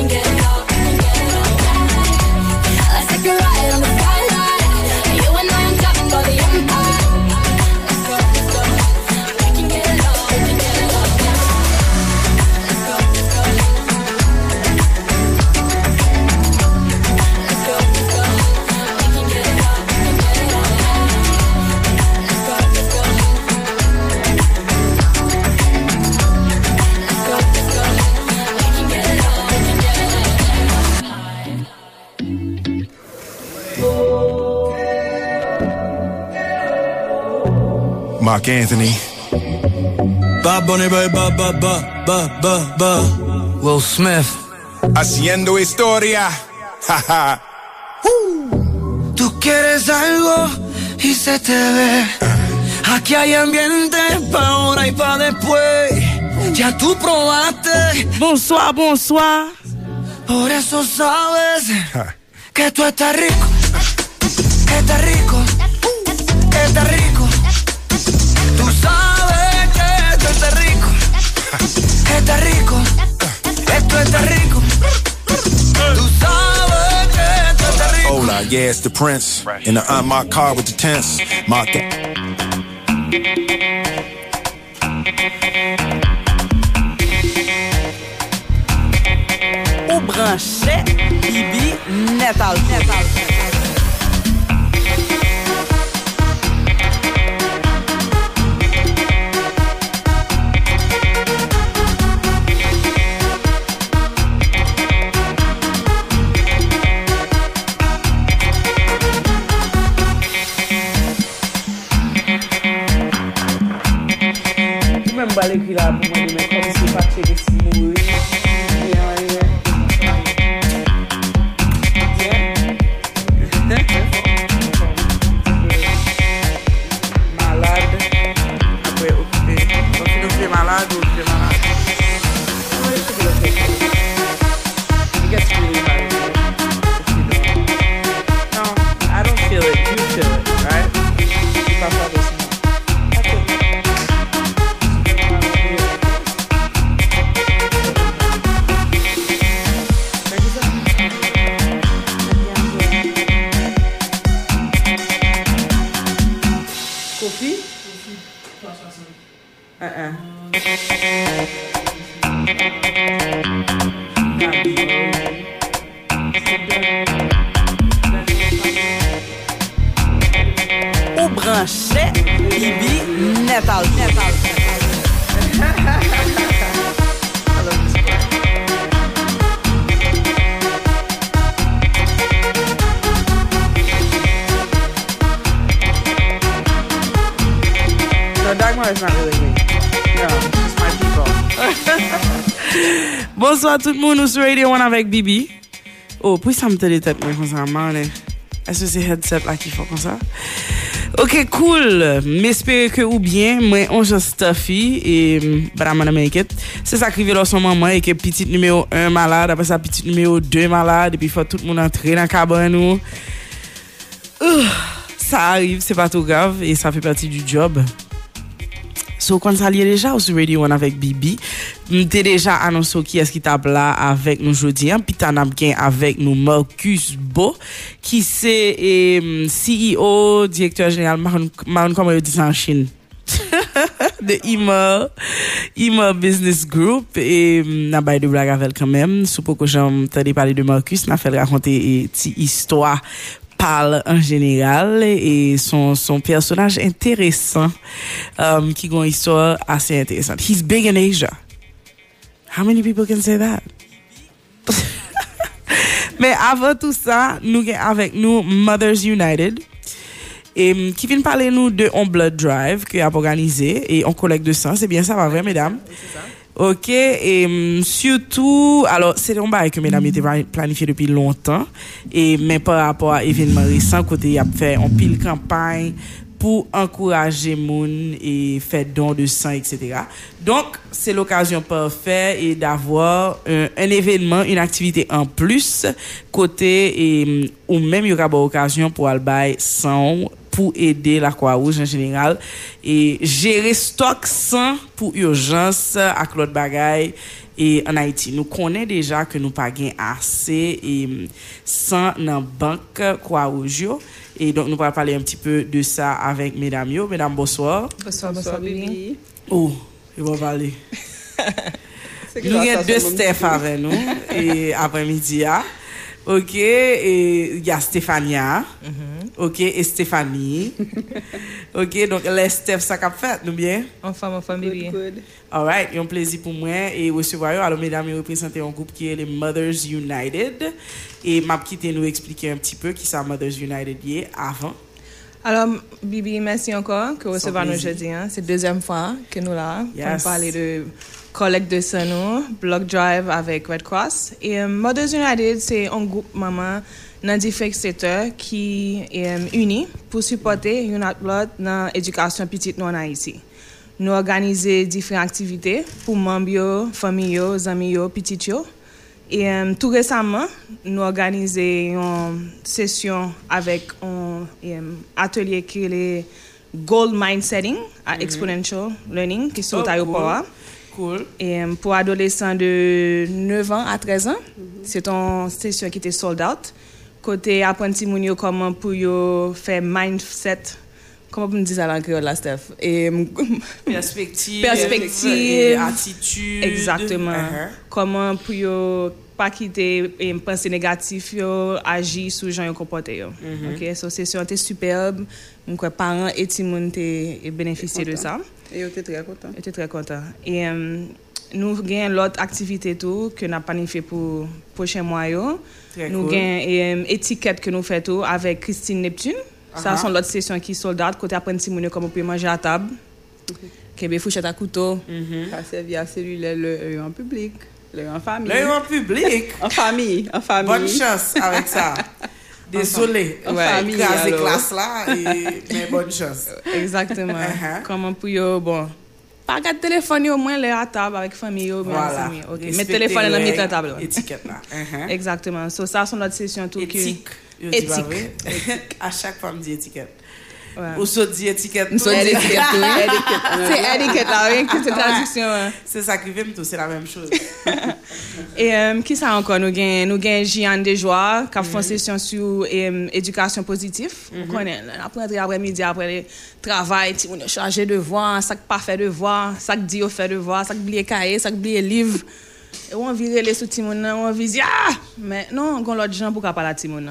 can get it all, we can get it all. Let's take a ride on the skyline. You and I on top of the empire. Let's go, let's go. We can get it all, we can get it all. Let's go, let's go. Let's go, let's go. We can get it all, we can get it all. Let's go, let's go. Let's go, let's go. We can get it all, we can get it all. Mark Anthony. Bob Bunny, ba. Will Smith. Haciendo historia. Jaja. Tú quieres algo y se te ve. Aquí hay ambiente pa' ahora y pa' después. Ya tú probaste. Bonsoir, bonsoir. Por eso sabes que tú estás rico. Estás rico. Estás rico. Tú sabes que tú estás rico. Estás rico. Esto está rico. Tú sabes que tú estás rico. Hola, yeah, it's the Prince. In the unmarked car with the tents. Mark Ou branché, Bibi, Netal. Même pas l'écrit là pour moi, mais comme si pas checker si mourir. Malade. Après, occupé. Donc, si nous sommes malades ou tu es malade. No, I don't feel it. You feel it, right? C'est pas ça de ça. Ou branché, Bibi, Netal. No, Dagmar is not really me. No, it's just my people. Bonsoir tout le monde, nous sur Radio One avec Bibi. Oh, puis ça me t'a des têtes, moi, comme ça, man. Est-ce que c'est headset là qu'il faut comme ça? Ok, cool. M'espère que ou bien, moi, on just stuffy et but I'm gonna make it. C'est ça qui arrive là, son maman, et que petit numéro 1 malade, après ça, petit numéro 2 malade, et puis il faut tout le monde entrer dans la cabane. Ça arrive, c'est pas tout grave, et ça fait partie du job. So, quand ça lié déjà sur Radio One avec Bibi, m'était déjà annoncé qui est-ce qui tape là avec nous aujourd'hui, puis t'en as bien avec nous Marcus Beau, qui c'est CEO, directeur général, Maron comment il dit ça en Chine, de Ima Business Group, et n'a pas de blague avec quand même, sous pour que j'entendais parler de Marcus, n'a fait raconter une petite histoire parle en général et son personnage intéressant qui a une histoire assez intéressante. He's big in Asia. How many people can say that? Mais avant tout ça, nous avons avec nous Mothers United et qui vient parler nous de On Blood Drive qui a organisé et on collecte de sang. C'est bien ça, pas vrai, mesdames? Oui, c'est ça. Ok, et surtout, alors c'est un bail que mesdames étaient planifié depuis longtemps, et mais par rapport à événements récents, côté y a fait en pile campagne pour encourager moun et faire don de sang, etc. Donc c'est l'occasion parfaite et d'avoir un événement, une activité en plus côté et ou même il y aura pas occasion pour aller bail sang pour aider la Croix-Rouge en général et gérer stock sang pour urgence à l'autre bagaille Et en Haïti, nous connaissons déjà que nous pas gain assez et sans dans banque quoi au jour. Et donc nous allons parler un petit peu de ça avec mesdames yo. Mesdames, bonsoir. Bonsoir, Bibi. Oh, ils vont parler. Nous avons deux Steph avec nous et après-midi. OK, et il y a Stéphania. OK, et Stéphanie. OK, donc les Steph, ça qu'a fait, nous bien? En famille. Good. All right, c'est un plaisir pour moi et recevoir. Alors, mesdames, je représente un groupe qui est les Mothers United. Et m'a quitté nous expliquer un petit peu qui ça Mothers United est avant. Alors, Bibi, merci encore que recevoir nous plaisir. aujourd'hui. Hein. C'est la deuxième fois que nous là Yes. pour parler de collecte de sang, block drive avec Red Cross. Et Mothers United, c'est un groupe maman dans différents secteurs qui est uni pour supporter Unite Blood dans l'éducation petite nous en Haïti. Nous organisons différentes activités pour membres, familles, amis, petites. Et tout récemment, nous organisons une session avec un atelier qui est le Gold Mind Setting à Exponential Learning, qui est sur l'aéroport. Cool. Et pour adolescents de 9 ans à 13 ans, c'est une session qui était sold out. Côté apprenti mounio comment pour yo faire mindset. Comment vous me dites ça en créole là, Steph? Et Perspective. Perspective. Attitude. exactement. Comment pour yo pas quitter et penser négatif yo, agir sur gens yo comporter yo. OK, so session était superbe. Donc parents et tout le monde ont bénéficié de ça. Et on était très content. J'étais très content. Et nous avons l'autre activité tout que nous avons planifié pour prochain mois. Très Nous cool. avons étiquette que nous faisons avec Christine Neptune. Ça sont l'autre session qui sont soldats côté apprenti mounio comme on peut manger à table. Kebe fourchette à couteau. Ça servi à cellulaire le en public, le en famille. Là, en public. En famille. Bonne chance avec ça. Désolé. En Ouais, famille. Écraser alors. classe là, mais bonne chance. Exactement. Uh-huh. Comment pour yo bon. Pas garder téléphone au moins les à table avec famille yo, mais Voilà. famille. OK. Mais Respecter téléphone dans règles, mi table. Étiquette là. Exactement. So ça sont notre session tout que Éthique. Yo dis pas vrai? À chaque fois, me dit étiquette. Ouais. Ou ça dit étiquette. Nous tout. sommes étiquette tout. C'est étiquette là, oui, que c'est traduction. Hein. C'est ça qui vient tout, c'est la même chose. Et qui ça encore nous gain Jeanne Desjoie qui a fait une session sur éducation positive. On connaît après après-midi après le travail, on est chargé de devoir, ça pas fait devoir, ça dit au fait devoir, ça oublier cahier, ça oublier livre. Et on virer les sous Timon, on vise mais non, on l'autre gens pour parler à Timon.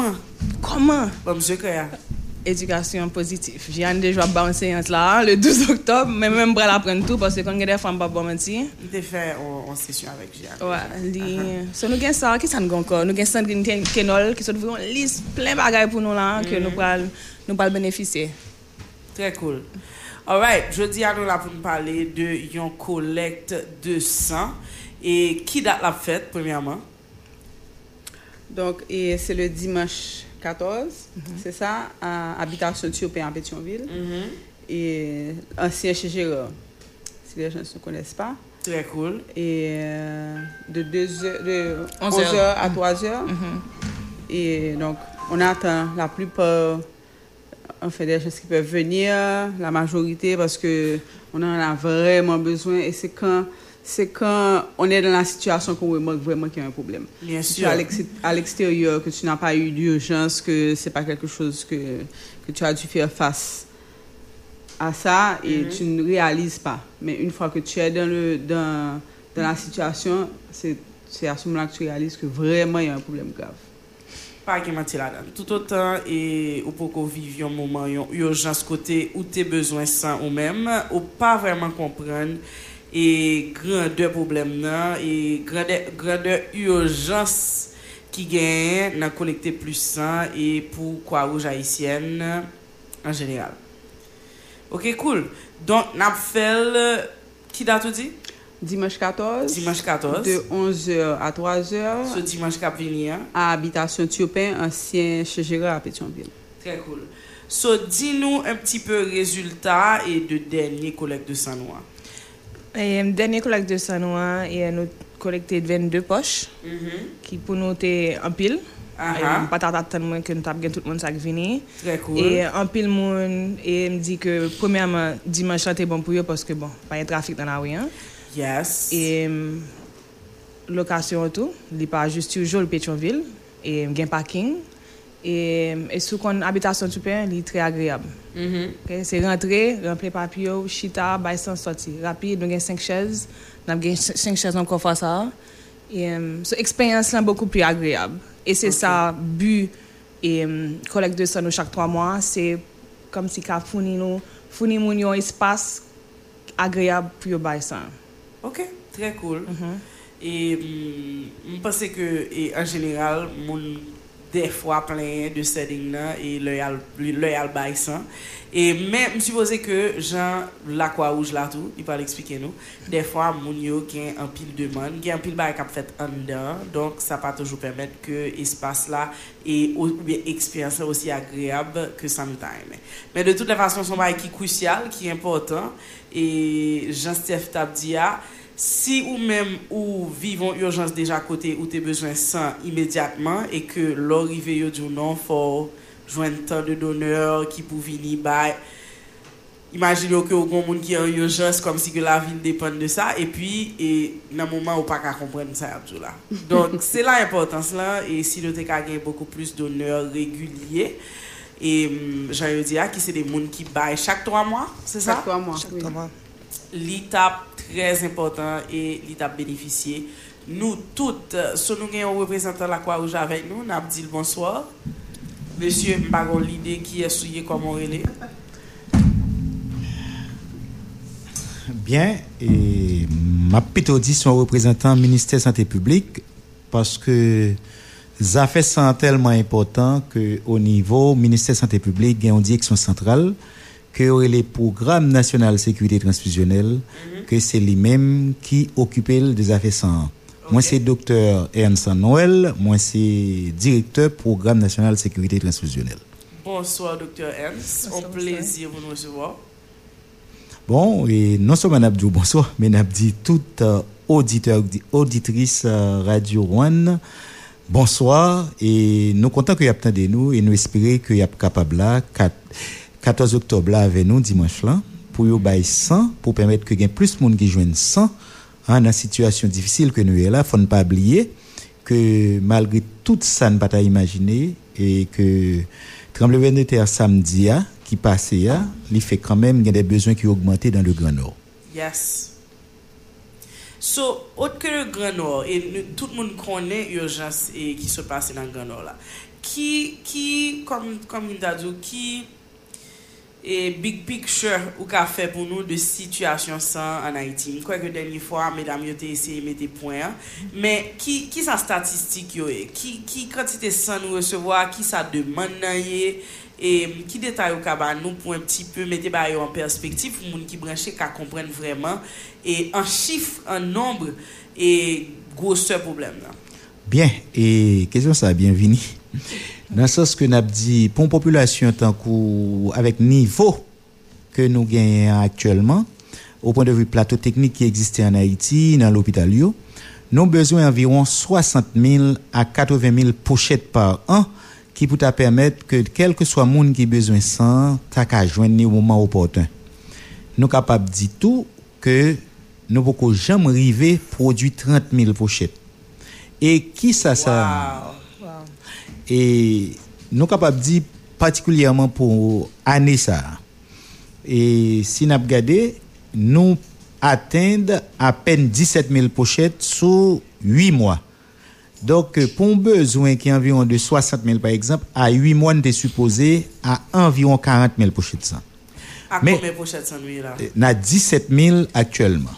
Comment Bon, monsieur Kaya. éducation positive. Jeanne Desjoie ba une séance là le 12 octobre, mais même pour apprendre tout parce que quand il y a des femmes pas bon mentir. On t'a fait en session avec Jeanne. Ouais, so nous gagne ça, qui ça nous encore? Nous gagne Sandrine Kenol qui sont vraiment liste plein bagages pour nous là que nous pas bénéficier. Très cool. All right, jeudi à nous là pour nous parler de une collecte de sang. Et qui date la fête, premièrement? Donc, et c'est le dimanche 14, c'est ça, à Habitation Thiopé en Pétionville. Et ancien chez Gérard, si les gens ne se connaissent pas. Très cool. Et de 11 11h à 3h. Et donc, on attend la plupart, on fait des gens qui peuvent venir, la majorité, parce qu'on en a vraiment besoin. Et c'est quand on est dans la situation qu'on remarque vraiment qu'il y a un problème. Bien Si tu sûr. es à l'extérieur, que tu n'as pas eu d'urgence, que c'est pas quelque chose que tu as dû faire face à ça et tu ne réalises pas. Mais une fois que tu es dans la situation, c'est à ce moment-là que tu réalises que vraiment il y a un problème grave. Pas qui mentir là-dedans. Tout autant, et ou pour qu'on vive un moment, une urgence côté où tu as besoin sans ou même, ou pas vraiment comprendre et grandeur problème là et grandeur urgence qui gagne dans collecter plus sang et pour Croix-Rouge haïtienne en général. OK, cool. Donc n'a fait qui date tu dis? Dimanche 14. Dimanche 14. De 11h à 3h. Ce dimanche qui vient. À Habitation Thiopé, ancien chez Gérard à Pétionville. Très cool. So, dis-nous un petit peu résultat et de dernier collecte de sang noir. Dernier collecte de sang noir, et nous collecté 22 poches qui pour nous était en pile. Pas t'attendre que nous avons tout le monde qui vient. Très cool. Et en pile monde et me dit que premièrement dimanche c'était bon pour eux parce que bon, pas de trafic dans la rue hein. Yes. Et location tout, il pas juste toujours le Pétionville et gain parking et sous qu'on habitation tout pays, il est très agréable. Okay? C'est rentrer, remplir papier, chita, bail sans sortir. Rapide, nous avons 5 chaises, nous avons 5 chaises en confort ça. Et cette expérience là beaucoup plus agréable. Et c'est ça but et collecte de ça nous chaque 3 mois, c'est comme si qu'a fournir un espace agréable pour bail ça. OK, très cool. Et je pense que en général mon des fois plein de setting là et le bail ça. Et même je suppose que Jean la croix rouge là tout, il parle expliquer nous. Des fois moun yo gen un pile demande, gen un pile bail qu'a fait en dedans, donc ça pas toujours permettre que espace là et ou bien expérience là aussi agréable que sometime. Mais de toutes les façons son bail qui crucial, qui est important et Jean-Steph Tabdia si ou même ou vivons urgence déjà à côté ou t'es besoin sans immédiatement et que l'arrivée yo du non faut joindre tant de donneurs qui pour venir bail imaginez que au monde qui en urgence comme si que la vie dépend de ça et puis et dans moment où pas qu'à comprendre ça là. Donc c'est là l'importance là et si nous t'es gagner beaucoup plus d'honneurs réguliers et j'allais dire qui c'est des monde qui bail chaque 3 mois, c'est ça? Chaque 3 mois. Chaque 3 mois. L'étape très important et l'étape bénéficier. Nous toutes, si nous avons un représentant de la Croix-Rouge avec nous, nous avons dit le bonsoir. Monsieur, je n'ai pas l'idée qui est souillé comme on est. Bien, et ma plutôt dit son représentant ministère santé publique parce que ça fait ça tellement important que au niveau ministère santé publique, il y a une direction centrale que les programmes national sécurité transfusionnelle que c'est lui-même qui occupe des affaires santé. Moi c'est docteur Ernst Noël, moi c'est directeur programme national sécurité transfusionnelle. Bonsoir docteur Ernst, un plaisir de vous recevoir. Bon, et non seulement n'a dit bonsoir, mais n'a dit tout auditeur auditrice Radio One bonsoir et nous contents que y a de nous et nous espérer que y a capable là 14 octobre là avec nous dimanche là pour yo bail 100 pour permettre que gain plus monde qui joignent 100 dans une situation difficile que nous est là faut ne pas oublier que malgré tout ça ne pas imaginer et que tremblement de terre samedi qui passé il fait quand même des besoins qui augmenté dans le Grand Nord. Yes. So, autre que le Grand Nord et tout le monde connaît l'urgence et qui se passe dans le Grand Nord là. Qui comme il a dit qui et big picture ou qu'a fait pour nous de situation sans en Haïti. Je crois que dernière fois mesdames yo t'ai essayé mettre point mais qui sa statistique yo qui quantité sans nous recevoir qui ça demande et qui détail au kaba nous pour un petit peu mettre ba en perspective pour moun qui branché qu'a comprendre vraiment et en chiffre en nombre et grosseur problème là. Bien et question ça bienvenue. Dans le sens que n'a dit pour une population tant avec niveau que nous gagnons actuellement au point de vue plateau technique qui existait en Haïti dans l'hôpital yo nous besoin environ 60 000 à 80 000 pochettes par an qui peut permettre que quel que soit monde qui besoin sans ta ka joindre au moment opportun nous capable dit tout que nous pouvons jamais arriver produire 30 000 pochettes et qui ça et nous capable dire particulièrement pour année ça et si n'a regardé nous atteindre à peine 17 000 pochettes sur 8 mois donc pour un besoin qui est environ de 60 000 par exemple à 8 mois on est supposé à environ 40 000 pochettes ça mais combien de pochettes ça nous là n'a 17 000 actuellement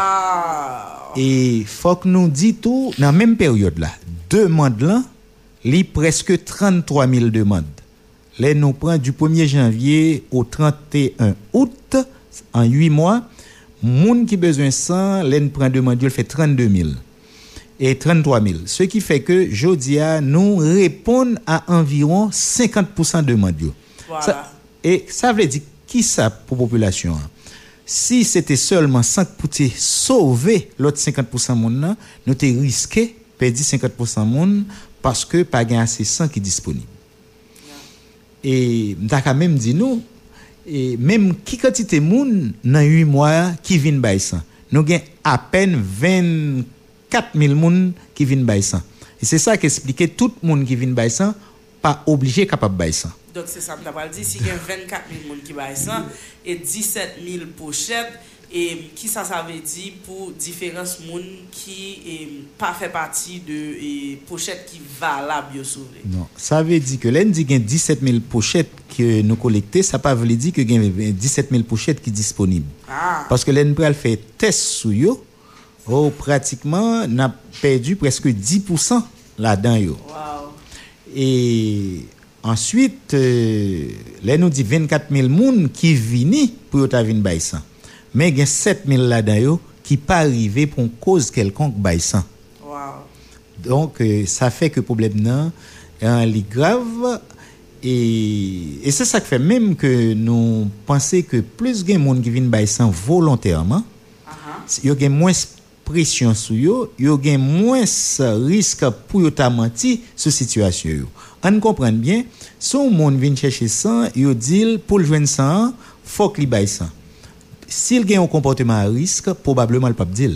et faut que nous dit tout dans la même période là demande là li presque 33 000 demandes. Là, nous prend du 1er janvier au 31 août, en 8 mois, moun qui besoin 100, là, nous prend demande, il fait 32 000 et 33 000. Ce qui fait que, jodia, nous répondons à environ 50% de demande. Voilà. Et ça veut dire, qui ça pour la population? Si c'était seulement 5 pour sauver l'autre 50% moun, nous t'es risqué perdre 50% moun parce que pas gain assez sang qui disponible. Et m'ta quand même dit nous et même qui quantité moun dans 8 mois qui vinn bay sang. Nous gain à peine 24 24 000 moun qui viennent bay sang. Et c'est ça qui expliquait tout le monde qui vient bay sang pas obligé capable bay sang. Donc c'est ça, m't'a dit si il y a 24 000 moun qui bay sang et 17 000 pochettes et qui ça veut dire pour différents moun qui pas fait partie de pochettes qui valables yo sauver. Non, ça veut dire que l'en dit qu'il y a 17 000 pochettes que nous collectons, ça pas veut dire que il y a 17 000 pochettes qui disponibles. Parce que l'en pral fait test sur yo, pratiquement n'a perdu presque 10% là-dedans yo. Wow. Et ensuite là nous dit 24 000 moun qui vini pour ta vinn bay sang. Mais il y a 7 000 là-dedans yo qui pas arrivé pour une cause quelconque bay sang. Wow. Donc ça fait que problème nan est grave et c'est ça qui fait même que nous pensons que plus de monde qui viennent bay sang volontairement, il y a moins pression sur yo, il y a moins risque pour yo ta menti sur situation yo. On comprend bien, son monde vient chercher sang, yo dit pour le joindre sang, faut qu'il bay sang. S'il gagne un comportement à risque, probablement le pas dire.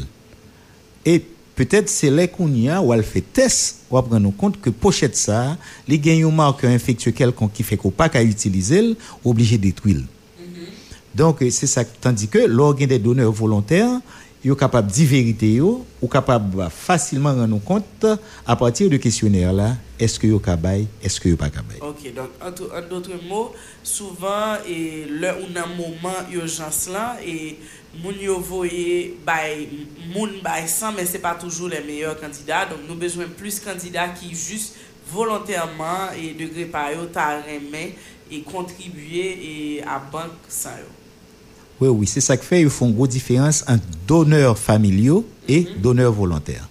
Et peut-être c'est là qu'on y a ou elle fait test, ou prendre compte que pochette ça, les gagne un marqueur infectieux quelconque qui fait qu'on pas qu'à utiliser, obligé de détruire. Donc c'est ça, tandis que l'organe des donneurs volontaires, ils sont capables de dire vérité yo, ou capable facilement rendre compte à partir de questionnaire là, est-ce que yo kabay, est-ce que yo pas kabay. OK, donc en d'autres mots, souvent et le ou un moment urgence là et moun yo voye bay moun bay sans mais c'est pas toujours les meilleurs candidats, donc nous besoin plus candidats qui juste volontairement et de gré par yo ta remet et contribuer et à banque ça yo. Oui, c'est ça qui fait, ils font une grosse différence entre donneurs familiaux et donneurs volontaires.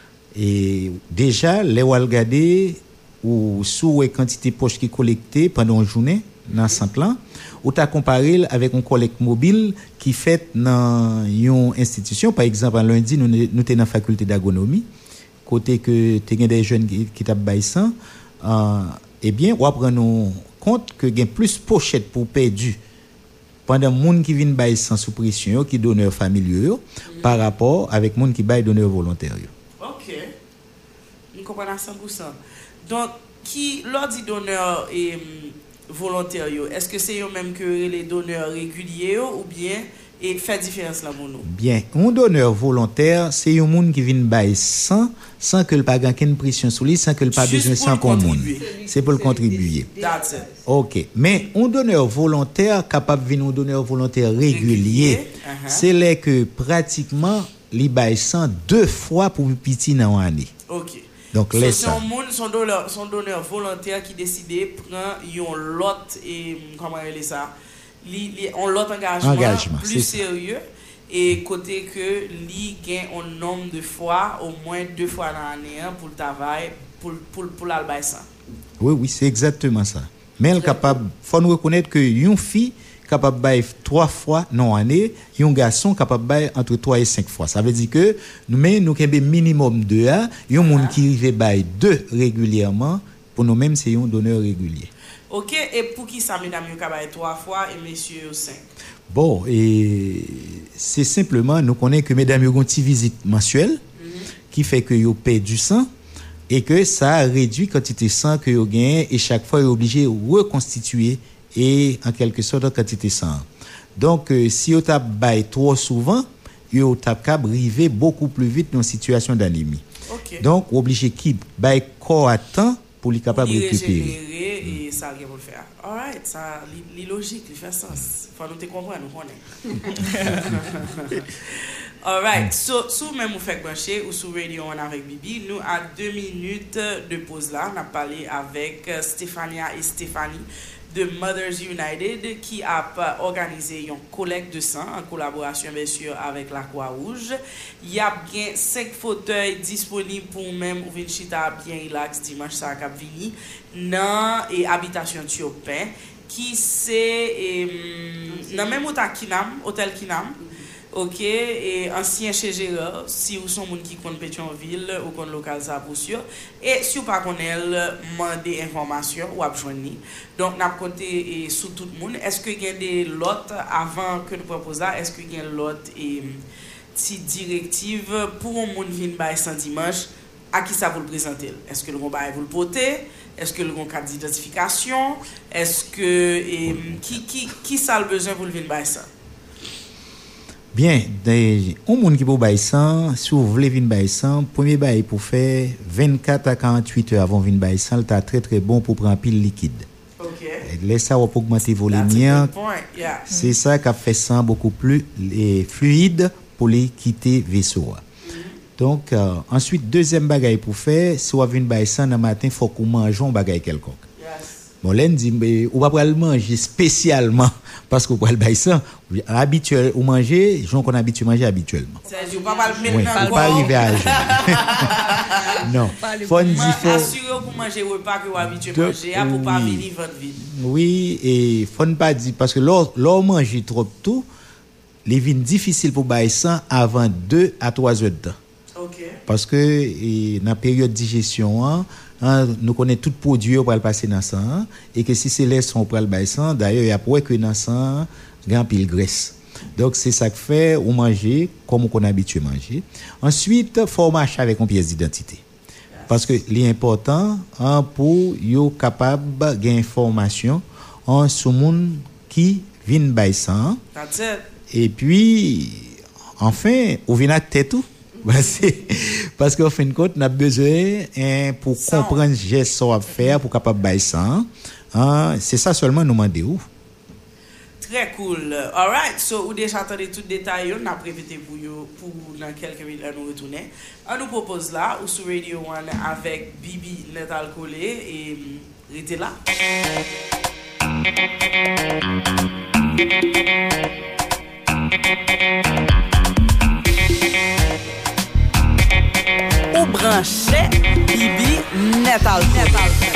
Et déjà, les regarder ou sous quantité poche qui collectée pendant une journée dans ce centre-là, ou t'as comparé avec une collecte mobile qui fait dans une institution. Par exemple, un lundi, nous sommes dans la faculté d'agronomie, côté que tu as des jeunes qui tapent baissant, eh bien, on prend compte que il y a plus pochettes pour perdu pendant moun qui viennent bailler sans sous pression qui donneurs familiaux par rapport avec moun qui baille donneurs volontaires. OK. Nous comprenons à 100%. Donc qui lors dit donneur et volontaire est-ce que c'est eux même que les donneurs réguliers ou bien et fait différence là pour nous? Bien, un donneur volontaire, c'est un monde qui vient bailler sans que le pas gagne pression sur lui, sans que le pas besoin sans qu'on monde. C'est pour le contribuer. That's it. OK, mais un donneur volontaire capable venir un donneur volontaire régulier, c'est là que pratiquement li baille 2 fois pour petit dans l'année. OK. Donc laisse ça. Son donneur volontaire qui décide prend un lot et comment elle ça on l'autre engagement plus sérieux et côté que li gagne un nombre de fois au moins 2 fois dans l'année pour le travail pour l'albaï ça. Oui, c'est exactement ça. Mais elle capable faut nous reconnaître que une fille capable bailler 3 fois dans l'année, un garçon capable bailler entre 3 et 5 fois. Ça veut dire que nous avons minimum 2 a, un monde qui arrive bailler 2 régulièrement, pour nous même c'est un donneur régulier. OK, et pour qui ça mesdames yo bailler 3 fois et messieurs 5? Bon, et c'est simplement nous connaissons que mesdames yo ont une petite visite mensuelle qui fait que yo perd du sang et que ça réduit quantité de sang que yo gagne et chaque fois yo obligé reconstituer et en quelque sorte quantité de sang. Donc si yo t'a bail trop souvent, yo t'a cap arriver beaucoup plus vite dans une situation d'anémie. OK. Donc obligé qui bail corps à temps pour lui capable récupérer. Et ça rien pour le faire. All right, ça li logique, il fait sens. Faut nous te comprendre, nous connaît. All right, so même vous faites brancher ou sur Radio One avec Bibi, nous à 2 minutes de pause là, on a parlé avec Stéphania et Stéphanie de Mothers United qui a organisé une collecte de sang en collaboration bien sûr avec la Croix-Rouge. Il y a bien 5 fauteuils disponibles pour même ou chita bien relax dimanche ça cap vini dans et habitation Thiopin qui c'est dans même hôtel Kinam. OK, et ancien chez Gérard, si vous sont monde qui connaît Pétionville ou connaît local ça pour sûr et si vous pas connaît demander information ou joindre. Donc n'a compté sur tout le monde. Est-ce que il y a des lots avant que nous proposons là, est-ce qu'il y a lot et petite directive pour un monde vin bail sans dimanche, à qui ça vous le présenter? Est-ce que le bail vous le porter? Est-ce que le carte d'identification? Est-ce que qui ça le besoin pour le vin bail ça? Bien, un monde qui peut bail sans, si vous voulez vin bail sans, premier bail pour faire 24 à 48 heures avant vin bail sans, c'est très très bon pour prendre pile liquide. OK. Laisse ça pour augmenter vos lignes. Yeah. C'est ça qui fait sang beaucoup plus fluide pour les quitter vaisseau. Donc ensuite deuxième bagaille pour faire, si vous avez une bail sans dans matin, faut qu'on mange un bagaille quelconque. Bon, là, on dit, on va pas le manger spécialement parce qu'on va le bailler ça. Habituel, ou manger, gens qu'on habitue manger habituellement. C'est-à-dire, on va pas le mettre Oui, dans faut le pas arriver à âge. Non. Faut dire, assurer pour manger repas que vous habituez manger, pour pas venir votre vie. Oui, et faut pas dire, parce que l'on mange trop tout, les vins difficiles pour bailler ça avant 2 à 3 heures de temps. OK. Parce que dans la période de digestion, nous connaissons tout produit pour le passer dans le sang et que si c'est les sont pour le bailler sang, d'ailleurs il y a pour que dans le sang grand pile graisse. Donc c'est ça que fait ou manger comme on est habitué à manger. Ensuite, faut marcher avec une pièce d'identité. Parce que l'important pour yo capable gagner information sur monde qui vient bailler sang. Et puis enfin, on vient à tête tout. Parce qu'en fin de compte, on a besoin pour comprendre geste qu'on va faire pour capable bailler ça. C'est ça seulement nous demander où. Très cool. All right. So, vous déjà attendez tout détail, on a prévité pour dans quelques minutes nous retourner. On nous propose là ou sur Radio One avec Bibi Net Alcoolé et restez là. Ou branché Bibi Net Alcoolé.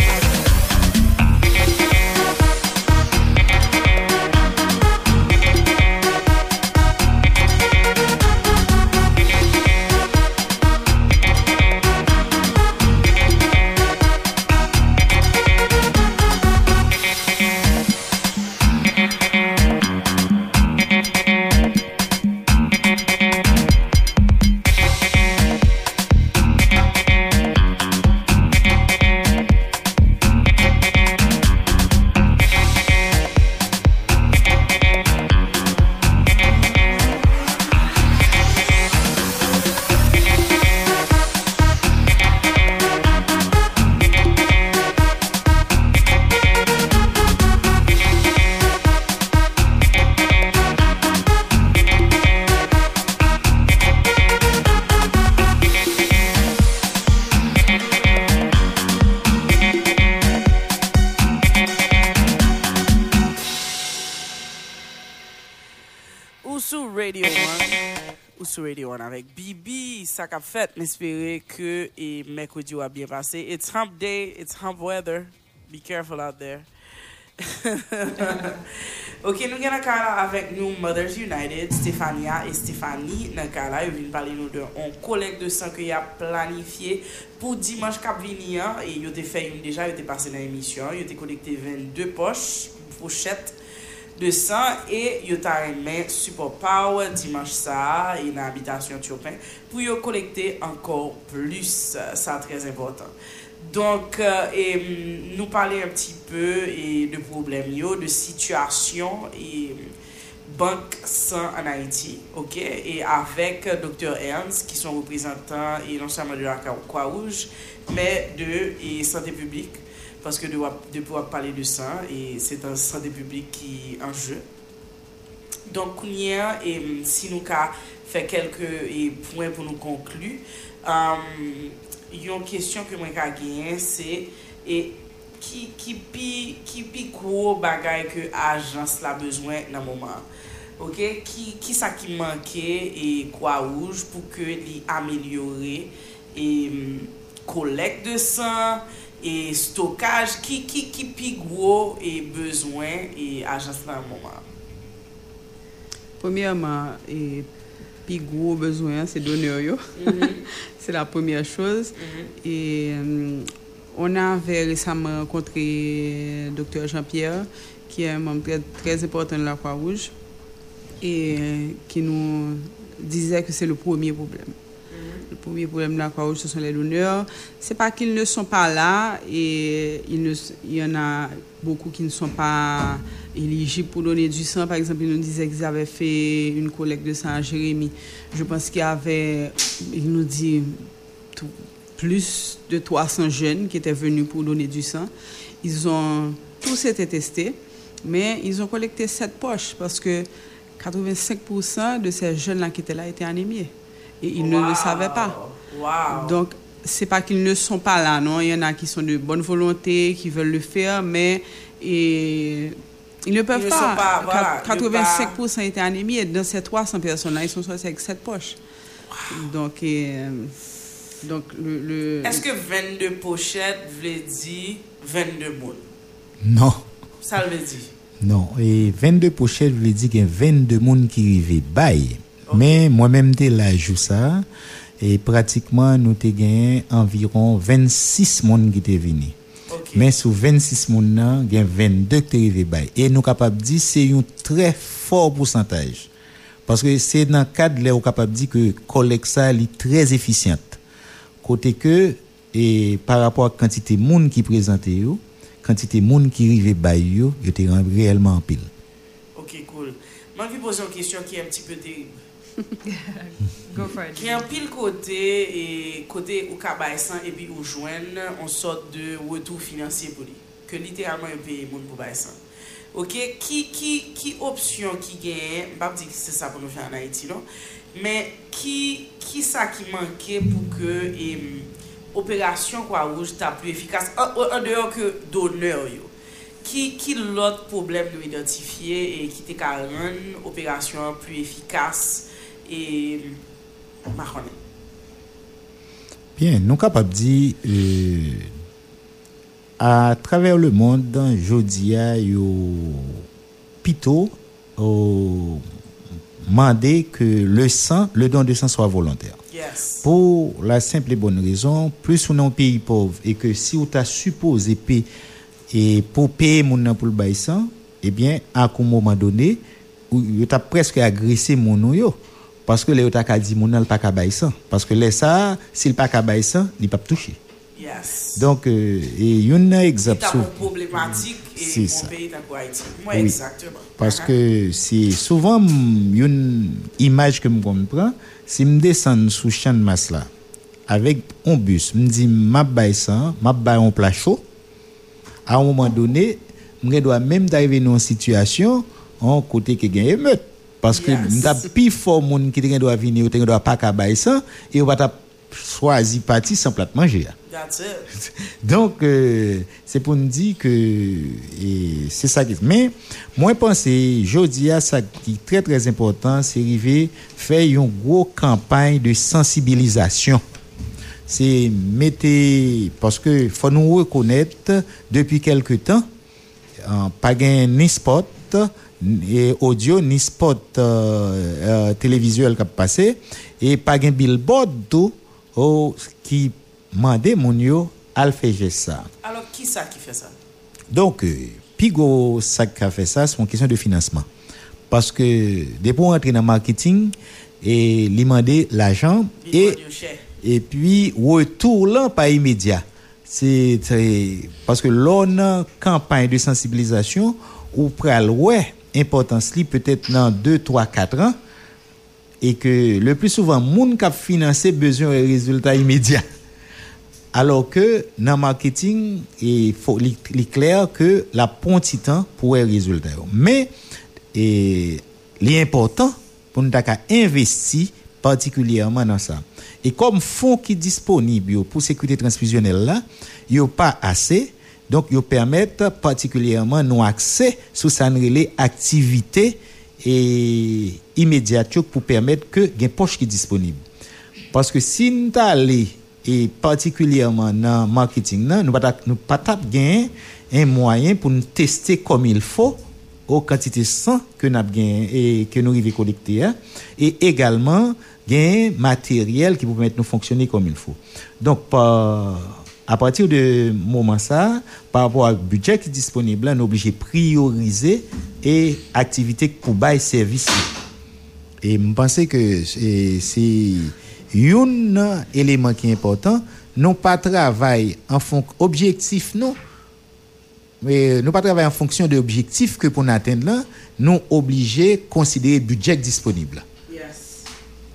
Radio One avec Bibi, ça qu'a fait, m'espérer que mercredi va bien passer. It's hump day, it's hump weather. Be careful out there. Ok, nous avons avec nous Mothers United, Stéphania et Stéphanie. Dans le cas là, ils viennent parler nous de un collecte de sang qu'il a planifié pour dimanche cap venir. Et ils ont fait déjà, ils ont passé dans l'émission. Ils ont collecté 22 pochettes de sang et ils ont remis support power dimanche ça et dans l'habitation Turpin pour y collecter encore plus. Ça très important. Donc, nous parler un petit peu de problèmes, de situation et banque sang en Haïti, ok? Et avec Dr. Ernst, qui sont représentants et non seulement de la Croix-Rouge, mais de santé publique, parce que de pouvoir parler de ça, et c'est un santé publique qui est en jeu. Donc, si nous avons fait quelques points pour nous conclure, une question que moi j'ai gagné c'est qui gros bagay que agence la besoin dans moment. OK, qui ça qui manquait et Croix-Rouge pour que li améliorer et collecte de sang et stockage qui gros et besoin et agence dans moment. Premièrement, puis gros besoin c'est donneur c'est la première chose et on avait récemment rencontré Dr. Jean-Pierre qui est un membre très, très important de la Croix-Rouge et qui nous disait que c'est le premier problème. Le premier problème de la Croix-Rouge, ce sont les donneurs. C'est pas qu'ils ne sont pas là et il y en a beaucoup qui ne sont pas éligibles pour donner du sang. Par exemple, ils nous disaient qu'ils avaient fait une collecte de sang à Jérémie. Je pense il nous dit plus de 300 jeunes qui étaient venus pour donner du sang. Ils ont tous été testés, mais ils ont collecté 7 poches parce que 85% de ces jeunes-là qui étaient là étaient anémiés. Et ils ne le savaient pas. Wow. Donc, c'est pas qu'ils ne sont pas là, non. Il y en a qui sont de bonne volonté, qui veulent le faire, mais ils ne peuvent pas. Voilà, 85% étaient anémiés. Et dans ces 300 personnes-là, ils sont sortis avec 7 poches. Wow. Donc, Est-ce que 22 pochettes veut dire 22 moules? Non. Ça le veut dire? Non. Et 22 pochettes veut dire qu'il y a 22 moules qui arrivent bail. Okay. Mais moi-même, t'es là, joue ça. Et pratiquement, nous t'ai gagné environ 26 moules qui étaient venus. Okay. Mais sur 26 moules, il y a 22 qui arrivent bail. Et nous capables de dire c'est un très fort pourcentage. Parce que c'est dans le cadre là, on est capable de dire que collecte ça est très efficiente. Côté que, et par rapport à la quantité de monde qui présente, quantité de monde qui arrive bail, il était réellement en pile. Ok, cool. Moi, je vais poser une question qui est un petit peu terrible. Go for it. Qui est un pile côté au Kabaïsan et puis au joindre on sorte de retour financier pour lui. Que littéralement, il paye monde pour Baïsan. Ok, qui option qui gagne, je ne vais pas dire que c'est ça pour nous faire en Haïti, non? Mais qui ça qui manquait pour que l'opération Croix-Rouge soit plus efficace, en dehors que d'honneur? Qui l'autre problème de identifier et qui te rendre l'opération plus efficace et marronné? Bien, nous sommes capables de dire à travers le monde, aujourd'hui, il y a plutôt demandé que le don de sang soit volontaire. Yes. Pour la simple et bonne raison, plus on est un pays pauvre et que si on t'a supposé payer et pour payer mon pour le bail sang, eh bien, à un moment donné, il t'a presque agressé mon yo. Parce que les autres a dit mon n'a pas qu'à bail sang. Parce que les ça, s'il pas qu'à bail sang, il pas toucher. Yes. Donc, et il y a un exemple. C'est une problématique et mon pays dans Haïti. Moi, oui. Exactement. Parce que c'est souvent une image que je comprends, si je descends sous champ de masse là, avec un bus, je me dis, je baille ça, je baille un plat chaud. À un moment donné, je dois même arriver dans une situation en côté qui gagne émeute. Parce que nous avons plus fort monde qui doit venir, qui doit pas bailler ça, et on va choisir partie sans plat manger. That's it. Donc, c'est pour nous dire que c'est ça qui. Mais, moi, je pense que aujourd'hui, ça qui est très, très important, c'est arriver faire une grosse campagne de sensibilisation. C'est mettre. Parce que faut nous reconnaître, depuis quelque temps, pas ni spot, et audio, ni spot télévisuel qui a passé, et pas un billboard tout, qui mandé mon yo à faire ça. Alors qui ça qui fait ça? Donc Pigo ça qui a fait ça, c'est une question de financement. Parce que depuis rentrer dans le marketing et lui demander l'argent et puis retour là pas immédiat. C'est parce que l'on campagne de sensibilisation ou pral ouais importance li peut-être dans 2 3 4 ans et que le plus souvent moun qui financer besoin de résultats immédiats. Alors que dans le marketing, il faut clair que la petit temps pour les résultats. Mais l'important pour nous investir particulièrement dans ça. Et comme fonds qui disponible pour sécurité transfusionnelle là, il y a pas assez, donc ils permettent particulièrement nous accès sur ça les activités et immédiates pour permettre que gain poche qui disponible. Parce que si nous allons et particulièrement dans le marketing, nous pas gagner un moyen pour nous tester comme il faut aux quantités de sang que nous avons et que nous arrivons à collecter et également gagner matériel qui peut permettre de fonctionner comme il faut. Donc à partir de moment ça, par rapport au budget qui est disponible, nous sommes obligés de prioriser et activités pour bail service. Et je pense que c'est un élément qui est important. Nous pas travailler en fonction objectif non. Mais nous pas travailler en fonction de l'objectif que pour nous atteindre là, nous obligés considérer budget disponible. Yes.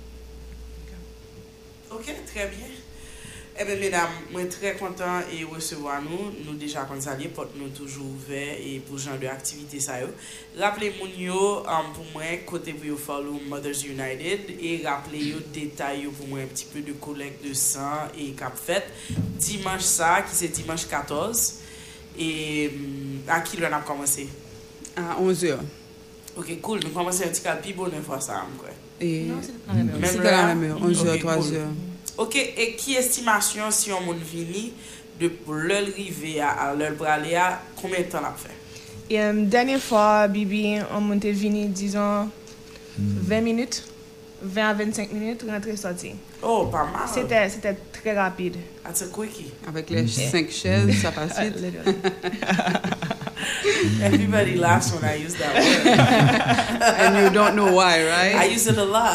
Ok, très bien. Eh bien, mesdames, je suis très content de recevoir nous. Nous déjà comme ça, les portes nous toujours ouvertes et pour ce genre d'activité ça. Rappelez-moi pour moi côté pour follow Mothers United et rappelez-vous détails pour moi un petit peu de collecte de sang et cap fait dimanche ça qui c'est dimanche 14 et à qui l'on a commencé À 11h. OK, cool. Nous commençons un petit peu plus bonne fois ça quoi. Et Non, c'est la même heure. c'était la même heure, 11h, Ok, 3h. cool. OK, et qui estimation si on moun vini de pour l'heure arriver à l'heure pour aller à combien de temps l'a fait? Et dernière fois, Bibi, on montait venu, disons, 20 minutes, 20 à 25 minutes, rentrer sortir. Oh, pas mal. C'était très rapide. That's a quickie. Avec les 5 chaises, ça passe vite. Literally. Everybody laughs when I use that word. And you don't know why, I right? use it a lot.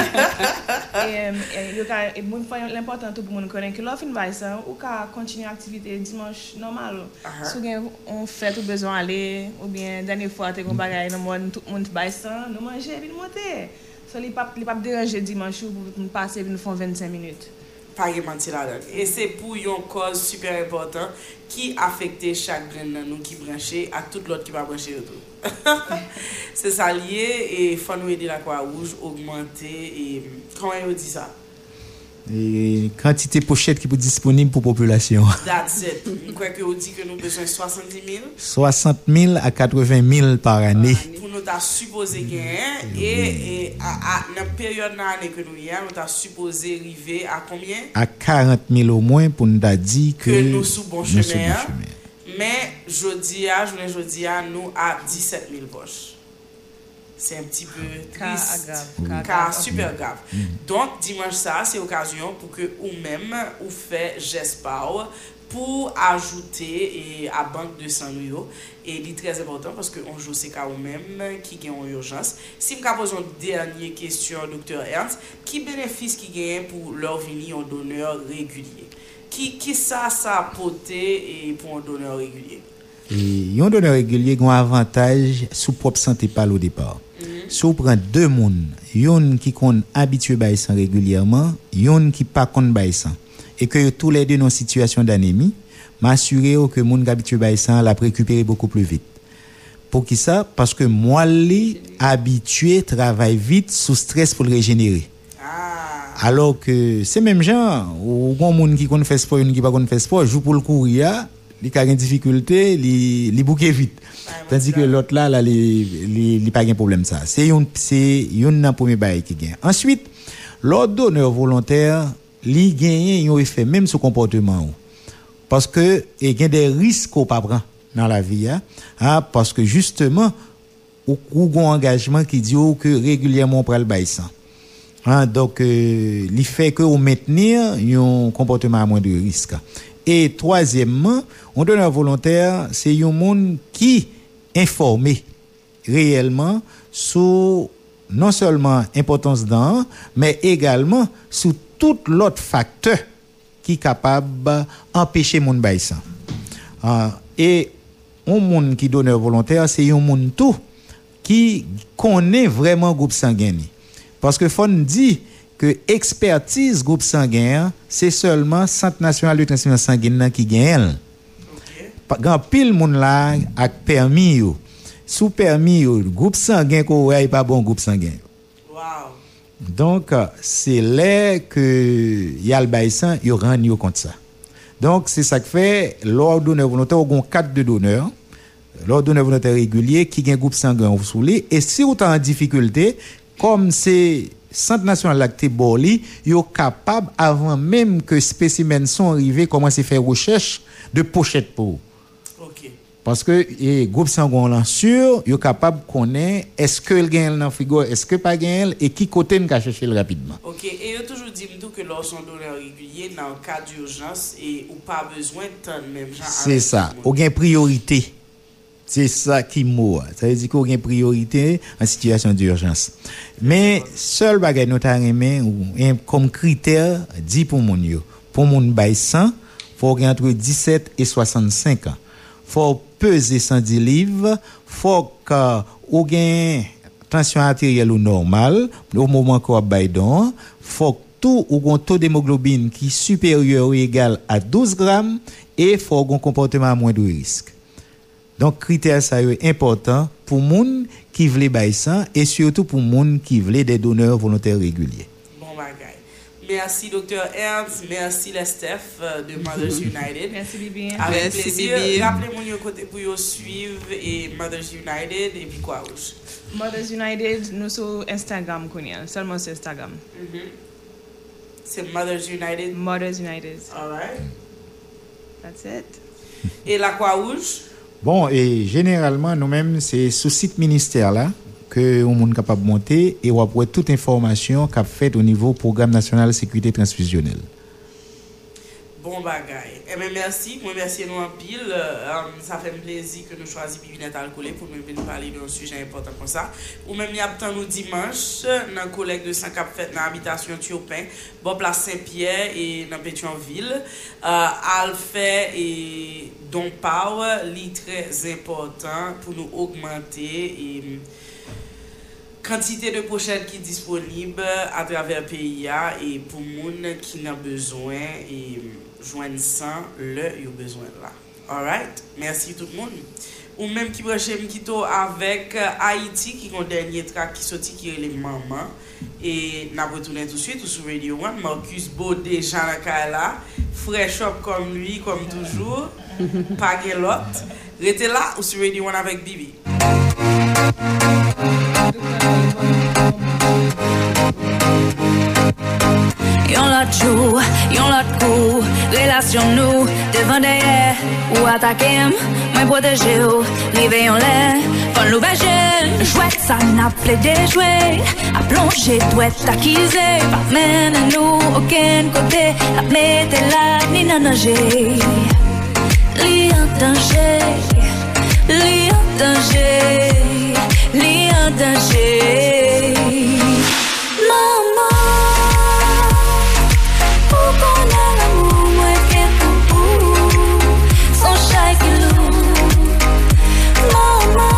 L'important pour moun connaître que l'offre une ça ou ka continuer activité dimanche normal. Si on fait tout besoin aller ou bien dernière fois t'es qu'on bagaille dans monde tout monde bail ça, nous manger puis monter. So li pas déranger dimanche pour passer nous font 25 minutes. Pas de mentir là-dedans. Et c'est pour une cause super importante qui affecte chaque grain dans nous qui branché à tout l'autre qui va brancher autour. C'est ça lié et faut nous aider la Croix-Rouge augmenter et comment on dit ça? Et quantité pochette qui est disponible pour population. That's it. Je crois que on dit que nous avons besoin de 70 000 60 000 à 80 000 par année. pour nous t'a supposé gagner et à la période d'année que nous y a, nous t'a supposé arriver à combien? À 40 000 au moins pour nous dire que nous sous bon nous sous chemin. Mais jeudi, nous à 17 000 poches. C'est un petit peu triste. Cas super grave. Donc, dimanche, ça, c'est l'occasion pour que ou-même, ou fait geste pour ajouter à banque de sang nous. Et c'est très important parce qu'on joue ces cas ou-même qui gagnent en urgence. Si je pose une dernière question, Dr. Ernst, qui bénéfice qui gagne pour leur venir en donneur régulier? Qui ça apporté et pour un donneur régulier? Et un donneur régulier a un avantage sous propre santé par au départ. Si on prend deux personnes, yon qui sont habitués à ça régulièrement, yon qui pas kon bay ça et que tous les deux dans situation d'anémie, m'assurer que moun qui habitué à ça la récupérer beaucoup plus vite. Pour qui ça? Parce que moi li habitué travaille vite sous stress pour le régénérer. Alors que c'est même gens ou bon moun qui connaît faire sport, yon qui pas connaît faire sport, joue pour le courir, li ka gen difficulté, li bouquer vite. Tandis que l'autre là li pas gen problème ça. C'est une nan premier bail qui gagne. Ensuite, l'autre donneur volontaire, li gagne un effet même sur comportement ou. Parce que il y a des risques qu'on pas prend dans la vie parce que justement ou gon engagement qui dit que régulièrement on prend le bail ça. Donc il fait que on maintenir un comportement à moins de risque. Et troisièmement, un donneur volontaire, c'est un monde qui informé réellement sur non seulement l'importance d'un, mais également sur tout l'autre facteur qui est capable d'empêcher mon bail ça. Et un monde qui donneur volontaire, c'est un monde tout qui connaît vraiment groupe sanguin. Parce que faut dit que expertise groupe sanguin, c'est seulement Centre national de transfusion sanguine qui gagne. Grand pile moun la ak permis yo. Sous permis yo, groupe sanguin ko ouais pas bon groupe sanguin. Wow. Donc c'est là que y a le baissan yo rend yo compte ça. Donc c'est ça que fait l'ordre donneur volontaire on 4 de donneurs. L'ordre donneur volontaire régulier qui gagne groupe sanguin sous lui et si vous êtes en difficulté comme c'est Centre national lacté Borli, yo capable avant même que spécimens sont arrivés commencer faire recherche de pochette pour. OK. Parce que groupe sanguin là sûr, yo capable connaître est-ce que le gagne dans frigo, est-ce que pas gagne et qui côté nous ca chercher rapidement. OK, et yo toujours dit que lorsqu'on donneur régulier dans cas d'urgence et ou pas besoin de temps même genre. C'est ça, ou gain priorité. C'est ça qui mou. Ça veut dire qu'on a une priorité en situation d'urgence. Mais seul bagage nous t'a aimé ou comme critère dit pour mon yo. Pour mon bail 100, faut qu'il entre 17 et 65 ans. Faut peser 110 livres, faut que ou gain tension artérielle ou normale au moment qu'on bail don, faut tout ou un taux d'hémoglobine qui est supérieur ou égal à 12 grammes et faut un comportement à moins de risque. Donc critère ça est important pour moun qui veulent bailler sang et surtout pour moun qui veulent des donneurs volontaires réguliers. Bon bagay. Merci Dr. Ernst, merci les Steph de Mothers United. Merci Bibi. Avec Merci, plaisir. Bibi. Rappelez-moi yo côté pour yo suivre et Mothers United et puis quoi aussi. Mothers United, nous sur Instagram, Kounia. Seulement sur Instagram. C'est Mothers United. Mothers United. All right. That's it. Et la Croix-Rouge? Bon, et généralement, nous-mêmes, c'est sous site ministère là que on est capable de monter et on avoir toute information qu'a fait au niveau Programme national de sécurité transfusionnelle. Bon bagay. Eh bien, merci. Moi, merci nous en pile. Ça fait un plaisir que nous choisissons Bibinette Alcoolé pour nous venir parler d'un sujet important comme ça. Ou même, il y a nous dimanche, dans le collègue de Saint-Cap-Fait, dans l'habitation Thiopin, bon place Saint-Pierre et dans Pétionville. Alpha et Don Power, li très important pour nous augmenter et quantité de pochettes qui est disponible à travers le pays et pour les gens qui ont besoin et joindre ça, le ils ont besoin là. Alright? Merci tout le monde. Ou même qui branche m'kito avec Haïti qui ont dernier track qui sorti qui est les mamans et n'a retourné tout de suite sur Radio One. Marcus Beau déjà là, fresh up comme lui comme toujours, pas l'autre. Restez là ou sur Radio One avec Bibi. Yon lot jou, yon lot kou, relasyon nou, devan derrière ou attaquer, moi protéger ou, rive yon lè, fon nou beje, jouet ça n'a plaidé jouer, a plonger douette accusé, pas mène nous aucun côté, la mette là ni nan danger, li en danger, li en danger, li en danger. Maman, pour qu'on ait l'amour, moi qu'est pour son chaque loup. Maman,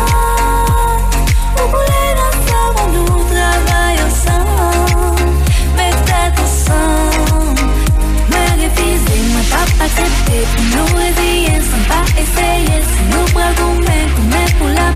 pour voulez dans nous travailler ensemble, mettre ensemble. Mais refuser, moi pas accepter, pour nous réveiller sans pas essayer, si nous prenons comme pour la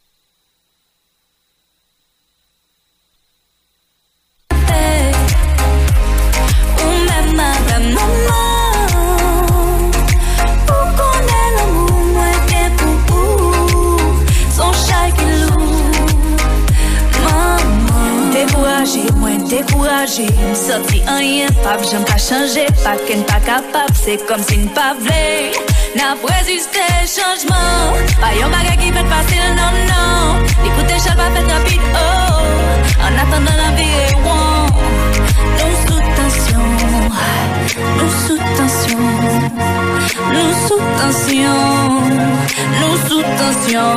découragé, sorti en rien, pas j'aime pas changer, pas qu'elle pas capable, c'est comme si ne pas voulait, n'a pas résisté changement, pas yon bagay qui fait facile, non, non, écoutez, j'en va faire rapide, oh, en attendant la vie est bon, nous sous tension, nous sous tension, nous sous tension, nous sous tension,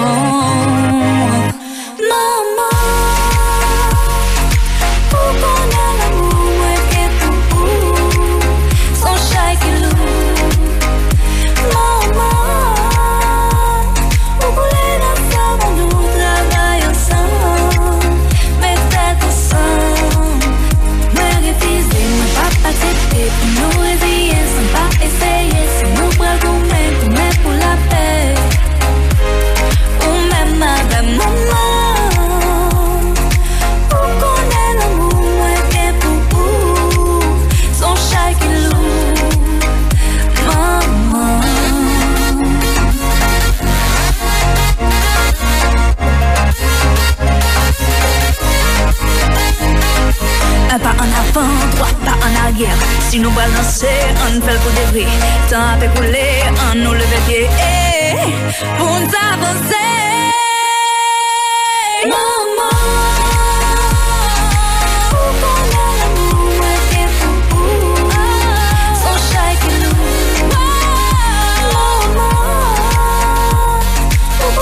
maman. Nous réveiller sans pas essayer, si nous prenons même pour la paix, ou même madame maman, pour qu'on ait l'amour, moi qu'est pour son chaque loup, maman. Un pas en avant, droit pas en arrière. Si nous balancer, on fait pour de vrai. Temps à couler, on nous lever pied. Pour nous avancer. Maman, pour qu'on ait l'amour, moi qu'est pour son chaque loup. Maman, pour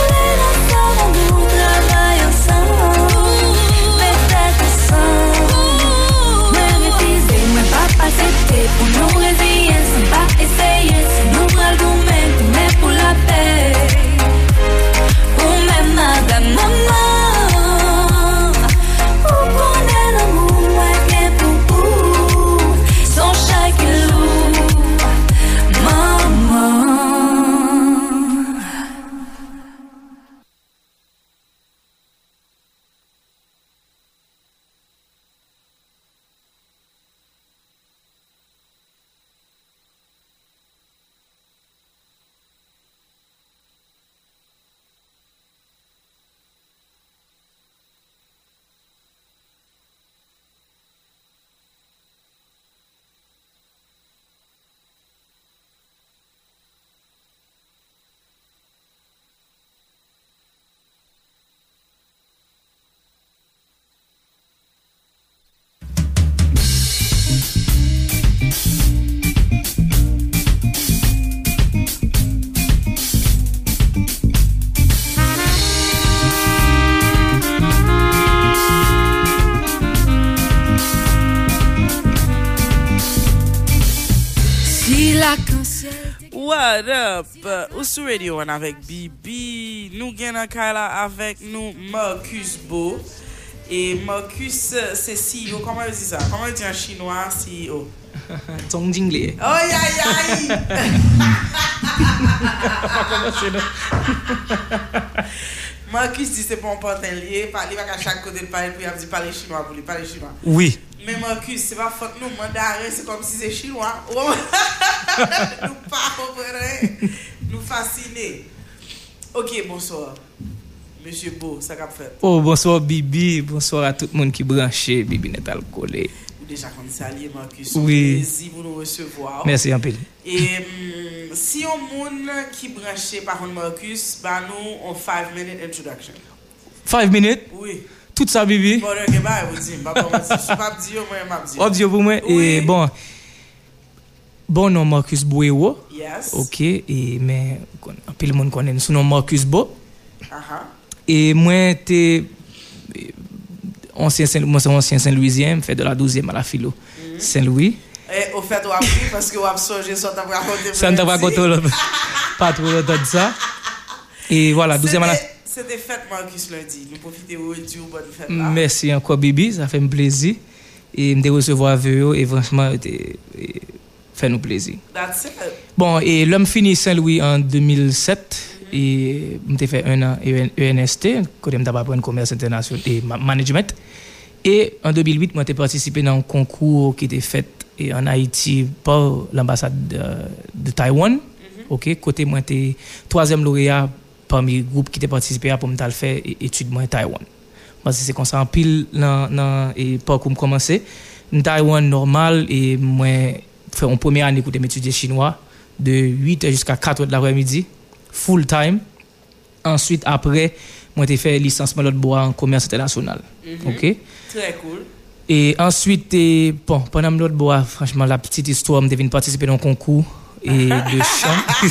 What up? Ou sou Radio One avec Bibi. Nous gagnons Kayla avec nous Marcus Beau. Et Marcus, c'est CEO. Comment on dit ça? Comment on dit en chinois CEO? Zhong Jingli. Oh, aïe, aïe! Marcus dit c'est pas un porte lié. Il va à chaque côté de parler, puis il a dit parler chinois pour lui, parler chinois. Oui. Mais Marcus, c'est pas faute nous, mandarin, c'est comme si c'est chinois. Nous pas comprendre. Nous fasciner. Ok, bonsoir. Monsieur Beau, ça qu'a fait. Oh, bonsoir Bibi, bonsoir à tout le monde qui branché, Bibi n'est pas le collé. Déjà qu'on s'allie, Marcus. Oui. Plaisir pour nous recevoir. Merci un peu. Et si on monde qui branché par contre Marcus, bah nous on 5-minute introduction. 5 minutes? Oui. Tout ça, Bibi? Bon, ok, bah, vous dites, bah, je suis pas dit, moi, je suis pas dit pour moi. Oui. Et bon nom Marcus Bouéwo. Yes. Ok, et mais un peu le monde connaît son nom Marcus Beau. Et moi, t'es ancien Saint-Louisien, fait de la 12e à la philo. Saint-Louis. Et au fait, on a pris parce que on a changé ça, t'as raconté. Ça ne t'a pas raconté pas trop longtemps de ça. Et voilà, 12e à la... C'était fête Marcus lundi. Nous profitons du bonne fête là. Merci encore, Bibi, ça fait un plaisir. Et me recevoir avec eux et franchement, fait nous plaisir. That's it. Bon, et l'homme fini Saint-Louis en 2007. Et j'ai fait un an ENST, quand j'ai appris commerce international et management. Et en 2008, j'ai participé dans un concours qui était fait en Haïti par l'ambassade de Taïwan. Ok, côté moi, j'étais 3e lauréat parmi les groupes qui étaient participés pour me faire études en Taïwan. Parce que c'est comme ça, en pile, et parcours commencé. En Taïwan normal, et moi, fait une première année d'études étudier chinois de 8h jusqu'à 4h de l'après-midi. Full time. Ensuite, après, moi, j'ai fait licence de bois en commerce international. Ok? Très cool. Et ensuite, bon, pendant l'autre bois, franchement, la petite histoire, je devais participer dans un concours et de chant.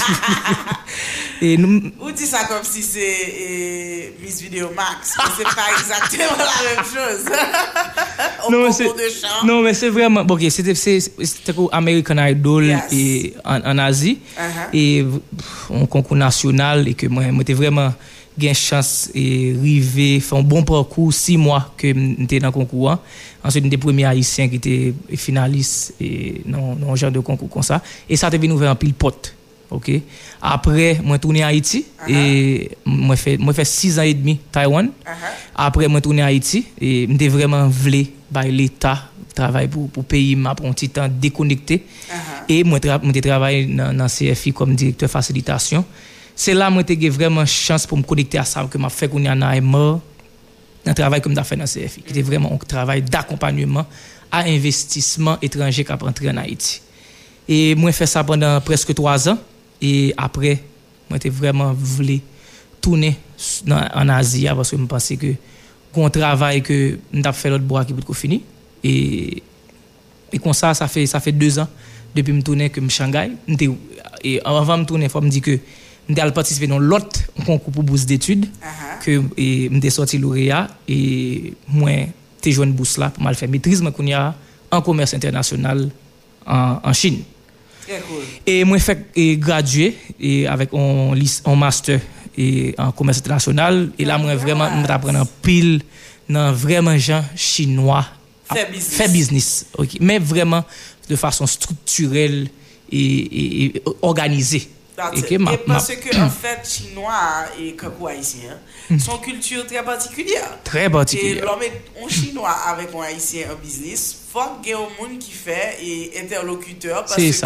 Et nous... Ou dit ça comme si c'est Miss Video Max, mais c'est pas exactement la même chose. Concours de chant. Non, mais c'est vraiment... Bon, ok, c'était American Idol et en Asie. Et un concours national et que moi, j'étais vraiment gain chance et arrivé, fait un bon parcours, 6 mois que j'étais dans le concours. Ensuite, j'étais premier haïtien qui était finaliste et dans un genre de concours comme ça. Et ça devait nous faire un pile pote. Ok. Après, moi tourné à Haïti et moi fait 6 ans et demi Taïwan. Après, moi tourné à Haïti et m'était vraiment voulu par l'État travail pour pays m'a pour un petit temps déconnecté. Et moi travaillé dans CFI comme directeur facilitation. C'est là moi j'ai vraiment chance pour me connecter à ça que m'a fait qu'on y en a mort un travail comme m'a fait dans CFI qui était vraiment un travail d'accompagnement à investissement étranger qui a entré en Haïti. Et moi fait ça pendant presque 3 ans. Et après, moi, j'étais vraiment voulu tourner en Asie parce que je pensais que un travail que nous fait l'autre bois qui peut fini. Et comme ça fait 2 ans depuis que je tourne que Shanghai. Et avant de me tourner, il faut me dire que je suis participé dans l'autre concours pour bourse d'études. Que je suis sorti lauréat. Et moi, j'ai joué une bourse là pour mal faire maîtrise en commerce international en Chine. Très cool. Et moi j'ai gradué et avec un master et en commerce international et là moi vraiment m'apprendre en pile dans vraiment gens chinois faire business. OK, mais vraiment de façon structurelle et organisée. Okay, et parce que en fait chinois et kako haïtien sont culture très particulière. Très particulière. Et l'homme un chinois avec un haïtien en business, faut qu'il y ait un monde qui fait et interlocuteur parce que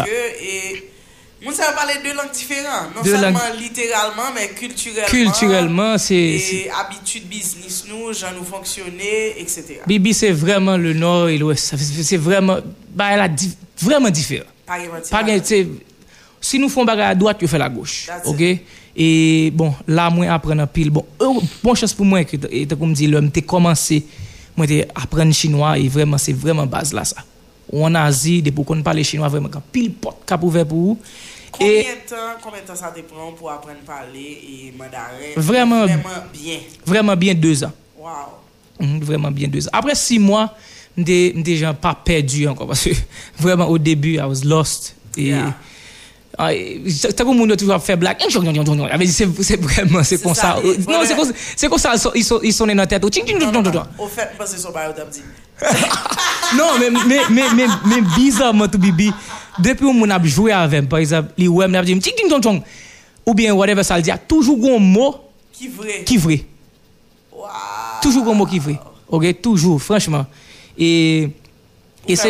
on ça parler 2 langues différentes, non seulement littéralement mais culturellement. Culturellement, c'est habitude business nous, gens nous fonctionner, etc. Bibi c'est vraiment le nord et l'ouest, c'est vraiment vraiment différent. Pas si nous faisons bagarre à droite, tu fais la gauche. OK? Et bon, là, moi, apprendre un pile. Bon chance pour moi, que comme dit l'homme, tu commencé, moi, apprendre chinois, et vraiment, c'est vraiment base là, ça. En Asie, depuis qu'on parle chinois, vraiment, quand pile porte, cap ouvert pour vous. Combien de temps ça te prend pour apprendre à parler et mandarin? Vraiment bien. Vraiment bien 2 ans. Wow. Vraiment bien 2 ans. Après 6 mois, déjà pas perdu encore, parce que vraiment, au début, I was lost. Et T'as comme on toujours fait blague. C'est vraiment c'est comme ça. Non, c'est comme ça ils sont dans la tête. Au fait, parce que son bail t'a dit. Non, mais bizarrement tout bibi. Depuis où on a joué avec par exemple, les web n'a dit ting ting tong ou bien whatever ça le dit toujours un mot qui vrai. Wow. Toujours un mot qui vrai. OK, toujours franchement. Et c'est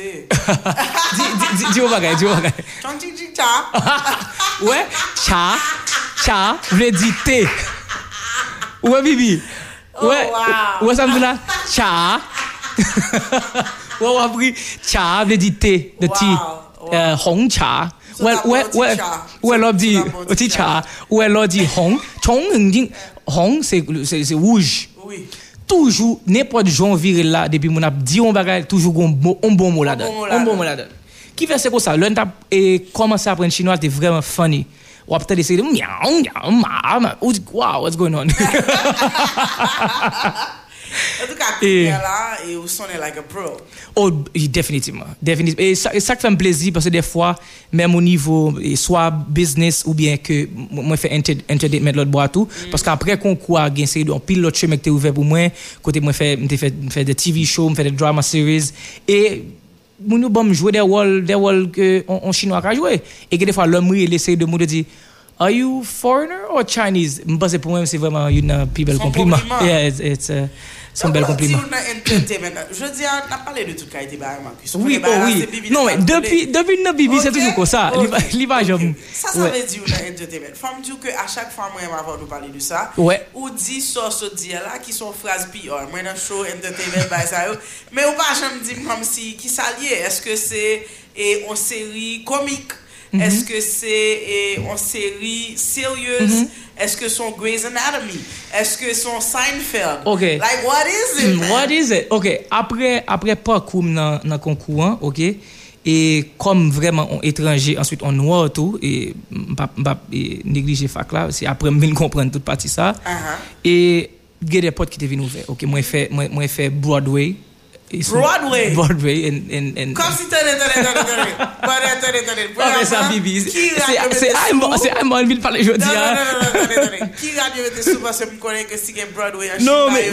dis au bagage. Chong ching ching cha. Ouais, cha veut dire thé. Ouais bibi. Ouais ça me dit là cha. Ouais appris cha veut dire thé, de thé. Hong cha. Ouais l'autre dit petit cha. Ouais l'autre dit hong. Hong c'est rouge. Oui. Toujours n'importe Jean viril là depuis mon a dit on bagage toujours un bon mot là-dedans. Qui fait c'est comme ça l'on t'a commencé à apprendre chinois c'était vraiment funny. Ou peut-être essayer de wow what's going on. En tout cas, là, et vous sonnez like a pro. Oh, définitivement. Et ça fait un plaisir parce que des fois, même au niveau, soit business ou bien que moi, je fais entertainment l'autre bois tout. Parce qu'après concours, il y a un pile l'autre chemin qui est ouvert pour moi. Côté moi, je fais des TV shows, je fais des drama series. Et nous bon jouer des rôles que en chinois a joué. Et que des fois, l'homme, il essaie de me dire, are you foreigner or Chinese? Parce que pour moi, c'est vraiment une plus belle compliment. Yeah, c'est un bel compliment. Je dis, on a parlé de tout qui a été barré, Marcus. Oui. Non, mais depuis notre bibi, c'est toujours comme ça. L'image. Ça veut dire dans entertainment. Faut me dire que à chaque fois, moi, avant de parler de ça, ou dit ça, là, qui sont phrases pires. Moi, dans le show entertainment, mais on va jamais dire comme si, qui s'allie. Est-ce que c'est une série comique? Est-ce que c'est une série sérieuse? Est-ce que c'est Grey's Anatomy? Est-ce que c'est Seinfeld? Okay. Like, what is it, man? What is it? OK. Après parcours dans concours, OK? Et comme vraiment on étranger, ensuite on noir tout, et m'pa négliger fac là, c'est après me comprendre toute partie ça. Et il y a des potes qui étaient venus ouvrir. OK, moi fait Broadway. Broadway. And comme si t'allais. Ça bibi. C'est I'm envie de parler aujourd'hui. Non. Qui radio était souvent c'est me connaître que si que Broadway. Non mais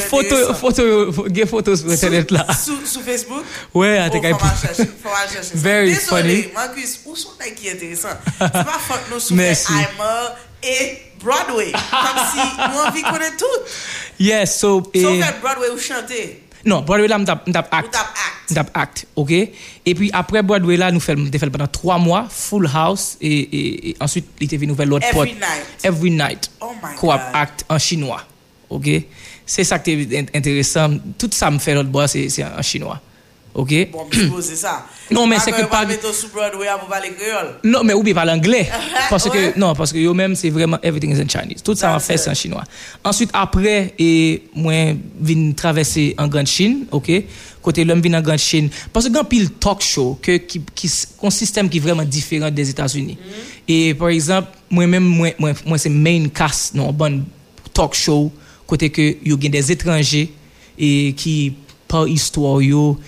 photos sur internet là. Sur Facebook? Ouais, à tes faut chercher. Very funny. Marcus, où sont les qui intéressant? C'est pas faute nous sur I'm et Broadway. Comme si nous envie connaître tout. Yes, so Broadway ou chanter. Non, Broadway là, m'tap act, OK? Et puis après Broadway là, nous fait pendant 3 mois, Full House, et ensuite, il était venu faire l'autre pote. Every night. Oh my Co-op God. act en chinois, OK? C'est ça qui est intéressant. Tout ça me fait l'autre bois, c'est en chinois. OK? Bon, c'est ça. Non, mais c'est que pas mettre sur Broadway pour parler créole. Non, mais ou bien parler anglais. Parce que yo même c'est vraiment everything is in Chinese. Tout ça m'a fait c'est en chinois. Ensuite après moi vinn traverser en Grande Chine, OK? Côté l'homme vinn en Grande Chine parce que grand pile talk show qui un système qui est vraiment différent des États-Unis. Et par exemple, moi c'est main cast non bon talk show côté que yo gen des étrangers et qui par histoire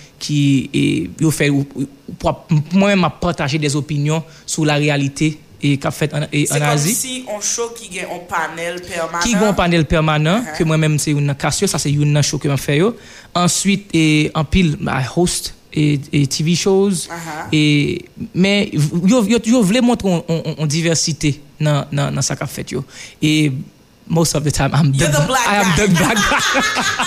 qui yo fait moi-même m'a partagé des opinions sur la réalité et qu'a fait en Asie. C'est comme si on show qui gagne un panel permanent. Qui gagne un panel permanent que moi-même c'est une cassure, ça c'est une show que m'a fait yo. Ensuite en pile I host et TV shows et mais yo voulait montrer en diversité dans ça qu'a fait yo. Et most of the time I am the black guy.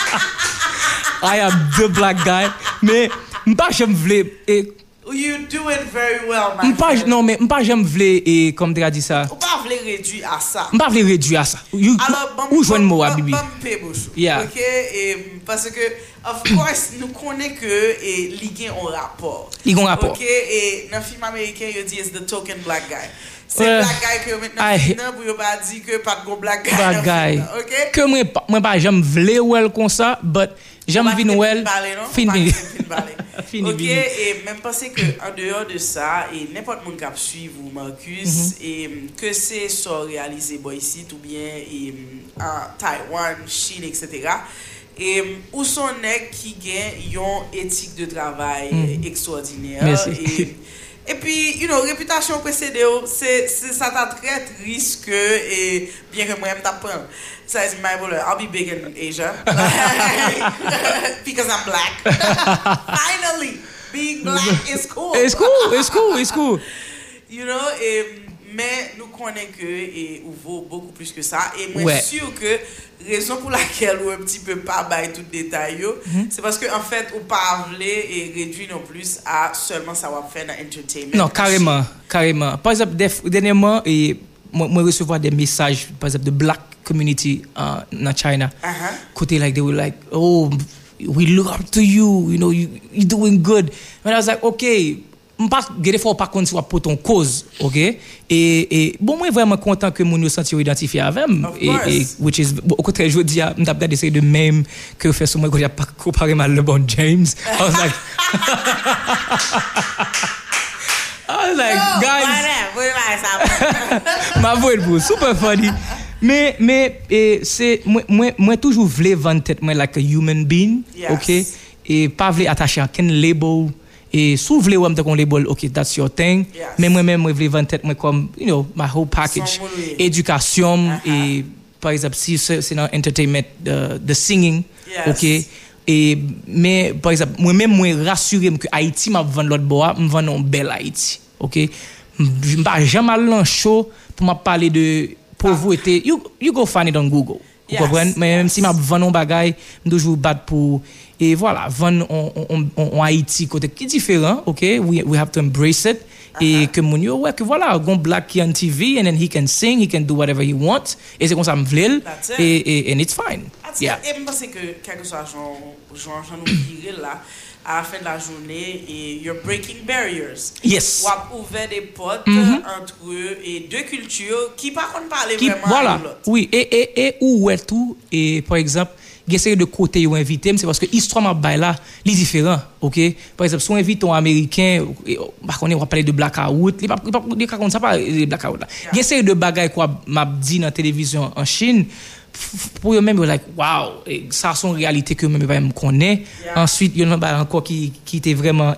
I am the black guy. Mais m'pas j'aime vle You do it very well, man. Non mais m'pas j'aime vle et comme tu as dit ça. Ou pas vle réduire à ça. M'pas vle réduire à ça. Ou joindre moi bibi. Yeah. OK et parce que of course nous connaît que li gen un rapport. OK et dans film américain ils disent the token black guy. C'est black guy que maintenant pour pas dire que pas de black guy. OK? Que moi pas j'aime vle well comme ça but j'aime vin well fini. OK et même penser que en dehors de ça et n'importe monde qui suivre Marcus et que c'est soit réalisé boy ici ou bien en Taïwan, Chine etc. et où sont nèg qui gagne une éthique de travail extraordinaire. Merci. Et puis, réputation précédée, c'est ça t'a très triste que, et bien que moi-même t'apprends. Ça, c'est my brother. I'll be big in Asia. Because I'm black. Finally, being black is cool. It's cool. Mais nous connaissons que et vaut beaucoup plus que ça. Et moi, je suis sûr que raison pour laquelle on un petit peu pas bailler tout détail, c'est parce que en fait, on pas voulait et réduire non plus à seulement ça va faire dans l'entertainment. Non, carrément. Par exemple, dernièrement, moi recevoir des messages, par exemple, de black community in China. Côté like they were like, oh, we look up to you, you're doing good. And I was like, okay. Des fois, par contre, soit pour ton cause, ok? Et bon, moi, vraiment content que mon senti identifié avec moi. Which is, au contraire, je dis, je n'ai pas d'essayer de même que faire sur moi, quand j'ai pas comparé à LeBron James. I was like, guys. Ma voix est super funny. Mais c'est, moi, toujours voulais vendre tête, moi, like a human being, ok? Et pas voulais attacher à quel label. Et si vous voulez voir un label, ok, that's your thing. Mais moi-même, je voulais vendre tête, moi, comme, my whole package. Éducation, et par exemple, si c'est dans entertainment, the singing, ok. Mais, par exemple, moi-même, moi, rassuré que Haïti m'a vendu l'autre bois, me vend un bel Haïti, ok. Je ne vais pas jamais aller en show pour me parler de pauvreté. You go find it on Google. Vous comprenez? Mais même si je vends un bagage, je toujours battre pour. Et voilà, vendre en Haïti, côté qui est différent, ok? We have to embrace it. Et que mon yo, que voilà, un black qui on TV, and then he can sing, he can do whatever he wants. Et c'est comme ça, m'vlel. Et it's fine. Et je pense que quelque chose, Jean nous dirait là, à la fin de la journée, et you're breaking barriers. Yes. Ou à ouvrir des portes entre eux et deux cultures qui par contre parlent vraiment voilà. à l'autre. Oui, et où est tout, et par exemple, essayer de côté ou invité, c'est parce que l'histoire m'a bail là, est différent, ok? Par exemple, si on invite un américain, on va parler de blackout, il pas ça pas blackout là. Essayer de bagaille quoi m'a dit dans la télévision en Chine pour eux même like wow, ça sont réalité que même pas me connaît. Ensuite, il y en a encore qui était vraiment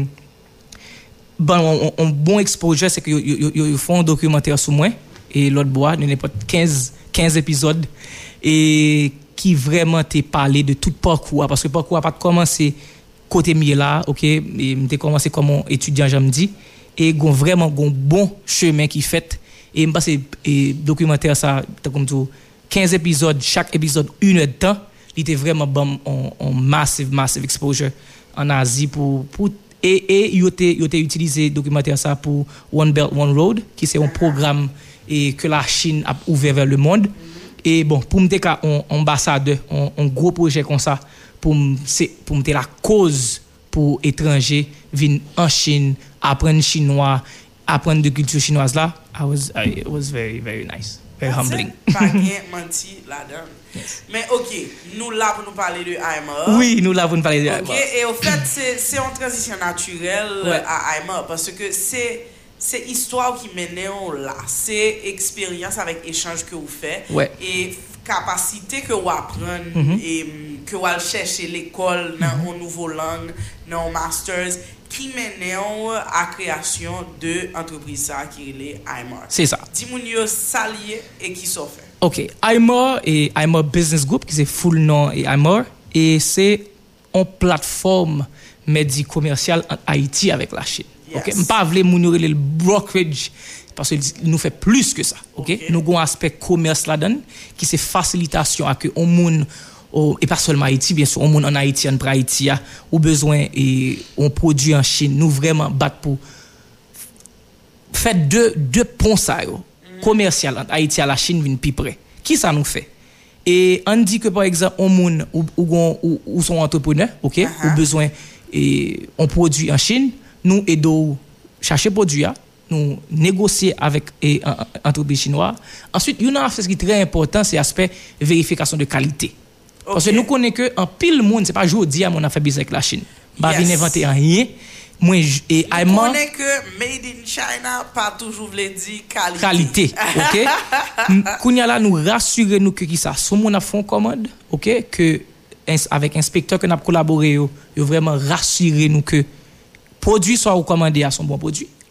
bon exposure, c'est que ils font un documentaire sur moi et l'autre bois de n'importe 15 épisodes et qui vraiment t'ai parlé de tout parcours parce que parcours a pas commencé côté mieux là, OK, et m'était commencé comme étudiant j'aime dit et vraiment bon chemin qui fait et me passer documentaire ça comme tout 15 épisodes, chaque épisode 1 heure de temps, il était vraiment bon en massive exposure en Asie pour et il était utilisé documentaire ça pour One Belt One Road qui c'est un programme et que la Chine a ouvert vers le monde. Et bon, pour me dire un ambassadeur, un gros projet comme ça, pour me la cause pour étrangers venir en Chine, apprendre chinois, apprendre de culture chinoise là, it was very, very nice, very humbling. Pas bien menti là-dedans. Mais ok, nous là pour nous parler de Aimer. Oui, nous là pour nous parler de Aimer. Ok, et au fait, c'est une transition naturelle à Aimer parce que c'est histoire qui mène là, c'est expérience avec échange que vous faites et capacité que vous apprenez et que vous allez chercher l'école dans une nouvelle langue, dans un masters qui mène à création de entreprise qui est Aimer. C'est ça. Dis-moi salier et qui s'en fait. OK, Aimer et Aimer Business Group qui c'est full nom et Aimer et c'est une plateforme médico-commerciale en Haïti avec la Chine. OK, on pas vle mounir le brokerage parce qu'il nous fait plus que ça. OK, nous avons un aspect commerce là-dedans qui c'est facilitation à que on monde et pas seulement Haïti bien sûr on monde en Haïti en Haïti a ou besoin et on produit en Chine nous vraiment battre pour faire deux ponts ça commercial entre Haïti à la Chine vinn plus près. Qui ça nous fait? Et on dit que par exemple on monde ou sont entrepreneurs, OK, ou besoin et on produit en Chine nous aidons chercher produit nous négocier avec entreprise chinoise. Ensuite, il y a un aspect qui est très important, c'est l'aspect vérification de qualité. Parce que nous connaissons que en pile monde, c'est pas aujourd'hui on a fait business avec la Chine. Pas venir inventer rien. Moi et on connaît que made in China pas toujours veut dire qualité. OK? Kounya là nous rassurer nous que qui ça, son monde a font commande, OK, que avec inspecteur que n'a collaboré yo vraiment rassurer nous que produit soit recommandé à son bon produit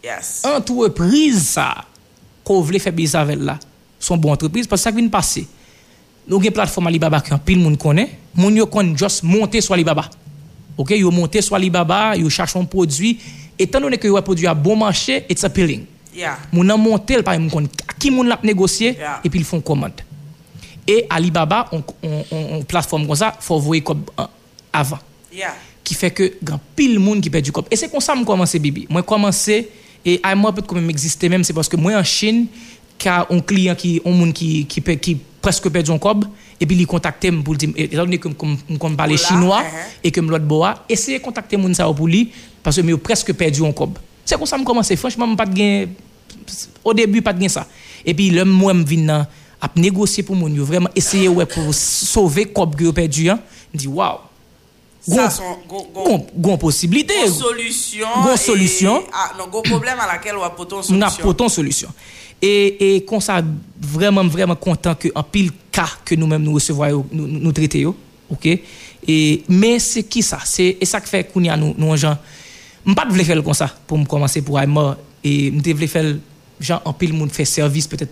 Yes. Entreprise ça qu'on veut faire business avec là, son bonne entreprise parce que ça vient passer. Nous avons une plateforme Alibaba que pile monde connaît, moun yo connaît juste monter sur Alibaba. OK, yo monter sur Alibaba, yo cherche un produit, étant donné que yo produit à bon marché, it's appealing. Yeah. Moun nan monter par exemple qui moun l'a négocier Yeah. et puis ils font commande. Et Alibaba on plateforme comme ça, faut voir comme avant. Yeah. Qui fait que grand pile monde qui perd du cop. Et c'est comme ça que moi commencé Bibi. Moi commencé et moi peut quand même exister même c'est parce que moi en Chine car un client qui un monde qui presque perd son cob et puis il contacter pour dire étant donné que comme parler chinois et que l'autre bois essayer contacter moun ça pour lui parce que me presque perdu un cob. C'est comme ça que commencé franchement pas de gain au début pas de gain ça. Et puis le moi me vinn à négocier pour moun vraiment essayer ouais pour sauver cob que perdu hein. Dit waouh. Ça son possibilité. Solution. Solution. Non, problème à laquelle on a poton solution. On a poton solution. Et qu'on ça vraiment content que en pile cas que nous-mêmes nous recevons nous traiter yo, OK? Et mais c'est qui ça? C'est ça qui fait qu'on y a nous gens m'pas vle faire comme ça pour me commencer pour Aymar et me vle faire gens en pile monde fait service peut-être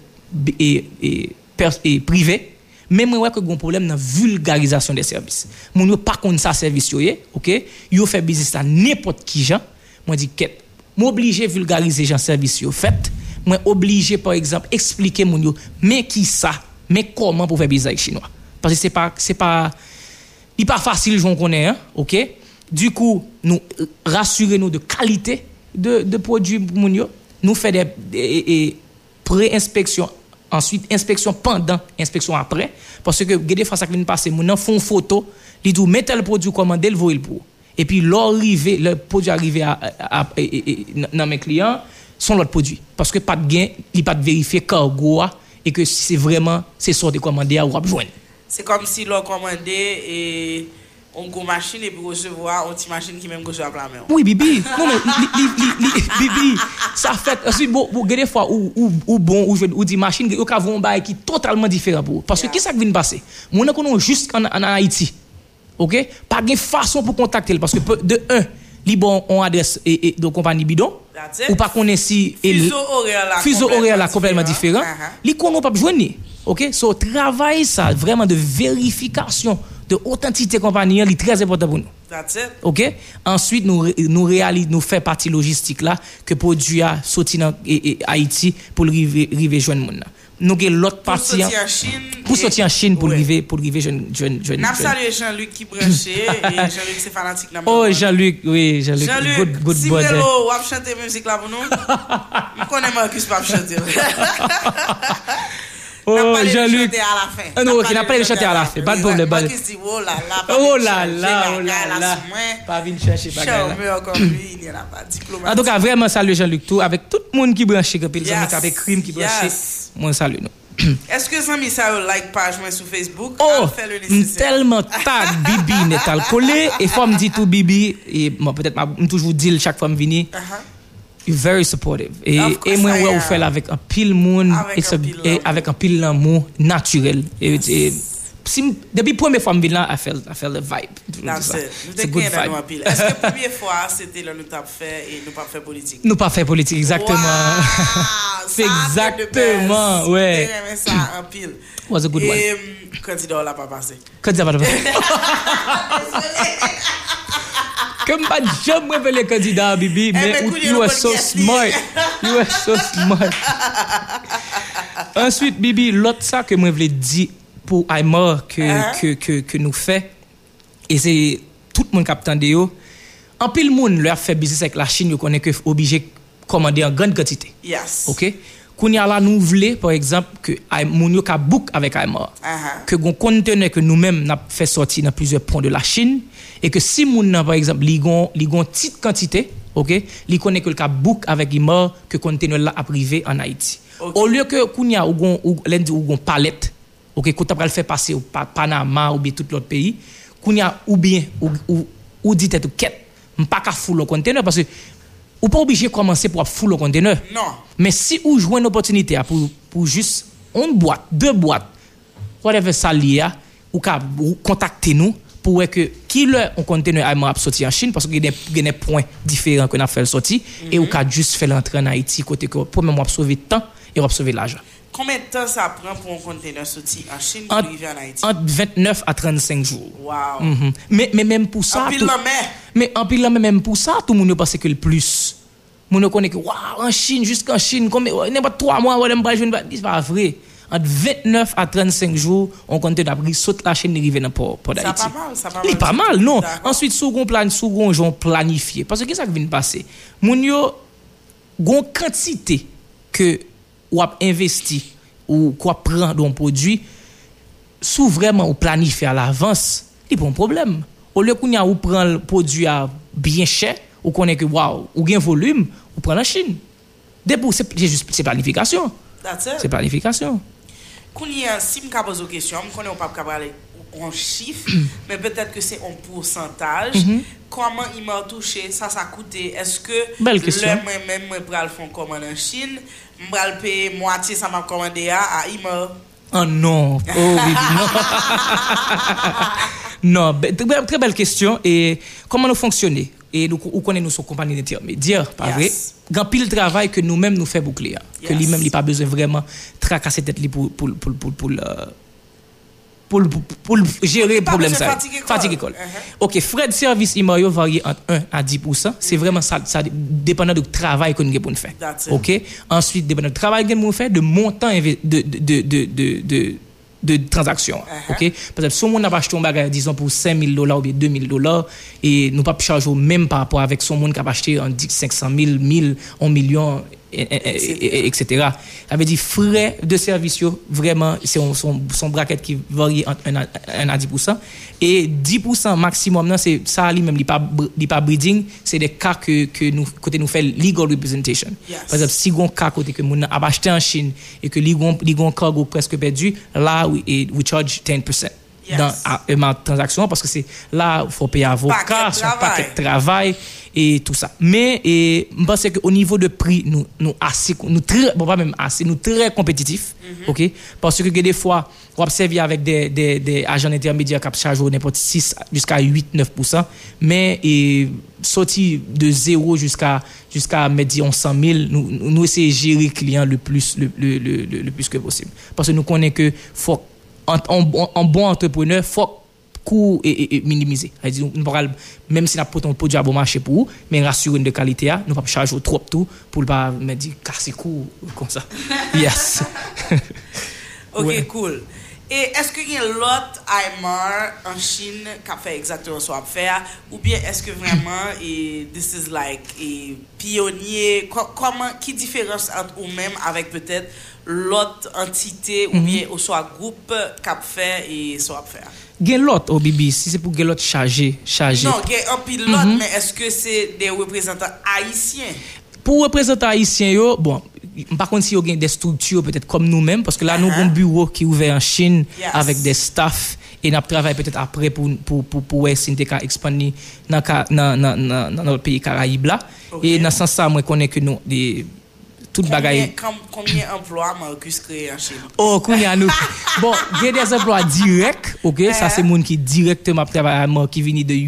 et privé. Mais moi que gon problème dans vulgarisation des services. Moun yo pas connait ça service yo, OK? Yo fait business à n'importe qui gens. Moi dit quête. M'obligé vulgariser gens service yo fait. Moi obligé par exemple expliquer moun yo mais qui ça? Mais comment pour faire business avec chinois? Parce que c'est pas il pas facile j'on connais hein, OK? Du coup, nous rassurer nous de qualité de produits pour moun yo. Nous fait des pré-inspection. Ensuite, inspection pendant, inspection après. Parce que, des fois, ça vient passer, mon font photo, ils disent, mettez le produit commandé, le voyez pour. Et puis, le produit arrivé dans mes clients, sont l'autre produit. Parce que pas de gain, il pas de vérifier cargo, et que c'est vraiment, c'est sorti commandé à ou à joindre. C'est comme si l'on commandait et on go machine et puis recevoir une petite machine qui même go sur la main. Oui, Bibi. Non mais Bibi, ça fait ensuite bon des fois ou dit machine ou ka vont bail qui totalement différent pour parce que qui ça qui vient passer. Mon connait juste en Haïti. OK? Pas de façon pour contacter parce que de un, li bon on adresse et de compagnie bidon ou pas connait si fuseau horaire là complètement différent. Li connait pas joindre. OK? So travail ça vraiment de vérification de authenticité compagnie est très important pour nous. That's it. OK? Ensuite nous fait partie logistique là que produit a sorti dans Haïti pour river joindre monde. Nous avons l'autre partie pour sortir en Chine pour river joindre. N'a salué Jean-Luc qui branché et Jean-Luc c'est fanatique là. Oh Jean-Luc, oui, Jean-Luc good si boy. Si vous avez chanté musique là pour nous. Je connais Marcus pas chanter. Oh Jean-Luc à la fin. Non, qui n'a pas le chanter à la fin. Pas de problème. Oh là là. Pas venir chercher bagarre. Comme lui, il n'y a pas diplôme. En tout cas, vraiment salut Jean-Luc tout avec tout le monde qui branché que les amis avec crime qui branché. Moi salut nous. Est-ce que Zami ça like page moi sur Facebook? Oh, tellement tag Bibi net al collé et faut me dire tout Bibi et moi peut-être me toujours dire chaque fois me venir. You're very supportive. Et moi, on fait avec un pile monde et avec un pile l'amour naturel. Et depuis la première fois que je viens là, I felt the vibe. C'est good vibe. Est-ce que la première fois, c'était là nous t'avons fait et nous pas fait politique? Nous pas fait politique, exactement. C'est exactement, ouais. C'est ça, un pile. Was a good one. Et candidat là pas passé. Candidat pas passé. Comme pas jamais révéler candidat Bibi mais you are so smart. You are so smart. Ensuite Bibi l'autre ça que moi voulais dire pour Aymar que nous fait et c'est tout le monde captant de yo en pile monde leur fait business avec la Chine, yo connaît que obligé commander en grande quantité. Yes. OK? Kounya là nous voulons par exemple que moun yo ka book avec Aymar. Que gon conteneur que nous-mêmes n'a fait sortir dans plusieurs points de la Chine et que si moun nan par exemple li gon petite quantité, OK, li connaît que le ka book avec Aymar que conteneur là a privé en Haïti. Okay. Au lieu que kounya ou gon palette, OK, qu'on t'a faire passer au Panama ou bien tout l'autre pays, kounya ou bien ou dit tout quête, m'pas ka full le conteneur parce que ou pas obligé commencer pour full le conteneur. Non. Mais si ou jouez une opportunité pour juste une boîte, deux boîtes, whatever ça lié, ou contacter nous pour que qui le on conteneur a sorti en Chine parce qu'il y a des points différents qu'on a fait sortir et on a juste fait l'entrée en Haïti côté que pour même sauver temps et on sauver l'argent. Combien de temps ça prend pour un conteneur sortir en Chine pour arriver en Haïti? Entre 29 à 35 jours. Wow. Mais même pour ça mais en pile même pour ça tout le monde pense que le plus moun connaît que waouh en Chine jusqu'en Chine comme n'importe 3 mois on va jouer c'est pas vrai. Entre 29 à 35 jours, on compte d'après saute la chaîne arriver dans port d'Haïti. Ça pas mal, non. Ensuite, second jour planifié. Parce que qu'est-ce qui vient de passer? Moun yo gon quantité que ou a investi ou quoi prend d'un produit, sous vraiment ou planifié à l'avance, il pas un problème. Au lieu qu'on y a ou prend le produit à bien cher, ou connaît que waouh, ou gain volume, ou prend la Chine. C'est planification. C'est planification. Si je pose une question, je ne connais pas un chiffre, mais peut-être que c'est un pourcentage. Comment il m'a touché? Ça coûté. Est-ce que moi-même, je vais faire commande en Chine, je vais payer moitié ça m'a commandé à Ima? Oh non. Oh oui, non. Non, très belle question. Et comment nous fonctionner? Et nous connaissons nos compagnies intermédiaires, pas vrai? Grand pile travail que nous-mêmes nous fait boucler. Que lui-même, il n'a pas besoin vraiment tracasser tête pour gérer le problème. Fatigue école. OK, frais de service, il varie entre 1 à 10%. C'est vraiment ça dépendant du travail que nous avons fait. OK? Ensuite, dépendant du travail que nous avons fait, de montant de transactions. OK? Par exemple, si on a acheté un bagage, disons, pour $5,000 ou bien $2,000, et nous pas charger même par rapport avec son monde qui a acheté en 500 000, 1 million, etc. Ça veut dire frais de service, vraiment, c'est son bracket qui varie entre 1 à 10%. Et 10% maximum, c'est ça, lui-même, il n'est pas breeding, c'est des cas que nous, côté nous fait legal representation. Par exemple, si on cas côté que nous avons acheté en Chine et que l'on cargo presque perdu, là, we charge 10%. Dans ma transaction parce que c'est là il faut payer avocat, son paquet de travail et tout ça. Mais je pense que au niveau de prix nous très bon pas même assez nous très compétitifs. OK, parce que des fois on observe avec des agents intermédiaires qui chargent n'importe 6 jusqu'à 8-9%, mais sorti de 0 jusqu'à disons 100 000 nous essayons de gérer client le plus que possible parce que nous connaissons que faut en bon entrepreneur, faut coût et minimiser. C'est-à-dire, même si nous avons un produit à bon marché pour vous, mais rassurer de qualité, nous ne pouvons pas charger trop tout pour ne pas me dire casser coût comme ça. Yes. OK, cool. Et est-ce qu'il y a l'autre IMAR en Chine qui a fait exactement ce qu'on a fait ou bien est-ce que vraiment this is like pionnier qui différence entre ou-même avec peut-être l'autre entité ou bien au soit groupe qui a fait et ce qu'on a fait? Gen l'autre au Bibi, si c'est pour gen l'autre chargé. Non, gen un pilote, mais est-ce que c'est des représentants haïtiens? Pour représentants haïtiens, bon, par contre, si vous avez des structures peut-être comme nous-mêmes, parce que là, nous avons un bureau qui est ouvert en Chine avec des staffs et nous travaillons peut-être après pour SNTK expander dans notre pays Caraïbes là. Et dans ce sens-là, moi, je connais que nous, toute bagaille. Combien d'emplois Marcus créé en Chine? Oh, combien nous? Bon, il y a des emplois directs, OK? Ça, c'est monde qui directement travaille qui vient de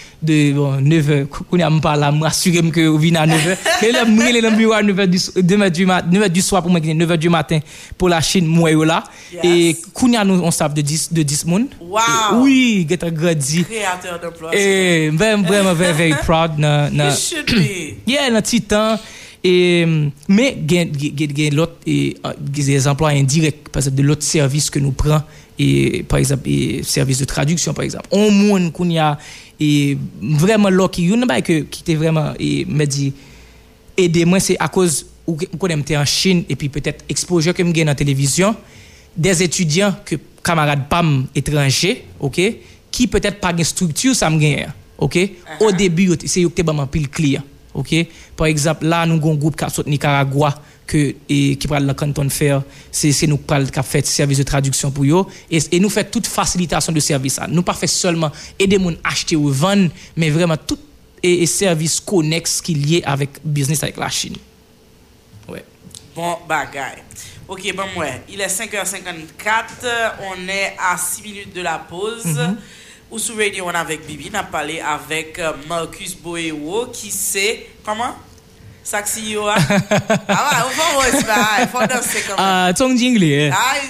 9h. Quand on parle là, m'assurer que vous venez à 9h. Et là, moi, je suis bureau à 9h du soir pour moi, 9h du matin pour la Chine, moi, là. Et quand on staff de 10 monde. Wow! Oui, get a grandi. Créateur d'emplois. Et vraiment, very proud. You should be. Yeah, dans Titan. Mais il y a l'autre des emplois indirects, par exemple, de l'autre service que nous prenons, et par exemple, service de traduction, par exemple. On monde qu'on y a vraiment là qui était vraiment me dit aidez-moi, c'est à cause où on était en Chine et puis peut-être exposure que me gagne dans la télévision des étudiants que camarades PAM étrangers, OK, qui peut-être pas une structure ça me gagne, OK. Au début c'est eux qui étaient pile client. OK, par exemple là nous avons un groupe qui sort Nicaragua qui parle le canton faire c'est nous qui fait service de traduction pour eux et nous fait toute facilitation de service nous pas fait seulement aider moun acheter ou vendre mais vraiment tout et service connexe qui lié avec business avec la Chine. Ouais. Bon bagaille. OK, bon ouais, il est 5h54, on est à 6 minutes de la pause. ou sur Radio One avec Bibi, on a parlé avec Marcus Boero qui c'est comment? Saxi yo ah ouais, c'est pas, il faut danser comme Ah, Tong Jingle.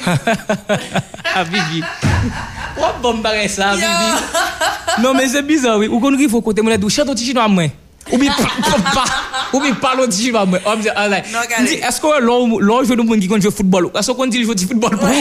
Ah, Bibi. Oh, bon bagay ça, Bibi. Non, mais c'est bizarre, oui. Ou qu'on il faut côté mon dou chante au chinois moi. Ou bien parle au chinois moi. On dit est-ce que l'on joue nous qui joue football? Est-ce qu'on dit joue football pour?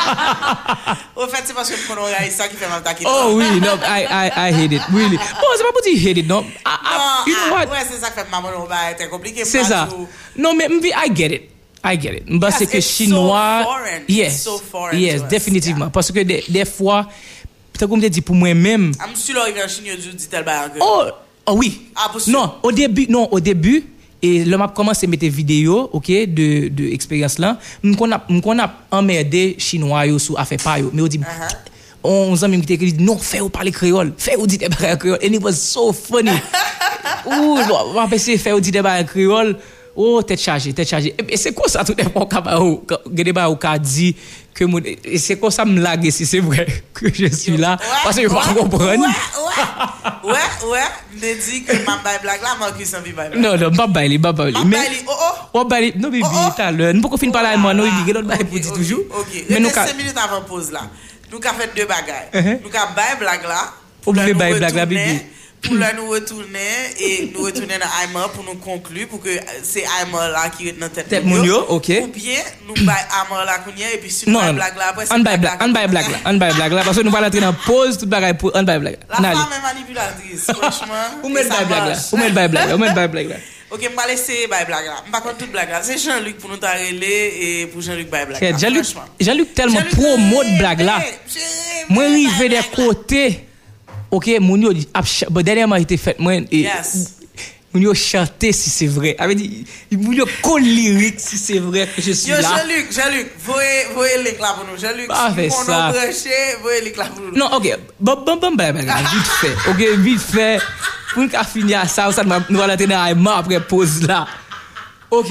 Au fait, c'est parce que on a ça qui fait m'attaquer. Oh oui, no, I hate it, really. Bon, c'est pas pour dire hate it, non. You know what? Ouais, c'est ça qui fait maman on va être compliqué. C'est ça. Non, mais I get it. Parce que chinois, yes, définitivement. Parce que des fois, peut-être comme je dis pour moi-même. I'm sûr là il vient en Chine je dis tel bagarre. Oh oui. Non, au début. Et là, m'a commencé à mettre des vidéos, ok, de expérience là. M'kon a emmerdé chinois yo sous affaire pa yo. Mais on dit, on amis qui dit non, fais ou parler créole, fais ou dit des bagarres créole. And it was so funny. Ouh, on va passer faire ou dit des bagarres créole. Oh, tête chargée. Et c'est quoi ça tout des fois ou ka dit que et c'est quoi ça me lague si c'est vrai que je suis là parce que je pas comprendre. Ouais, me dit que ma blague là Marcus en vit bail. Non, pas bail. Mais bail non bibi tout à l'heure. Nous pas fin parler moi non il l'autre bail pour dire toujours. OK. Mais nous 5 minutes avant pause là. Nous ka fait deux bagages. Nous ka bail blague là. Oubliez bail blague là bibi. Pour là nous retourner dans Aimer pour nous conclure pour que c'est Aimer là qui est dans tête mon yo, OK. Ou bien nous bail Aimer là kounya et puis si nous bail blague là après on bail blague là parce que nous va entrer dans pause toute bagaille pour on bail blague. La femme est manipulatrice franchement. Ou mettre bail blague là. OK, on va laisser bail blague là. Pas contre toute blague là. C'est Jean-Luc pour nous t'arrêter et pour Jean-Luc bail blague là. Jean-Luc tellement promo de blague là. Moi rive des côtés. OK, mon yo dernièrement été fait moi et mon yo chanter si c'est vrai. Avait dit mon yo colle lyrique si c'est vrai que je suis là. Jean-Luc, voyez link là pour nous. Jean-Luc, on a branché, voyez link là pour nous. Non, OK, vite fait. OK, vite fait. Pour qu'on finir ça nous va l'entrer dans Aïma après pause là. OK.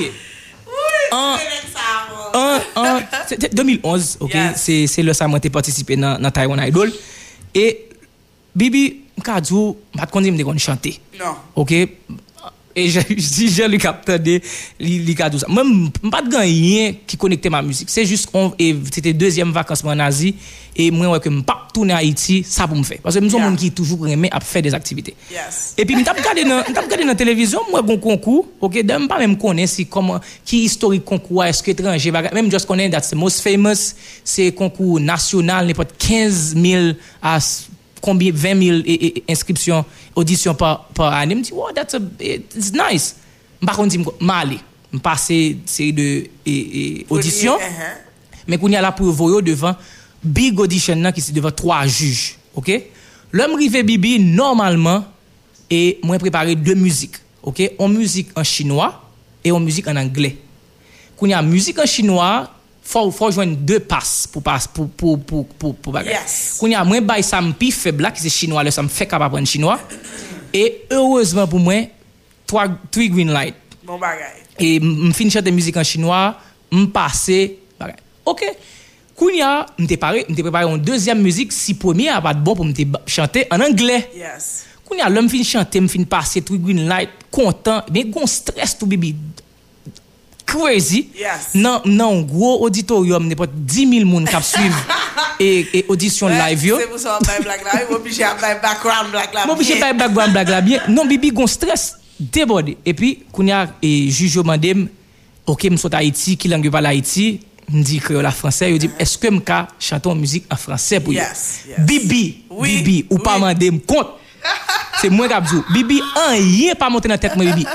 C'était 2011, OK, c'est le ça moi participé dans Taiwan Idol et Bibi, m'kadou, m'a konn me kon chanter. Non. OK. Et si Jean-Luc attendait li kadou ça. Moi pas de rien qui connectait ma musique. C'est juste c'était deuxième vacances en Asie et moi ouais que m'pas tourner Haïti, ça pour me faire parce que nous sommes monde qui toujours aimer à faire des activités. Yes. Et puis m't'a regardé dans télévision moi gon concours, OK, d'em pas même connaît si comment qui historique concours est-ce que étranger même juste connaît that's the most famous, c'est concours national n'importe 15 000 à combien 20 000 inscriptions auditions par année. Me dit wow it's nice. Par contre dit m'aller me passer série de auditions mais qu'on y a là pour voyo devant big audition là qui c'est devant 3 juges. OK, l'homme rivé Bibi normalement et moi préparer 2 musiques. OK, en musique en chinois et en musique en anglais. Qu'on y a musique en chinois faut joindre 2 passes pour bagarre. Quand y a moins bail ça me pi faible là qui c'est chinois là ça me fait capable apprendre chinois et heureusement pour moi 3 green light. Bon bagaille. Et me fin chanter musique en chinois, me passer bagaille. OK. Quand y a m'te préparé une deuxième musique si première pas bon pour me chanter en anglais. Yes. Quand y a l'homme fin chanter, me fin passer 3 green light content mais gon stress tout bibi. Crazy. Yes. Non, gros auditorium, n'importe 10 000 moun qui suivent et audition live yo. C'est pour ça on blague là, obligé à background blague là. Obligé à background blague là bien. Non bibi gon stress débordé et puis kounya et juge mandem OK me sont Haïti qui langue parle Haïti, me dit créole français, yo dit est-ce que m'ka chanter en musique en français pour Bibi ou pas mandem compte. C'est moi qui abdou. Bibi rien pas monter dans tête moi Bibi.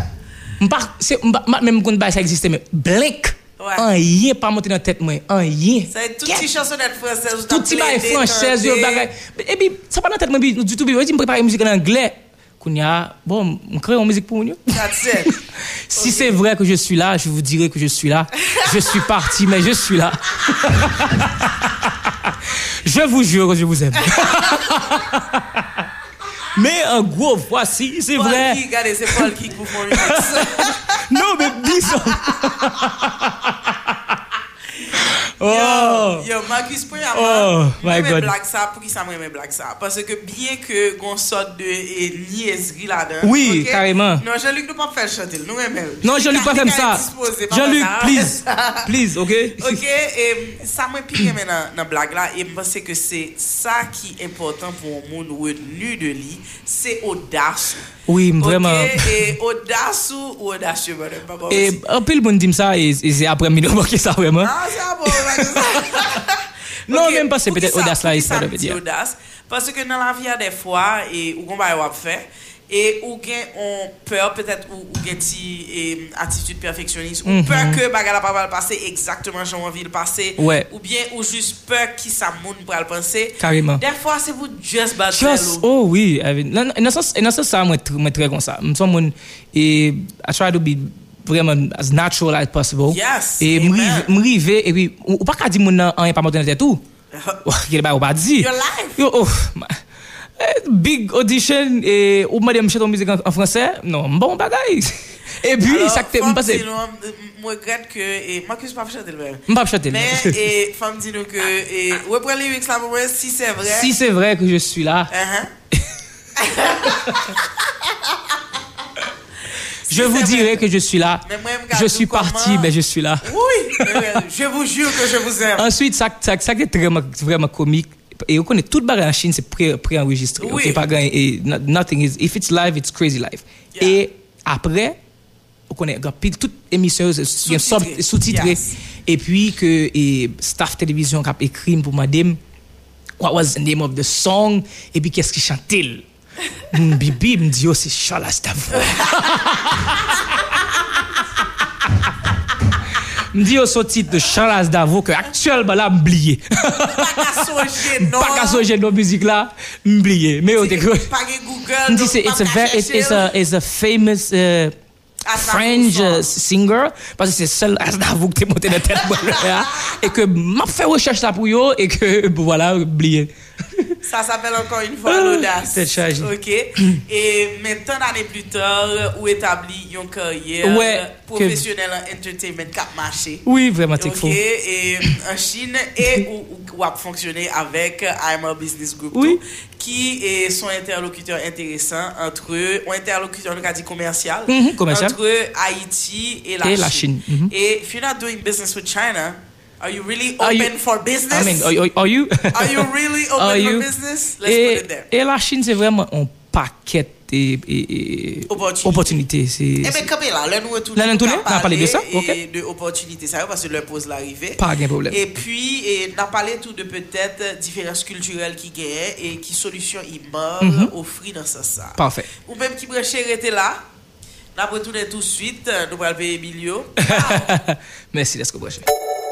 Même quand ça existe mais blank rien pas monter dans tête moi rien c'est toute petite chansonnette française tout petit bail française et puis ça pas dans tête moi du tout me préparer musique en anglais kounya bon on crée une musique pour nous si c'est vrai que je suis là je vous dirai que je suis là je suis parti mais je suis là je vous jure que je vous aime. Mais en gros, voici, c'est Paul vrai. Regardez, c'est Paul qui pour mon remix. Non, mais dis ça. Yo, Marcus, premièrement, my God. blague ça, pour qui ça m'aime blague ça? Parce que bien que qu'on sorte de niaiserie là-dedans. Oui, okay? carrément. Non, Jean-Luc, nous pas faire chanter, nous même. Non, Jean-Luc, pas faire ça. Jean-Luc, please, ok? Ok, et ça m'a pire maintenant dans blague là, et je pense que c'est ça qui est important pour un monde retenu de lui, c'est audace. Oui, vraiment. Ok, et audace ou audacieux, madame. Et un peu le monde dit ça, et c'est après me remarquer ça vraiment. Ah, c'est bon, non, okay, même pas, c'est peut-être audace là, ça veut dire. Audace, parce que dans la vie, il y a des fois, et où on va faire, et ou on peur peut-être ou une attitude perfectionniste, ou peur que bagala pas va passer exactement comme on envie de passer, ou bien ou juste peur qui ça monde pour le penser. Carrément. Des fois c'est vous just bad. Oh oui, dans ce sens ça moi très comme ça. Someone et I try to be vraiment as natural as possible. Yes. Et m'river et puis ou pas qu'à dire mon rien pas monter tout. Il va pas dire. Your life. Yo, big audition et ou madame chanter musique en français non bon bagaille et puis ça que me passer moi regrette que et Marcus pas chanter le pas chanter mais et femme dit nous que et reprend les lyrics là pour moi si c'est vrai que je suis là je vous dirai que je suis là. Je suis parti, mais je suis là. Oui, je vous jure que je vous aime. Ensuite, ça qui est vraiment comique. Et on connaît toute barre en Chine, c'est pré-enregistré. Oui. Okay, pas et nothing is. If it's live, it's crazy live. Yeah. Et après, on connaît toute émission sous-titrée. Yes. Et puis que staff télévision a écrit pour madame. What was the name of the song? Et puis qu'est-ce qu'il chantait? Bibi me dit, oh, c'est Charles Aznavour. Me dit, oh, ce titre de Charles Aznavour que actuellement là, m'oublié. Pas qu'à songer non musique là, m'oublié. Mais on t'écrit. Pas Google. Me dit, it's a famous French singer parce que c'est seul Aznavour qui t'est monté dans la tête et que m'a fait recherche là pour yo et que voilà oublié. Ça s'appelle encore une fois l'audace. C'est chargé. OK. Et maintenant d'années plus tard ou établi une carrière professionnelle en entertainment cap marché. Oui, vraiment c'est faux. OK, et en Chine et ou a fonctionné avec IMA Business Group qui est son interlocuteur intéressant entre eux, un interlocuteur on a dit commercial entre Haïti et la Chine. Et if you're not doing business with China, are you really open for business? I mean, are you? Are you really open for business? Let's put it there. Et la Chine, c'est vraiment un paquet opportunités. Eh bien, comme là, nous retournons. On a parlé de ça? Et de opportunités, ça parce que leur pose l'arrivée. Pas de problème. Et puis, on a parlé tout de peut-être différences culturelles qui gagnent et qui solutions ils offrent dans ça. Parfait. Ou même qui brancher rester là. On va retourner tout de suite. Nous allons payer Emilio. Merci, let's go brancher.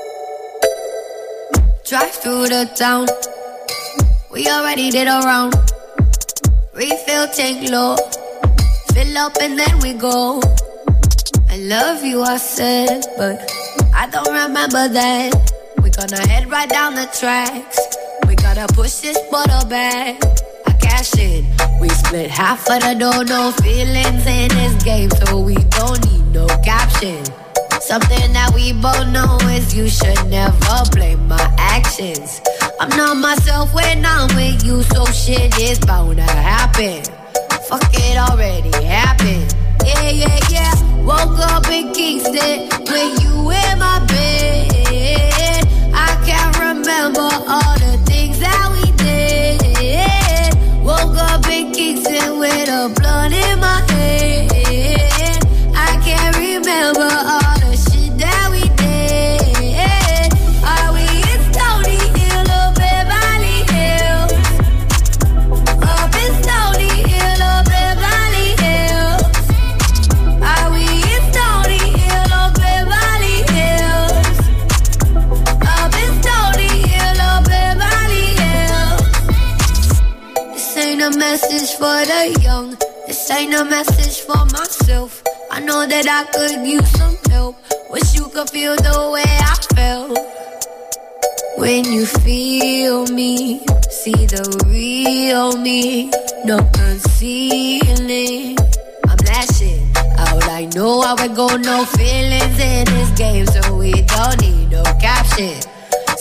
Drive through the town. We already did a round. Refill tank low. Fill up and then we go. I love you, I said, but I don't remember that. We gonna head right down the tracks. We gotta push this bottle back. I cash in. We split half of the dough, no feelings in this game, so we don't need no caption. Something that we both know is you should never blame my actions. I'm not myself when I'm with you, so shit is bound to happen. Fuck it already happened. Yeah, yeah, yeah. Woke up in Kingston with you in my bed. I can't remember all the things that we did. Woke up in Kingston with a blunt in my head. I can't remember all the shit that we did. Are we in Stony Hill or Beverly Hills? Up in Stony Hill or Beverly Hills? Are we in Stony Hill or Beverly Hills? Up in Stony Hill or Beverly Hills? This ain't a message for the young. This ain't a message for myself. I know that I could use some help. Wish you could feel the way I felt. When you feel me, see the real me, no concealing. I'm lashing out, I know I would go, no feelings in this game, so we don't need no caption.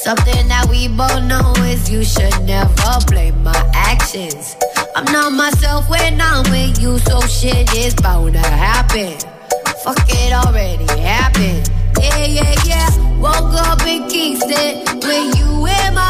Something that we both know is you should never blame my actions. I'm not myself when I'm with you, so shit is bound to happen. Fuck it already happened. Yeah, yeah, yeah. Woke up in Kingston with you in my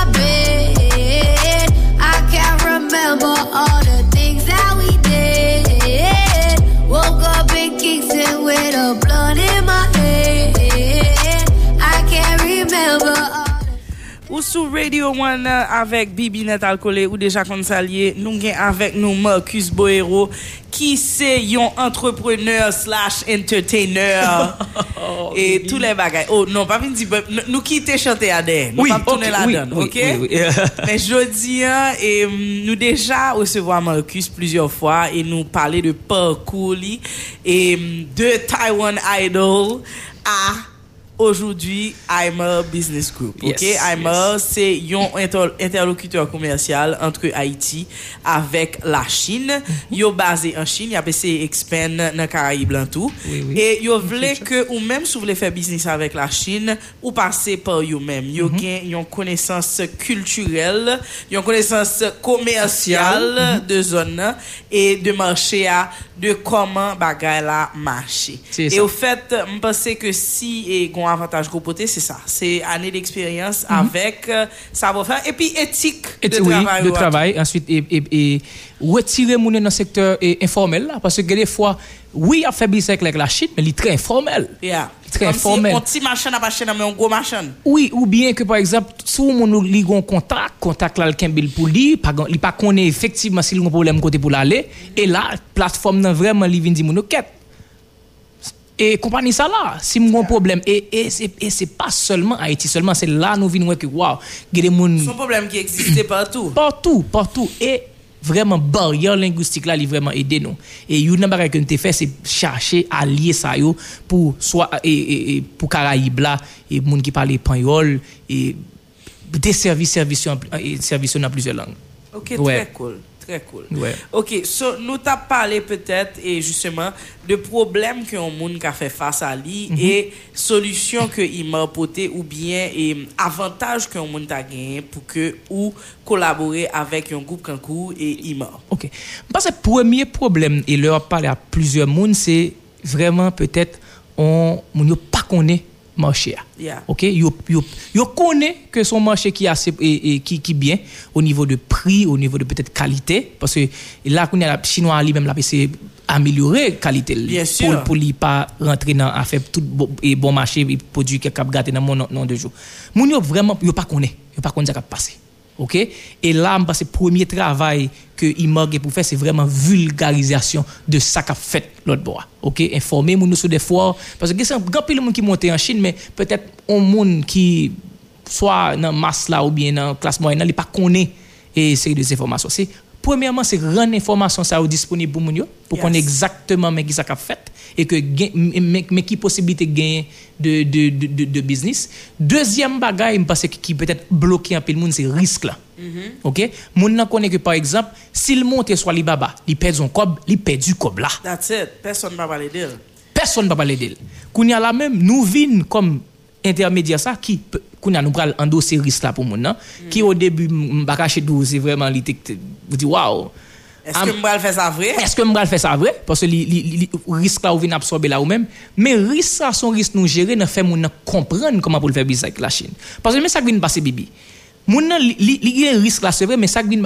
bed. I can't remember all the things that we did. Woke up in Kingston with a blunt in my head. I can't remember all. Ou sous Radio One avec Bibi Net Alcoolé ou déjà kon salye, nous gen avec nous Marcus Boero qui c'est yon entrepreneur / entertainer et tous les bagages. Oh non, pas vinn di nous quitter chanter à der. Nous pas tourner la donne, OK? Mais jodi et nous déjà recevoir Marcus plusieurs fois et nous parler de parcours li et de Taiwan Idol à aujourd'hui, IMA Business Group. OK? Yes, IMA, c'est un interlocuteur commercial entre Haïti avec la Chine. Yo basé en Chine, y a essayé expand dans Caraïbes en tout. Et yo voulait que ou même si vous voulez faire business avec la Chine, ou passer par you même. Yo gain yon connaissance culturelle, yon connaissance commerciale de zone et de marché à de comment bagay la marché. Et au fait, je pense que si et gon avantage gros côté c'est ça, c'est année d'expérience avec savoir-faire et puis éthique de travail. Ensuite et retirer moun dans le secteur informel là, parce que des fois oui a fait business avec la Chine mais il est très informel. Très informel. Si on petit machin n'a pas chaîne mais un gros machin. Oui, ou bien que par exemple si moun li gon contact là le Kembil pour lui pas connaît effectivement s'il a un problème côté pour l'aller et là plateforme nan vraiment li vinn di moun quête. Et compagnie ça là, si mon problème et c'est pas seulement Haïti seulement, c'est là nous venons que waouh, il y a des monde son problème qui existait partout et vraiment barrière linguistique là, il vraiment aider nous. Et une bagage que nous t'ai fait c'est chercher à lier ça yo pour soit et pour Caraïbes là et monde qui parle espagnol et des services dans plusieurs langues. OK, très cool. Très cool. Ouais. OK, so nous t'a parlé peut-être et justement de problèmes que un monde a fait face à lui et solutions que il m'a apporté ou bien et avantages que un monde a gagné pour que ou collaborer avec un groupe Kankou et IMA. OK. Parce que premier problème et leur parler à plusieurs monde c'est vraiment peut-être on pas connaît marché. OK, yo connaît que son marché qui assez qui bien au niveau de prix, au niveau de peut-être qualité parce que là qu'on a la chinois lui même la c'est améliorer qualité pour lui pas rentrer dans affaire tout bon marché et produit qui cap gâter dans mon nom de jour. Moun yo vraiment yo pas connaît ça qui passer. OK, et là c'est premier travail que IMA pour faire c'est vraiment vulgarisation de ça qu'a fait l'autre bois. OK, informer moun sur des fois parce que c'est un grand pile monde qui monte en Chine mais peut-être un monde qui soit dans masse là ou bien dans classe moyenne il pas connaît et c'est des informations. C'est premièrement c'est rendre information ça disponible pour moun yo pour qu'on exactement mais qui ça qu'a fait et que mais qui possibilité gagner de business. Deuxième bagaille parce que qui peut-être bloquer un peu le monde c'est risque là. OK, moun nan connaît que par exemple s'il monte sur Alibaba, il perd son cob, il perd du cob là. That's it. Personne va parler d'elle. Personne va parler d'elle. Kounya la même nous vinn comme intermédiaire ça qui kounya nous pral endosser risque là pour moun nan qui au début m'pa cacher dou c'est vraiment li vous dit waouh. Est-ce que m'bral faire ça vrai? Est-ce que m'bral faire ça vrai parce que li risque là ou vinn absorber là ou même mais risque ça son risque nous gérer n'a fait moun comprendre comment pour le faire business avec la Chine. Parce que mais ça vinn passer bibi. Moun nan li gen risque là c'est vrai mais ça vinn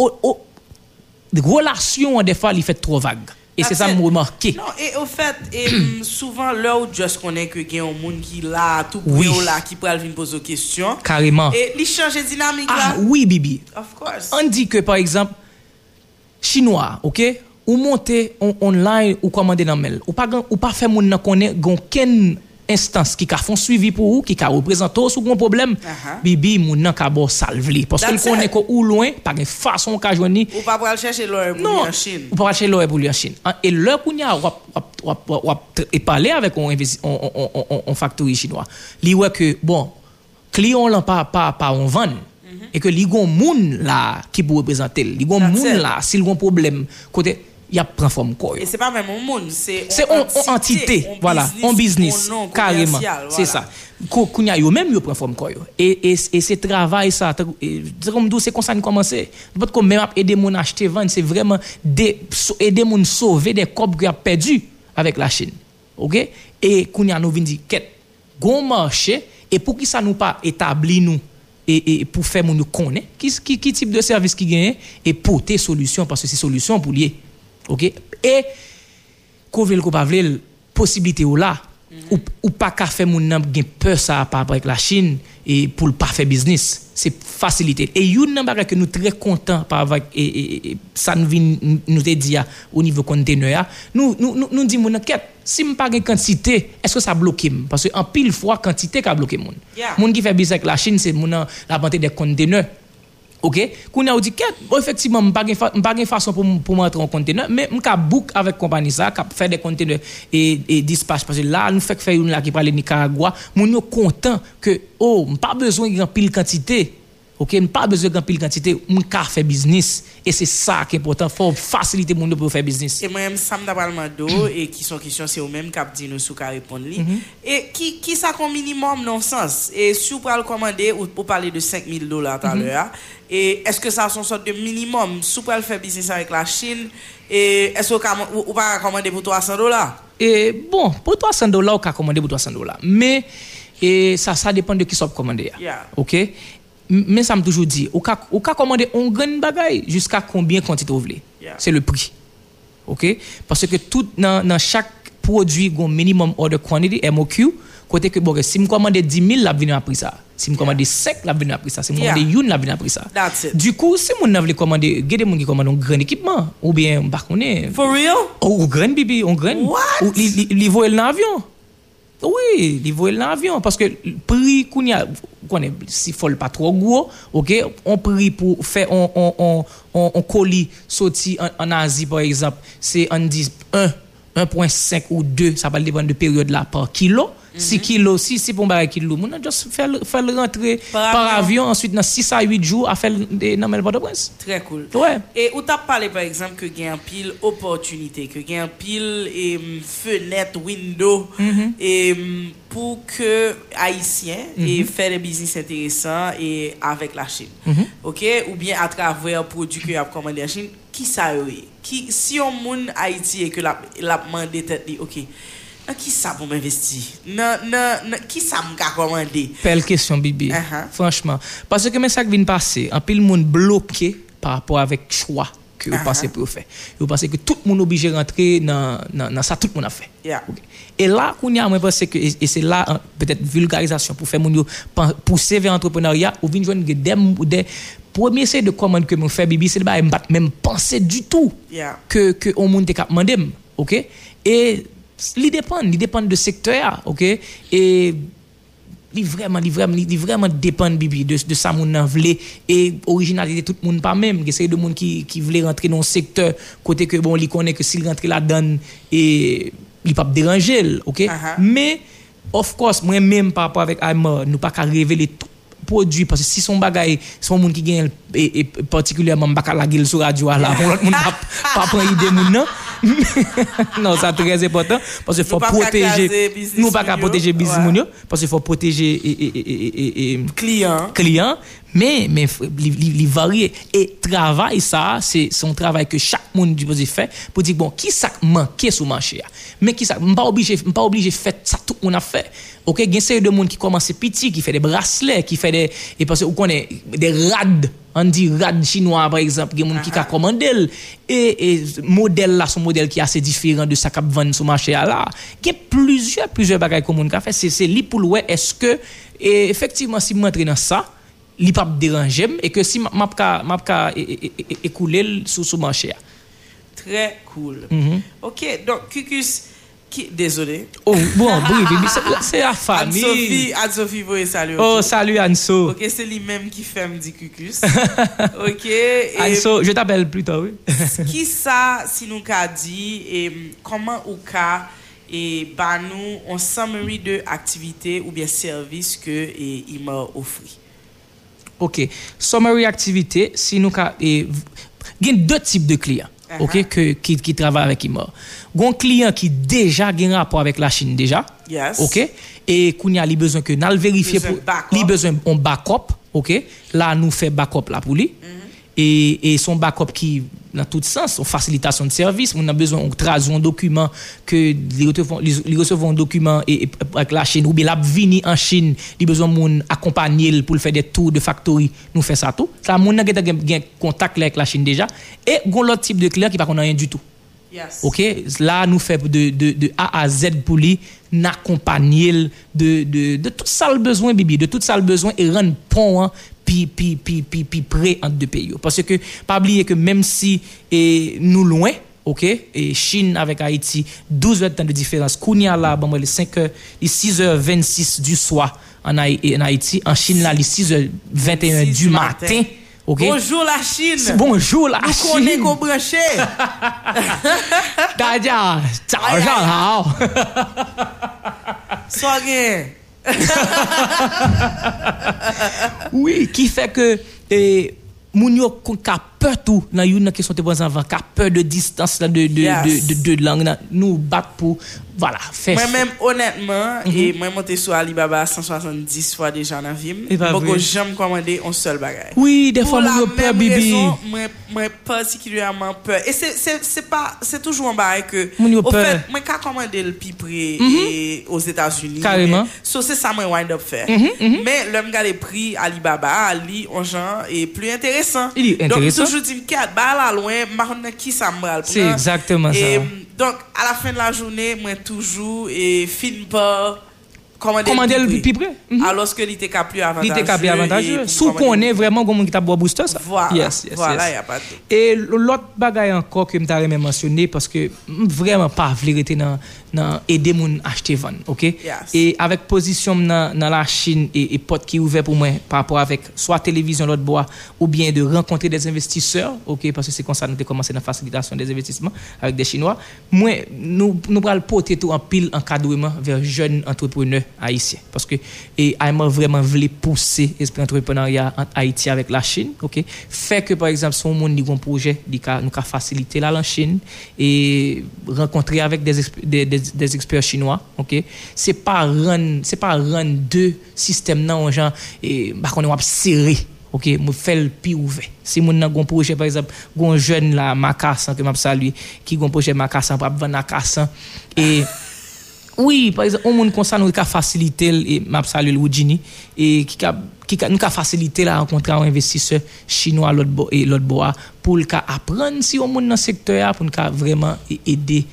relation des fois il fait trop vague. Et c'est ça me remarqué. Non, et au fait, souvent, là où juste connaît que il y a un monde qui là, tout là, qui peut venir poser des questions. Carrément. Et il change de dynamique là. Ah oui, Bibi. Of course. On dit que, par exemple, chinois, OK, ou monter online ou commander dans mail. Ou pas faire moun nan connaît gon instance qui font suivi pour ou qui représente ou sous un problème bibi moun nan ka bo salve parce que connaît ko ou loin pas de façon ka joindre ou pas pour chercher l'heure pour en Chine ou pas chercher l'heure pour en Chine et l'heure kounya et parler avec on factory chinois li ouais que bon client là pas on vend et que li gon moun là qui pour représenter li gon moun là s'il gon problème côté il y a prend forme quoi. Et c'est pas même un monde, c'est une entité, voilà, un business carrément. C'est ça. Kounya yo même yo prend forme quoi. Et c'est travail ça, comme d'où c'est comme ça nous commencer. Pas comme même aider mon acheter vendre, c'est vraiment aider mon sauver des copes qui a perdu avec la Chine. OK? Et kounya nous vinn dit quête gon marché et pour qui ça nous pas établi nous et pour faire nous connaître qui type de service qui gagne et porter solution parce que c'est solution pour lier. OK? Et kovel ko pa vle possibilité ou là ou pas ka faire moun nan gen peur ça par rapport avec la Chine et pour pas faire business, c'est facilité. Et une nan bagay que nous très content par avec et ça nous vient nous te dit au niveau conteneur nous dit mon enquête si me pas gen quantité est-ce que ça bloque parce que en pile fois quantité ka bloquer moun. Moun qui fait business avec la Chine c'est moun la vente des conteneurs. OK, qu'on a dit que effectivement pas gain façon pour rentrer en conteneur mais m'ka book avec compagnie ça qui fait des conteneurs et dispatch parce que là nous fait faire une là qui parle Nicaragua moun yo content que pas besoin de grand pile quantité. OK, pas besoin de grand pile quantité m'ka faire business et c'est ça qui est important faut faciliter moun pour faire business. Et moi même ça m'da parlement d'eau et qui sont question c'est au même cap dit nous sous ka répondre li et qui ça comme minimum non sens et si vous pral commander ou pour parler de $5,000 tout à l'heure. Et est-ce que ça sont sorte de minimum sous pour faire business avec la Chine et est-ce que ou pas commander pour $300? Et bon, pour $300 on peut commander pour $300 mais et ça dépend de qui soit commandé. OK? Mais ça me toujours dit ou ka commander on grande bagaille jusqu'à combien quantité vous voulez. C'est le prix. OK? Parce que tout dans chaque produit gon minimum order quantity MOQ côté que bon si me commander 10 000 la venir après ça. Si me commander 5 la venir après ça. Si me commander une la venir après ça. Du coup si mon veut commander gade mon qui commande un grand équipement ou bien pas connaît. For real? Ou grand bibi, on grand. Ou li voler l'avion. Oui, li voler l'avion parce que prix qu'on y a connaît si faut pas trop gros, OK, on prix pour faire on colis sorti en Asie par exemple, c'est on dit 1.5 ou 2, ça va dépendre de période là par kilo. 6 kilos, si pour un kilo, on a juste faire rentrer par avion, ensuite dans 6 à 8 jours à faire dans Port-au-Prince. Très cool. Ouais. Et où t'as parlé par exemple que gagne pile opportunité, que gagne pile fenêtre, window et pour que haïtiens et faire des business intéressants et avec la Chine. OK, ou bien à travers produits que a commandé la Chine, qui ça qui si on moun Haïti et que la demandé tête OK. Qui ça pour m'investir? Qui ça m'a commandé? Belle question Bibi. Franchement, parce que mais ça qui vient passer, en pile monde bloqué par rapport avec choix que vous pensez pour faire. Vous pensez que tout le monde obligé rentrer dans ça tout le monde a fait. Okay. Et là qu'on y a moi pense que et c'est là peut-être vulgarisation pour faire mon pousser vers entrepreneuriat ou venir joindre des premier c'est de commande que mon fait Bibi c'est pas même penser du tout que on monde te cap mandé. OK? Et il dépend de secteur, OK, et il vraiment dépend Bibi de ça mon envelé et originalité tout le monde pas même c'est de monde qui voulait rentrer dans un secteur côté que bon il connaît que s'il rentre là-dedans et il pas déranger, OK, mais of course moi même par rapport avec Aima nous pas qu'à révéler tout produit parce que si son bagaille son monde qui gagne et particulièrement pas la gueule sur radio là l'autre monde pas prendre idée moun non non ça très important parce qu'il faut protéger nous pas qu'à protéger business moun parce qu'il faut protéger client mais il varie et travail ça c'est son travail que chaque monde doit faire pour dire bon qui ça manqué sur marché mais qui ça pas obligé faire ça tout on a fait. OK, il y a série de monde qui commence petit qui fait des bracelets qui fait des et parce que on connaît des rad on dit rad chinois par exemple il y a monde qui a commandé et modèle là son modèle qui est assez différent de ça qu'a vendre sur marché là il y a plusieurs bagages que monde qui a fait c'est li pour ouais est-ce que effectivement si m'entrer dans ça li pas déranger et que si m'a écouler sur marché. Très cool. OK, donc Cucus désolé. Oh bon, c'est la famille. Anne-Sophie vous salut. Oh, salut Anso. OK, c'est lui-même qui fait me dit Cucus. OK. Anso, je t'appelle plus tard, oui. Qui ça si nous qu'a dit et comment ou qu'a et bah nous on summary de activité ou bien service que il m'a offert. OK, summary activité si nous qu'a il y a deux types de clients. OK, qui travaille avec Imor. Gon client qui déjà gen rapport avec la Chine déjà. Yes. OK, et kounya li besoin que n'al vérifier pour li besoin on backup, OK? Là nous fait backup là pour lui. Et son backup qui dans tout sens, son facilitation de service, on a besoin on traduit un document que les recevons un document et avec la Chine ou bien la vini en Chine, il besoin mon accompagner pour faire des tours de factory, nous fait ça tout. Ça mon a gen contact avec la Chine déjà et gon l'autre type de client qui pas connaît rien du tout. Yes. OK, là nous fait de A à Z pour lui n'accompagner de tout ça le besoin bibi, de tout ça le besoin et rendre pont puis près entre deux pays parce que pas oublier que même si nous loin OK et Chine avec Haïti 12 heures de temps de différence kounya là bon les 6h26 du soir en Haïti en Chine là les 6h21 du matin. Okay. Bonjour la Chine. Bonjour la Chine. Nous connaissons qu'on branché. 大家早上好。 Soir gain. Oui, qui fait que moun yo ka peur tout dans une question de bons enfants, ka peur de distance là de langue nous battre pour voilà faire. Moi même honnêtement et moi monter sur Alibaba 170 fois déjà dans vie. Beaucoup jamais commander un seul bagage. Oui, des fois nous peur bibi. Moi particulièrement peur et c'est toujours un bagage que au fait moi ka commander le plus près aux États-Unis. Carrément. So c'est ça moi wind up faire. Mais le regarder prix Alibaba ali on genre est plus intéressant. Il est intéressant. Donc toujours dit que ba là loin marne qui ça m'bral. C'est exactement ça. Donc à la fin de la journée moi toujours et fin pas commander le plus près. Alors que il était plus avantageux. Il était plus avantageux. Sous qu'on est vraiment comme qui t'a boire booster ça. Voilà. Yes. Voilà, y a pas de. Et l'autre bagaille encore que m't'a même mentionné parce que vraiment pas vérité dans aider moun acheter vendre, OK? Yes. Et avec position dans la Chine et porte qui ouvert pour moi par rapport avec soit télévision l'autre bois ou bien de rencontrer des investisseurs, OK? Parce que c'est comme ça nous avons commencé dans la facilitation des investissements avec des Chinois. Moi nous pral porter tout en pile encadrement vers jeunes entrepreneurs haïtiens parce que Aïma vraiment voulait pousser l'esprit entrepreneuriat entre Haïti avec la Chine, OK? Fait que par exemple son monde dit un projet nous ka faciliter là en Chine et rencontrer avec des experts chinois, OK? C'est pas run deux systèmes nan genre et ba konn wap serré, OK? Moi fait le pi ouvert. Si mon nan gon projet par exemple, gon jeune là Macassan que m'a salué qui gon projet Macassan pour vendre Macassan et oui, par exemple, on monde comme ça nous ka faciliter et m'a salué Woudjini et qui nous ka faciliter la rencontrer un investisseur chinois l'autre bois pour le ka apprendre si on monde dans secteur pour nous ka vraiment aider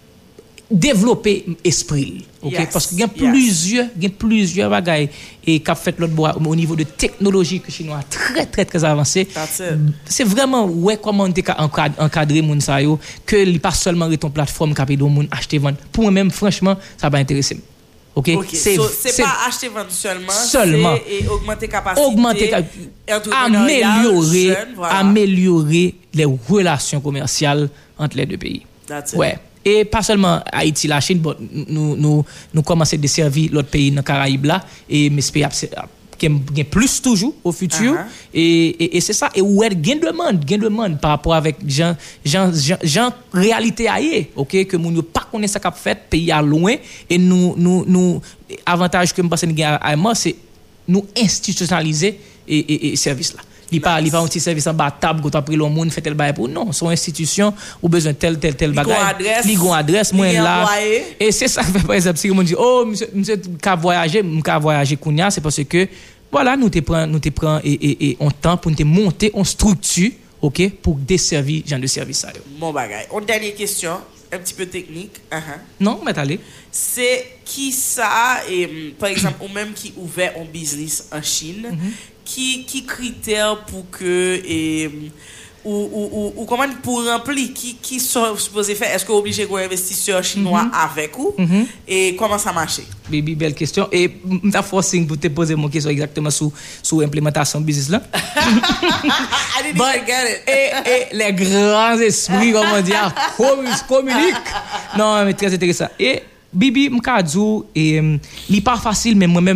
développer esprit, OK? Yes, Parce qu'il y a plusieurs bagailles et qu'a fait l'autre bois au niveau de technologie que chinois très très très avancé. C'est vraiment ouais comment on encadrer moun sa yo que il pas seulement ton plateforme capé do moun acheter vendre. Pour moi même franchement, ça va intéresser. OK? C'est pas acheter vendre seulement c'est augmenter capacité améliorer les relations commerciales entre les deux pays. Ouais. Et pas seulement Haïti, la Chine, bon, nous commençons à desservir l'autre pays dans les Caraïbes là, et m'espère qu'il y a plus toujours au futur. Et c'est ça. Et où est gain demande par rapport avec gens réalité ailleurs, OK, que nous pas connaît ça qu'a fait pays à loin et nous avantage que me pense à moi c'est nous institutionnaliser et service là. Il pas un petit service en bas table quand après le monde fait tel bail pour non, son institution ou besoin tel bagage li gon adresse moi là et c'est ça fait par exemple si on dit oh monsieur ka voyager kounya c'est parce que voilà nous te prend et on temps pour te monter en structure, OK, pour desservir genre de service ça. Bon bagage. Une dernière question un petit peu technique. Non, mais allez. C'est qui ça et par exemple ou même qui ouvert un business en Chine qui critères pour que ou comment pour remplir qui sont supposés faire est-ce que obligé qu'on investisseur chinois avec vous et comment ça marche? Baby belle question et m'ta forcing pour te poser mon question exactement sous implémentation business là. I didn't even get it. Et les grands esprits comment dire communiquent. Non mais très intéressant et Bibi m'ka dou et li pas facile mais moi même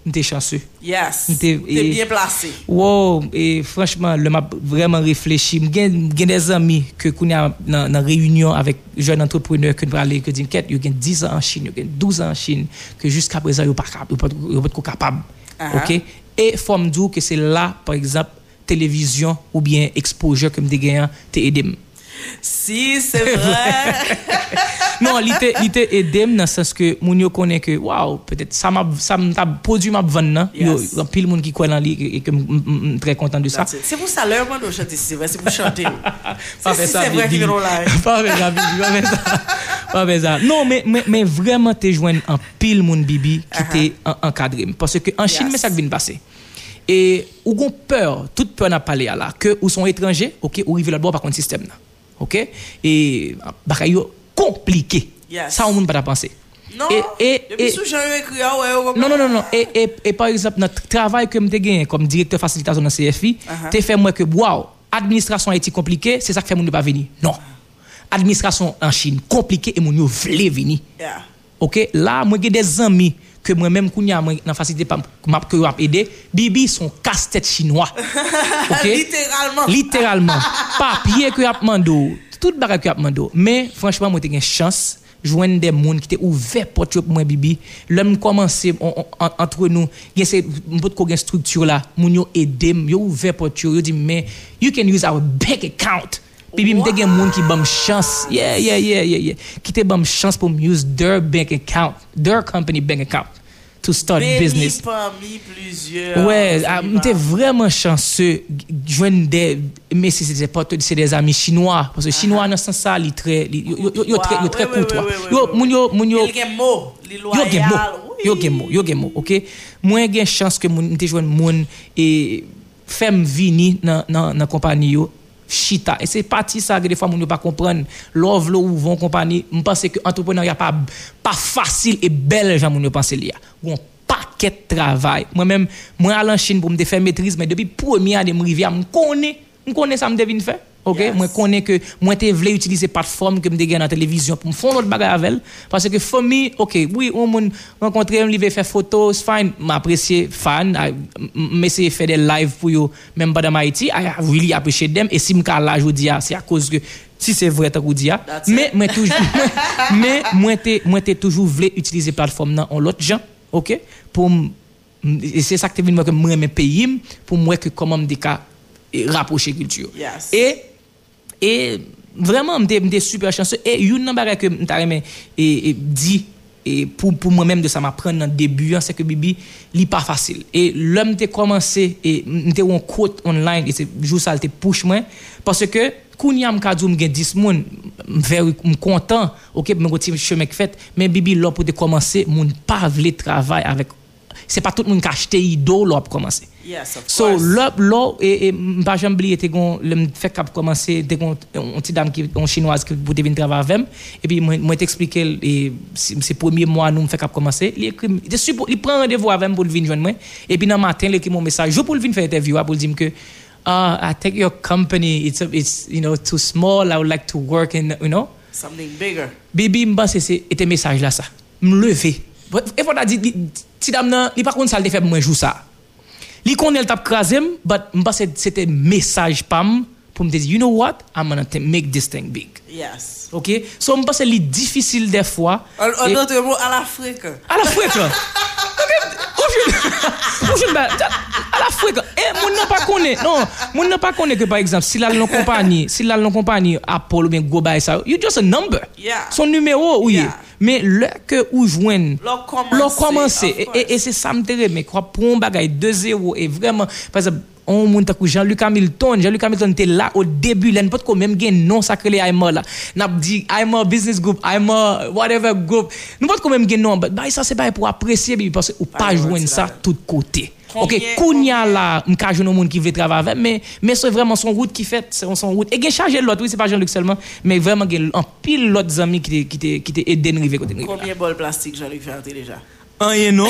m'étais chanceux. Yes. T'es bien placé. Wow, et franchement, le m'a vraiment réfléchi. J'ai des amis que qu'on a dans réunion avec jeunes entrepreneurs que nous parler que disent qu'est, ils ont 10 ans en Chine, ils ont 12 ans en Chine que jusqu'à présent ils pas capable. OK? Et faut me dire que c'est là par exemple télévision ou bien exposure que me gagné t'es aidé. Si, c'est vrai. Non, il était aidé dans le sens que moun yo connaît que waouh, peut-être ça m'a produit m'a vendre il y a pile monde qui croit dans lui et que très content de ça. C'est pour ça l'heure moi de chanter c'est vrai, c'est pour chanter. Pas faire ça. C'est vrai qu'il est là. Pas faire ça. Pas faire ça. Non, mais vraiment t'es joindre en pile monde Bibi qui t'est encadré parce que en Chine mais ça vient passer. Et ou gon peur, toute peur n'a parlé là que ou sont étrangers, OK, ou rive là-bas par contre système là. OK? Et bagay yo compliqué. Ça on monde pas penser. Non. Depuis sous Jean écrit Non. Et par exemple notre travail que m'te gagné comme directeur facilitation dans CFI, t'es fait moi que waouh, administration Haïti compliqué, c'est ça qui fait moun pas venir. Non. Administration en Chine compliqué et moun yo vle venir. OK? Là moi j'ai des amis que moi-même kounya moi dans facilité m'a que m'a aider Bibi son casse-tête chinois. OK? Littéralement papier que y a demandé tout bagage que y a demandé mais franchement moi j'ai une chance joindre des monde qui étaient ouvert porte pour moi Bibi l'homme commencer entre nous il c'est beaucoup de structure là moun yo aider yo ouvert porte yo dit mais you can use our bank account. Bibi m'te gen moun qui bam chance qui te bam chance pour use their bank account their company bank account to start business parmi plusieurs m'te vraiment chanceux joindre des mais c'est des amis chinois parce que chinois dans ce sens ça très très courtois moun yo gen mot OK moi gen chance que moun te joindre moun et femme vini dans compagnie yo chita et c'est parti ça que des fois moun yo pas comprendre love lo ou vont compagnie me pense que entrepreneuriat pas facile et belle gens moun yo pense li a un paquet de travail moi-même moi aller en Chine pour me faire maîtrise mais depuis première année me rivière me connais ça me devine faire OK moi connais que moi te voulais utiliser plateforme que me gagner dans télévision pour me faire notre bagarre avec parce que famille OK oui on moun rencontrer me live faire photo c'est fine m'apprécier fan mais c'est faire des live pour yo même pas dans Haïti I really appreciate them et si me là jodi c'est à cause que si c'est vrai tant que dia mais toujours mais moi t'ai toujours voulu utiliser plateforme dans l'autre gens OK pour et c'est ça que vient que moi mes pays pour moi que comment me déca rapprocher culture et vraiment m'était super chanceux et une bagage que m'ta remet et dit et pour moi-même de ça m'apprendre dans début c'est que Bibi li pas facile et l'homme t'ai commencé et m'était un quote online et c'est jour ça te push moi parce que kounya m'kadou m'gen 10 moun very content OK me continue chemin fait mais Bibi là pour te commencer moun pas vle travail avec c'est pas tout le monde qui acheté idole là pour commencer. Yes, of so course. là et pas jamais oublier était gon le fait cap commencer était gon une petite dame qui une chinoise qui pour venir travailler avec et puis moi t'expliquer et c'est premier mois nous fait cap commencer il écrit il prend rendez-vous avec pour venir joindre moi et puis dans matin il écrit mon message pour venir faire interview pour dire que I think your company it's you know too small I would like to work in you know something bigger. Bibi m'basse c'était message là ça me lever et voilà dit ti dame nan li pas konn ça le fait moi jour ça li connaît le tap crasem but m'basse c'était message pam pour me dire you know what I'm going to make this thing big. Yes. OK so m'basse li difficile des fois en d'autres mots à l'Afrique à l'Afrique et moun n'a pas connaît que par exemple si la non compagnie Apple ou bien Go by ça you just a number son numéro oui mais le que ou joindre leur commencer et c'est ça me tere mais quoi pour un bagay 2-0 et vraiment par exemple on monte à Jean-Luc Hamilton était là au début là n'importe quoi même gain non sacré les Aima là n'a dit Aima business group Aima whatever group n'importe quoi même gain non bah ça c'est pas pour apprécier parce que ou pas joindre ça tout côté. OK kounya là m'ka joindre monde qui veut travailler avec mais c'est vraiment son route qui fait son route et gain charger l'autre oui c'est pas Jean-Luc seulement mais vraiment gain en pile l'autre amis qui t'est aidé river côté. Combien bol plastique Jean-Luc fait déjà? Un non.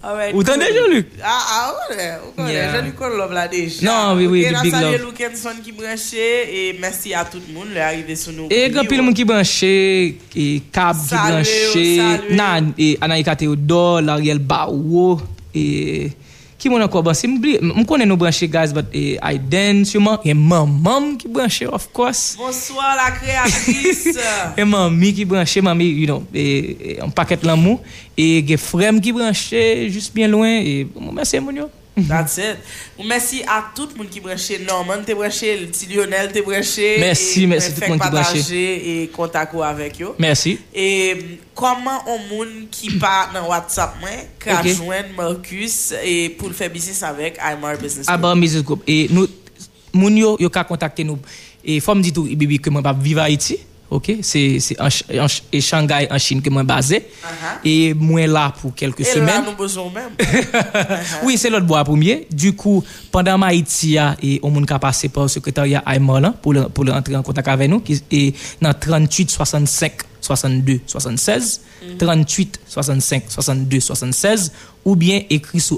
Alright, Ou t'entendez, Jean-Luc? Ouais. Yeah. Jean-Luc, on l'a là déjà. Non, oui, Ok, big salut love. Lukenson qui branché et merci à tout le monde l'arrivée sur nous. Et grand pile moun qui branché, et Cab qui branché, Nan, et Anaïka Théodore, L'Ariel Barreau, et qui moun encore branché? M'konne nous branché, guys, but Aiden, sûrement, et maman qui branché, of course. Bonsoir la créatrice. Et mamie qui branché, mamie, you know, et un paquet l'amour, et ge frère qui branché, juste bien loin, et merci moun yo. That's it. Merci à tout le monde qui branché. Norman t'es branché, le petit Lionel t'es branché. Merci tout le monde qui branché. Et contact avec yo. Merci. Et comment on monde qui part dans WhatsApp moi, qu'a joindre Marcus et pour le faire business avec Aymar Business Group. Aymar Business Group. Et nous moun yo ka contacter nous. Et faut me dire tout bibi que moi pas vivre à Haïti. OK, c'est en Shanghai en Chine que moi basé et moi là pour quelques semaines. Là nous besoin même. Oui, c'est l'autre bois premier. Du coup, pendant Haïti et on moun ka passer par le secrétariat Aymar là pour entrer en contact avec nous qui est dans 38 65 62 76 38 65 62 76 ou bien écrit sur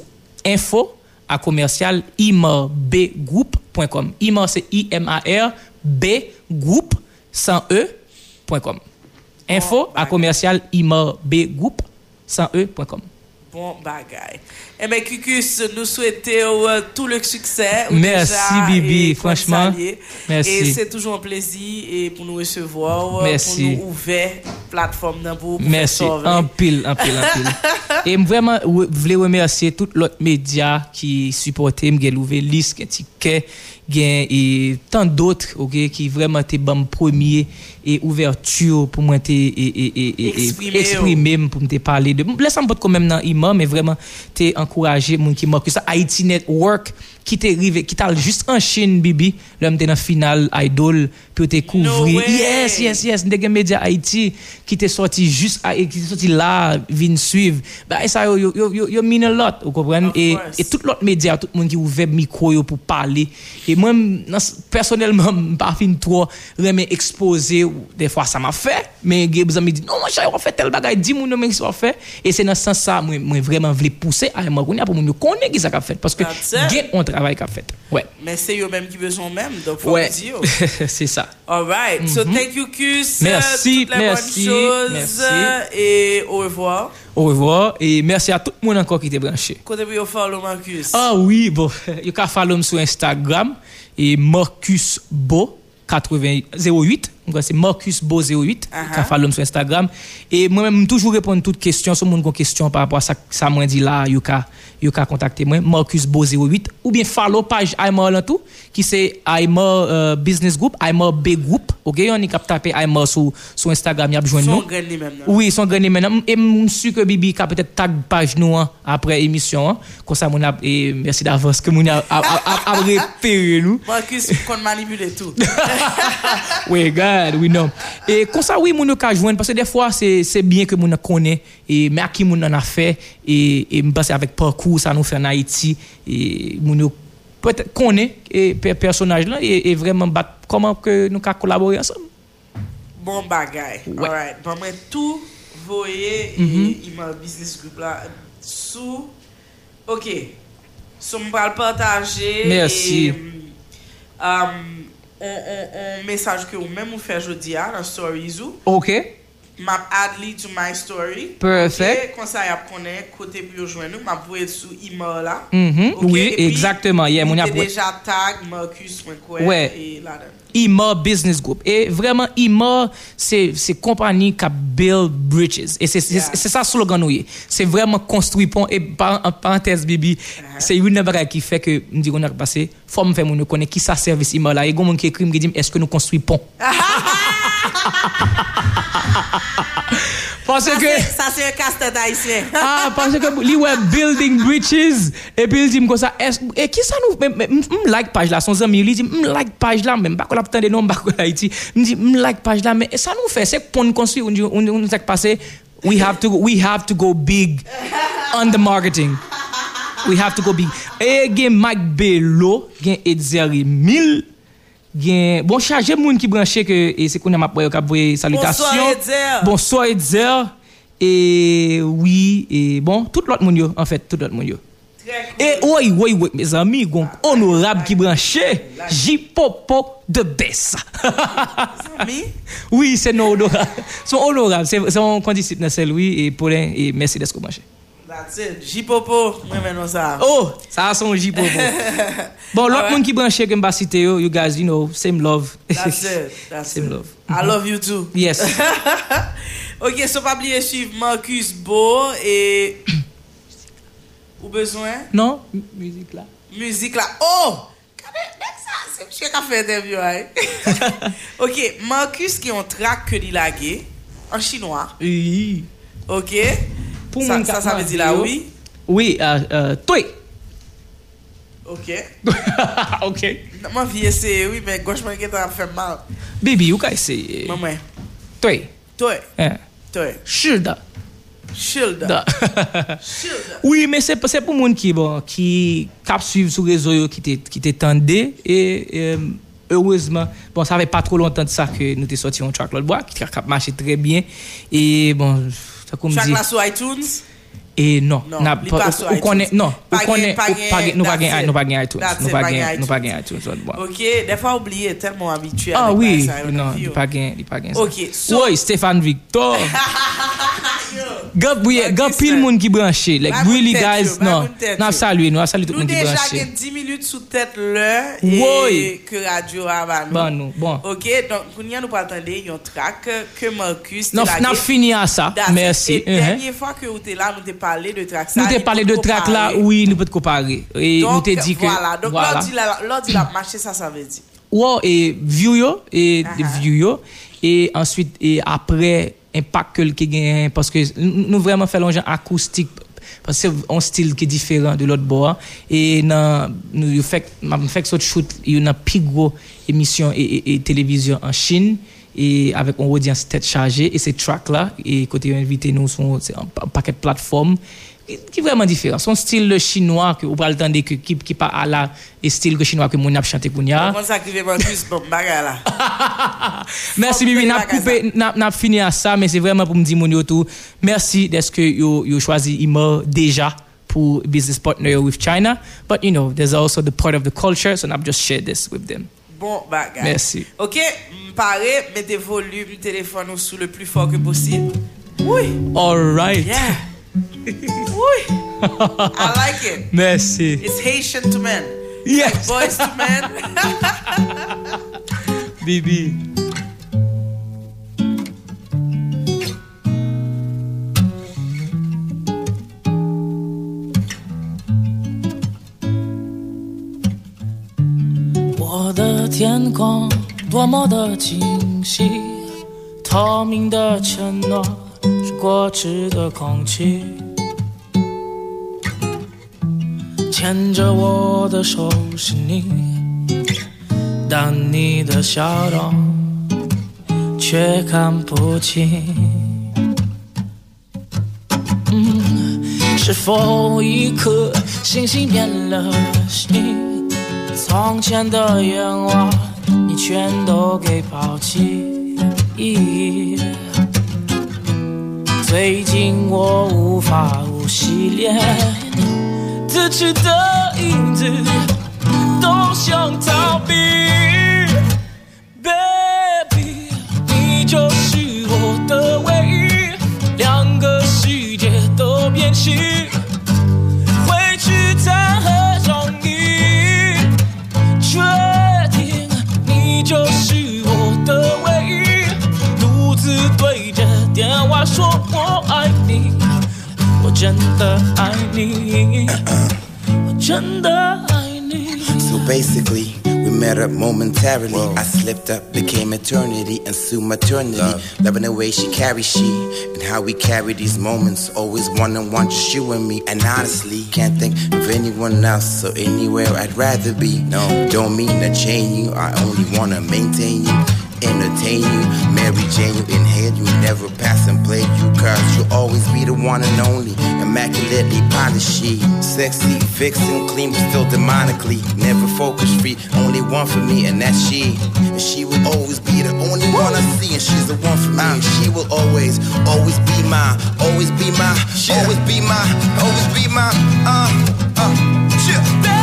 info@commercial-imbgroup.com. Imar c'est IMAR B group sans e.com. info@commercial-imbgroup sans e.com. Bon bagay. Eh bien, Kukus, nous souhaitons tout le succès. Merci, Bibi, franchement. Merci. Et c'est toujours un plaisir et pour nous recevoir. Merci. Pour nous ouvrir plateforme pour merci. En pile. Et vraiment, je voulais remercier tous les autres médias qui supportent, qui ont ouvert liste, et tant d'autres, ok, qui vraiment étaient bon premier et ouverture pour moi exprimer pour me parler de laisse-moi pas quand même dans imam mais vraiment t'es encourager moun qui marque ça Haiti Network qui t'est arrivé qui t'a juste en Chine bibi l'homme t'es dans finale idol puis t'es couvrir yes des médias Haïti qui t'est sorti juste qui t'est sorti là vinn suivre bah ça yo mean a lot vous comprenez et tout l'autre média tout le monde qui ouvert micro pour parler et moi personnellement pas fin trop remet exposer des fois ça m'a fait mais les amis disent non moi j'ai fait tel bagage dis moun mais ça fait et c'est dans ce sens ça moi vraiment voulais pousser à moi pour nous connaître qui ça qu'a fait parce que on travail qu'a fait ouais mais c'est eux même qui besoin même donc faut dire c'est ça all right so thank you Kus merci et au revoir et merci à tout le monde encore qui était branché côté vous follow Marcus ah oui bon you can follow me sur Instagram et Marcus Bo 08 c'est Marcus Bo 08 qui follow me sur Instagram et moi même toujours répondre toutes questions sur mon question par rapport à ça moi dit là you can contacter moi Marcus Bo 08 ou bien follow page Aymar là tout qui c'est Aymar Business Group Aymar B Group OK on y cap taper Aymar sur Instagram y a besoin nous oui son grand même et je suis que Bibi ka peut-être tag page nous après émission comme ça mon et merci d'avance que mon a repérer nous Marcus qu'on manipule tout oui God we know et comme ça oui mon ka joindre parce que des fois c'est bien que mon connaît et mais à qui mon en a fait et me passer avec parcours ça nous fait en Haïti et mon peut-être connaît et personnage là et vraiment comment que nous ca collaborer ensemble bon bagay alright bon moi tout voyez Aymar Business Group là sous OK so me va partager merci on message que ou même ou fait jodi a dans stories ou OK m'a add lead to my story perfect comme ça y a connaît côté pour joindre nous m'a voyer sous Aymar là oui exactement hier mon a déjà tag Marcus et là-dedans Aymar Business Group et vraiment Aymar c'est compagnie qui build bridges et c'est ça slogan nous c'est vraiment construire pont et en parenthèse bibi c'est une bagage qui fait que me dit on a passé faut me faire mon connaître qui ça service Aymar là et gon qui écrit me dit est-ce que nous construit pont parce que ça c'est un casse-tête haïtien parce que li were building bridges et puis il dit comme ça et qui ça nous like page là son ami il dit like page là même pas qu'on attendre non pas Haïti me dit like page là mais ça nous fait c'est pour nous construire on s'est passé we have to go big on the marketing we have to go big et game Mike Bello gen Edzeri 1000 bon chargé moun qui branché que et c'est qu'on a m'a cap voyer salutation bonsoir Edzer Et oui, et bon, tout l'autre monde yo, en fait, tout l'autre monde yo. Et oui, mes amis, gon honorable qui branché, J-Popo de Bessa. Oui, c'est non honorable. Son honorable, c'est un condisciple dans Saint-Louis et Paulin et merci d'être branché. That's it. J-Popo, moi maintenant ça. Oh, ça son J-Popo. Bon, l'autre monde qui branché que m'ba cité yo, you guys, you know, same love. That's it. Same love. I love you too. Yes. OK, so pas oublier suivre Marcus Beau et ou besoin? Non, musique là. Musique là. Oh! C'est monsieur qui a fait interview. OK, Marcus qui ont track que il a gagné en chinois. Oui. OK. Pour ça veut dire là oui. Oui, toi. OK. OK. Moi vie c'est oui mais gauche moi qui t'a fait mal. Baby, you guys say. Maman. Toi. Toi. Toi. Shilda. Oui, mais c'est pour monde qui cap suivre sur réseau qui t'étendait et heureusement bon ça fait pas trop longtemps de ça que nous t'es sorti un track l'autre bois qui cap marché très bien et bon ça comme dit track là sur iTunes et non on connaît non on connaît nous pas gain iTunes nous pas gain iTunes OK des fois oublier tellement habitué ah oui non il pas gain OK oui Stéphane Victor Gap pile monde qui branché like really guys non salut tout le monde qui branché déjà 10 minutes sous tête l'heure et que radio avant nous bon OK donc nous nous pas attendre un track que Marcus n'a fini à ça merci dernière fois que vous étiez là nous t'ai parlé de track ça nous t'ai parlé de track là oui nous peut comparer et nous t'ai dit que voilà donc l'autre il a marché ça veut dire ouais et view yo et ensuite et après impact que qui gagne parce que nous vraiment fait l'engin acoustique parce que c'est un style qui est différent de l'autre bord et nous fait ce shoot il y a une plus gros émission et télévision en Chine et avec une audience tête chargée et ces tracks là et côté invité nous sont un paquet de plateformes qui est vraiment différent son style chinois que vous parlez entendre qui pas à la style chinois que mon a chanté kounya comment ça qui veut plus bon bagarre là merci bibi n'a fini à ça mais c'est vraiment pour me dire mon tout merci d'être que you choisi Imo déjà pour business partner with China but you know there's also the part of the culture so I've just shared this with them bon bagarre merci OK paré mettez volume téléphone sous le plus fort que possible oui all right yeah oui I like it merci it's Haitian to men yes like boys to men Bibi我的天空多么的清晰透明的承诺是过去的空气牵着我的手是你但你的笑容却看不清是否一颗星星变了心从前的愿望你全都给抛弃最近我无法无息连自己的影子都想逃避 Baby 你就是我的唯一两个世界都变形回去才很容易确定你就是我的唯一独自对着电话说我爱你我真的爱你我真的爱你 So basically we met up momentarily. Whoa. I slipped up, became eternity, and soon maternity. Loving the way she carries she, and how we carry these moments. Always one-on-one, just you and me. And honestly, can't think of anyone else or anywhere I'd rather be. No, don't mean to chain you, I only wanna maintain you. entertain you. Mary Jane, you inhale, you never pass and play you. Cause you'll always be the one and only, immaculately polished. Sexy, vixen, clean, but still demonically. Never focus free, only one for me, and that's she. And she will always be the only one I see, and she's the one for me. And she will always be mine, always be mine, always be mine, always be mine. Chill.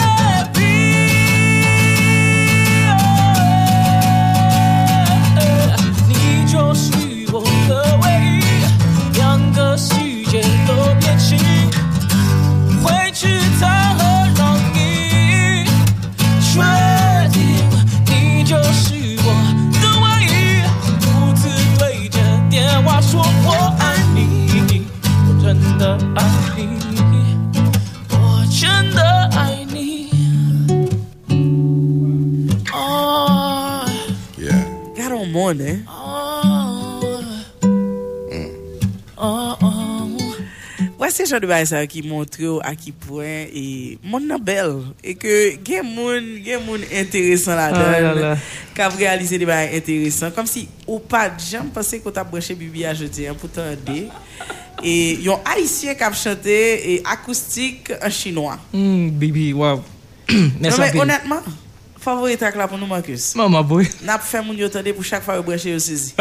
Morning. Ouais, c'est genre de bail qui montre à qui point et monde nan belle et que gen moun intéressant là-dedans qui a réalisé des bails intéressants comme si ou pas jamais pensé qu'on t'a branché Bibi à jeudi pour t'aider et yon haïtien qui a chanté et acoustique en chinois. Bibi, wow. Merci. Non, mais honnêtement favori track là pour nous Marcus. Maman boy. N'a fait mon yo tande pour chaque fois yo brancher yo saisi.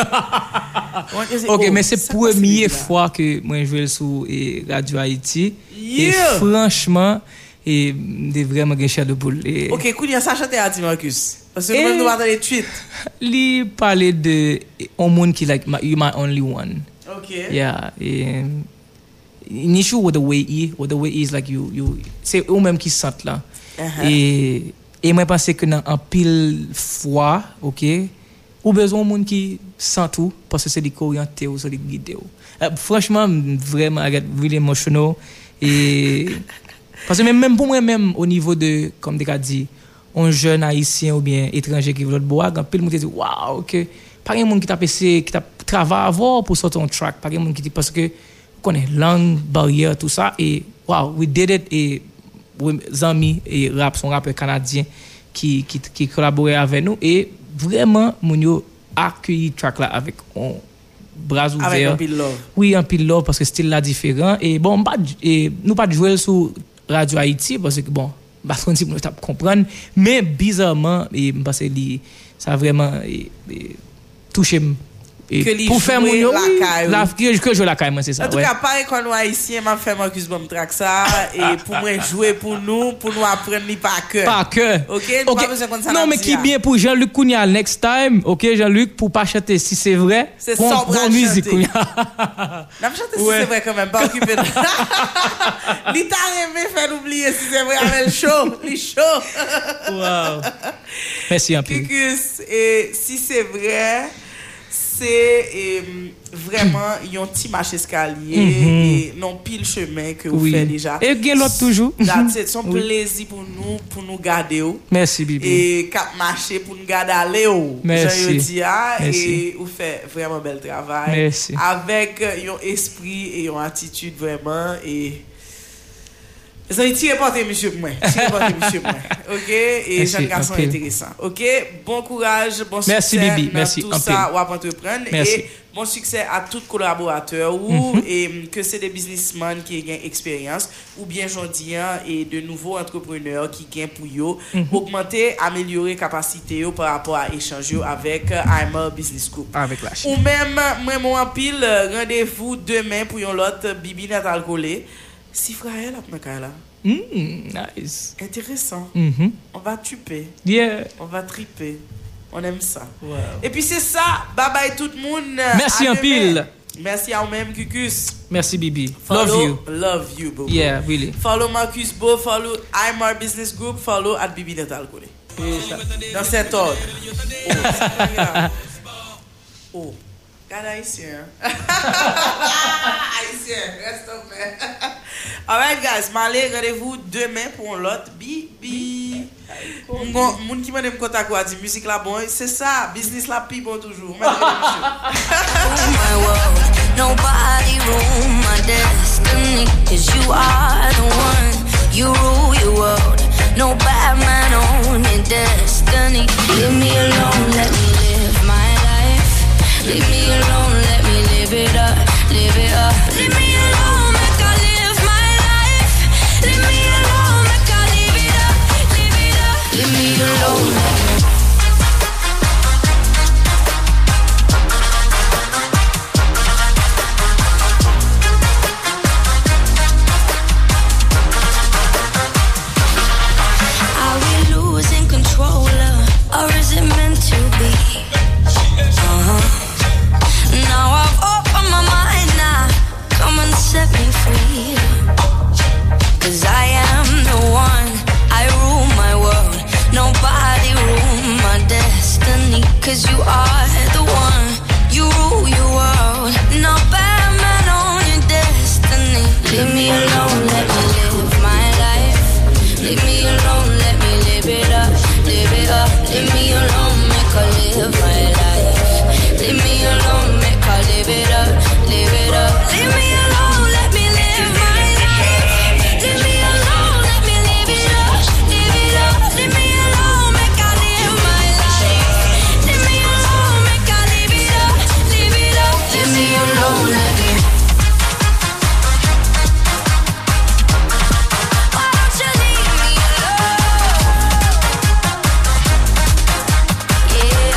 OK, mais c'est première fois que moi jouer sur Radio Haïti et franchement et de vraiment gêcher de boule. OK, kounya ça chanter à Marcus parce que nous pas les tweets. Li parler de un monde qui like you my only one. OK. Yeah, initial with the way is like you c'est eux même qui sentent là. Et moi pense que dans en pile fois, OK, ou besoin monde qui sent tout parce que c'est des orienté ou c'est des guidé. Franchement vraiment I get really emotional et parce que même pour moi même au niveau de comme tu as dit un jeune haïtien ou bien étranger qui veut l'autre bois, en pile monde dit waouh, OK, pas un monde qui t'a passé qui t'a travaillé avant pour sortir un track, pas un monde qui dit parce que connaît langue barrière tout ça et wow, we did it et Zami et rap son rappeur canadien qui collaborait avec nous et vraiment mon yo accueilli track là avec un bras ouverts avec un pile love. Oui, un pile love parce que style là différent et bon nous pas jouer sur Radio Haïti parce que bon parce qu'on dit nous t'a comprendre mais bizarrement et parce que ça vraiment touché pour faire mon que je la caille moi c'est ça. En tout cas pareil quand nous haïtiens m'a fait Marcus bon track ça et pour moi jouer pour nous apprendre ni par cœur. OK, pas besoin comme ça. Non mais qui bien pour Jean-Luc Kounia next time. OK Jean-Luc pour pas chanter si c'est vrai. C'est sobre musique Kounia. N'a chanter si c'est vrai quand même pas occupé. Li t'a aimé faire oublier si c'est vrai avec le show. Wow. Merci un peu. Et si c'est vrai c'est vraiment un petit marché escalier et non pile chemin que vous faites déjà. Et bien l'autre toujours. C'est son plaisir pour nous garder. Merci Bibi. Et cap marché pour nous garder aller. Merci. Et vous faites vraiment bel travail. Merci. Avec un esprit et une attitude vraiment et ça y tire porter monsieur pour moi. OK et jeune garçon intéressant. OK, bon courage, bon succès. Merci Bibi, merci tout ça ou à entreprendre et bon succès à tous collaborateurs ou et que c'est des businessmen qui gagnent expérience ou bien jodiens et de nouveaux entrepreneurs qui gagnent pour yo augmenter, améliorer capacité yo par rapport à échanger avec Aimer Business Group. Avec la ou même moi en pile rendez-vous demain pour une autre Bibi Natal Collé. Si frère là. Nice. Intéressant. On va tuper. Yeah. On va triper. On aime ça. Wow. Et puis c'est ça. Bye bye tout le monde. Merci en pile. Merci à vous-même, Kukus. Merci Bibi. Love you, Bobo. Yeah, really. Follow Marcus Bo, follow Aimer Business Group, follow at Bibi Natal Collé. Dans cet ordre. Oh. Regarde haïtien. Haïtien, reste en paix. Alright guys, m'allez rendez-vous demain pour l'autre Bibi. Moun qui m'a dem contact quoi dit musique la bon, c'est ça, business la pi bon toujours. My world, nobody rule my destiny, 'cause you are the one. You rule your world. No bad man on your destiny. Leave me alone, let me live my life. 'cause you are the one. You rule your world. No bad man on your destiny. Leave me alone, let me live my life. Leave me alone, let me live it up, live it up. Leave me alone, make her live my life. Leave me alone, make her live it up, live it up. Leave me alone, let me live my life. Leave me alone, let me live it up, live it up. Leave me alone, make her live my life. Leave me alone, make her live it up, live it up. Leave me alone, let me. Why don't you leave me alone? Yeah.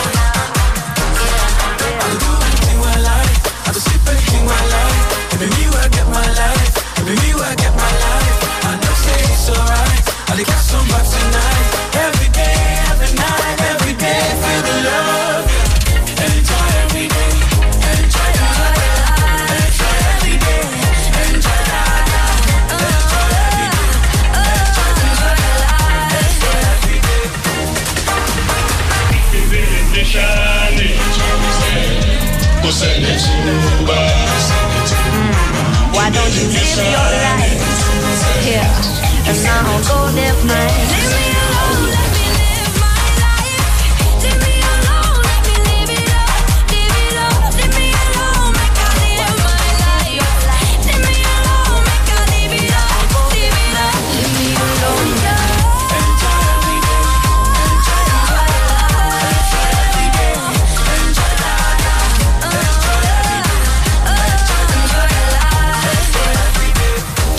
Why don't you live your life here and I'll go live mine. Leave me alone, let me live my life. Leave me alone, let me live it up, live it up. Leave me alone, make I live my life. Leave me alone, make I live it up, live it up. Leave me alone, enjoy every day, enjoy life, every day, enjoy life, enjoy every day, enjoy life, every day.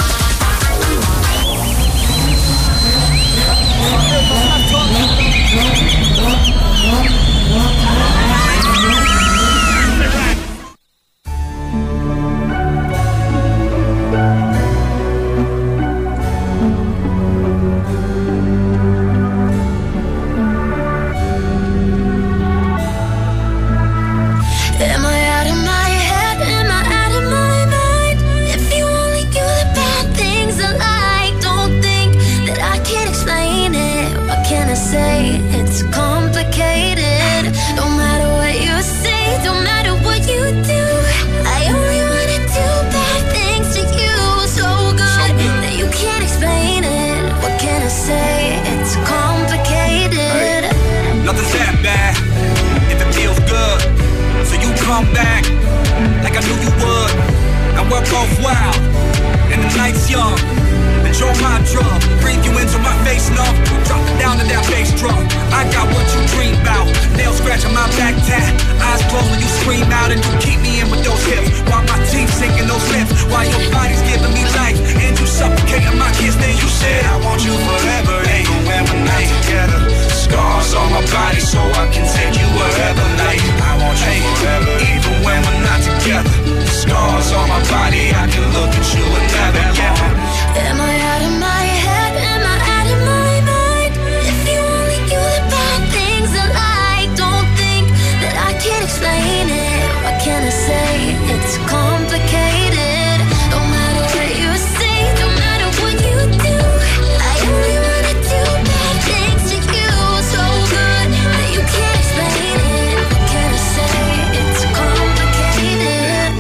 Am I out of my head? Am I out of my mind? If you only knew the bad things I like, don't think that I can explain it. What can I say? It's complicated. No matter what you say, no matter what you do, I only wanna do bad things to you. So good that you can't explain it. What can I say? It's complicated. Nothing's that bad if it feels good. So you come back like I knew you would. And we're both wild and the night's young. Enjoy my drug, breathe you into my face numb. Drop it down to that bass drum. I got what you dream about. Nails scratching my back tat. Eyes closed when you scream out and you keep me in with those hips. While my teeth sinking those lips. While your body's giving me life and you suffocating my kiss. Then you said I want you forever. Even when we're not together. Scars on my body so I can take you wherever. Like I want you forever. Even when we're not together. Scars on my body, I can look at you and never get. Am I out of my head? Am I out of my mind? If you only knew the bad things I like, don't think that I can explain it. What can I say? It's complicated. No matter what you say, no matter what you do, I only wanna do bad things to you. So good that you can't explain it. What can I say? It's complicated.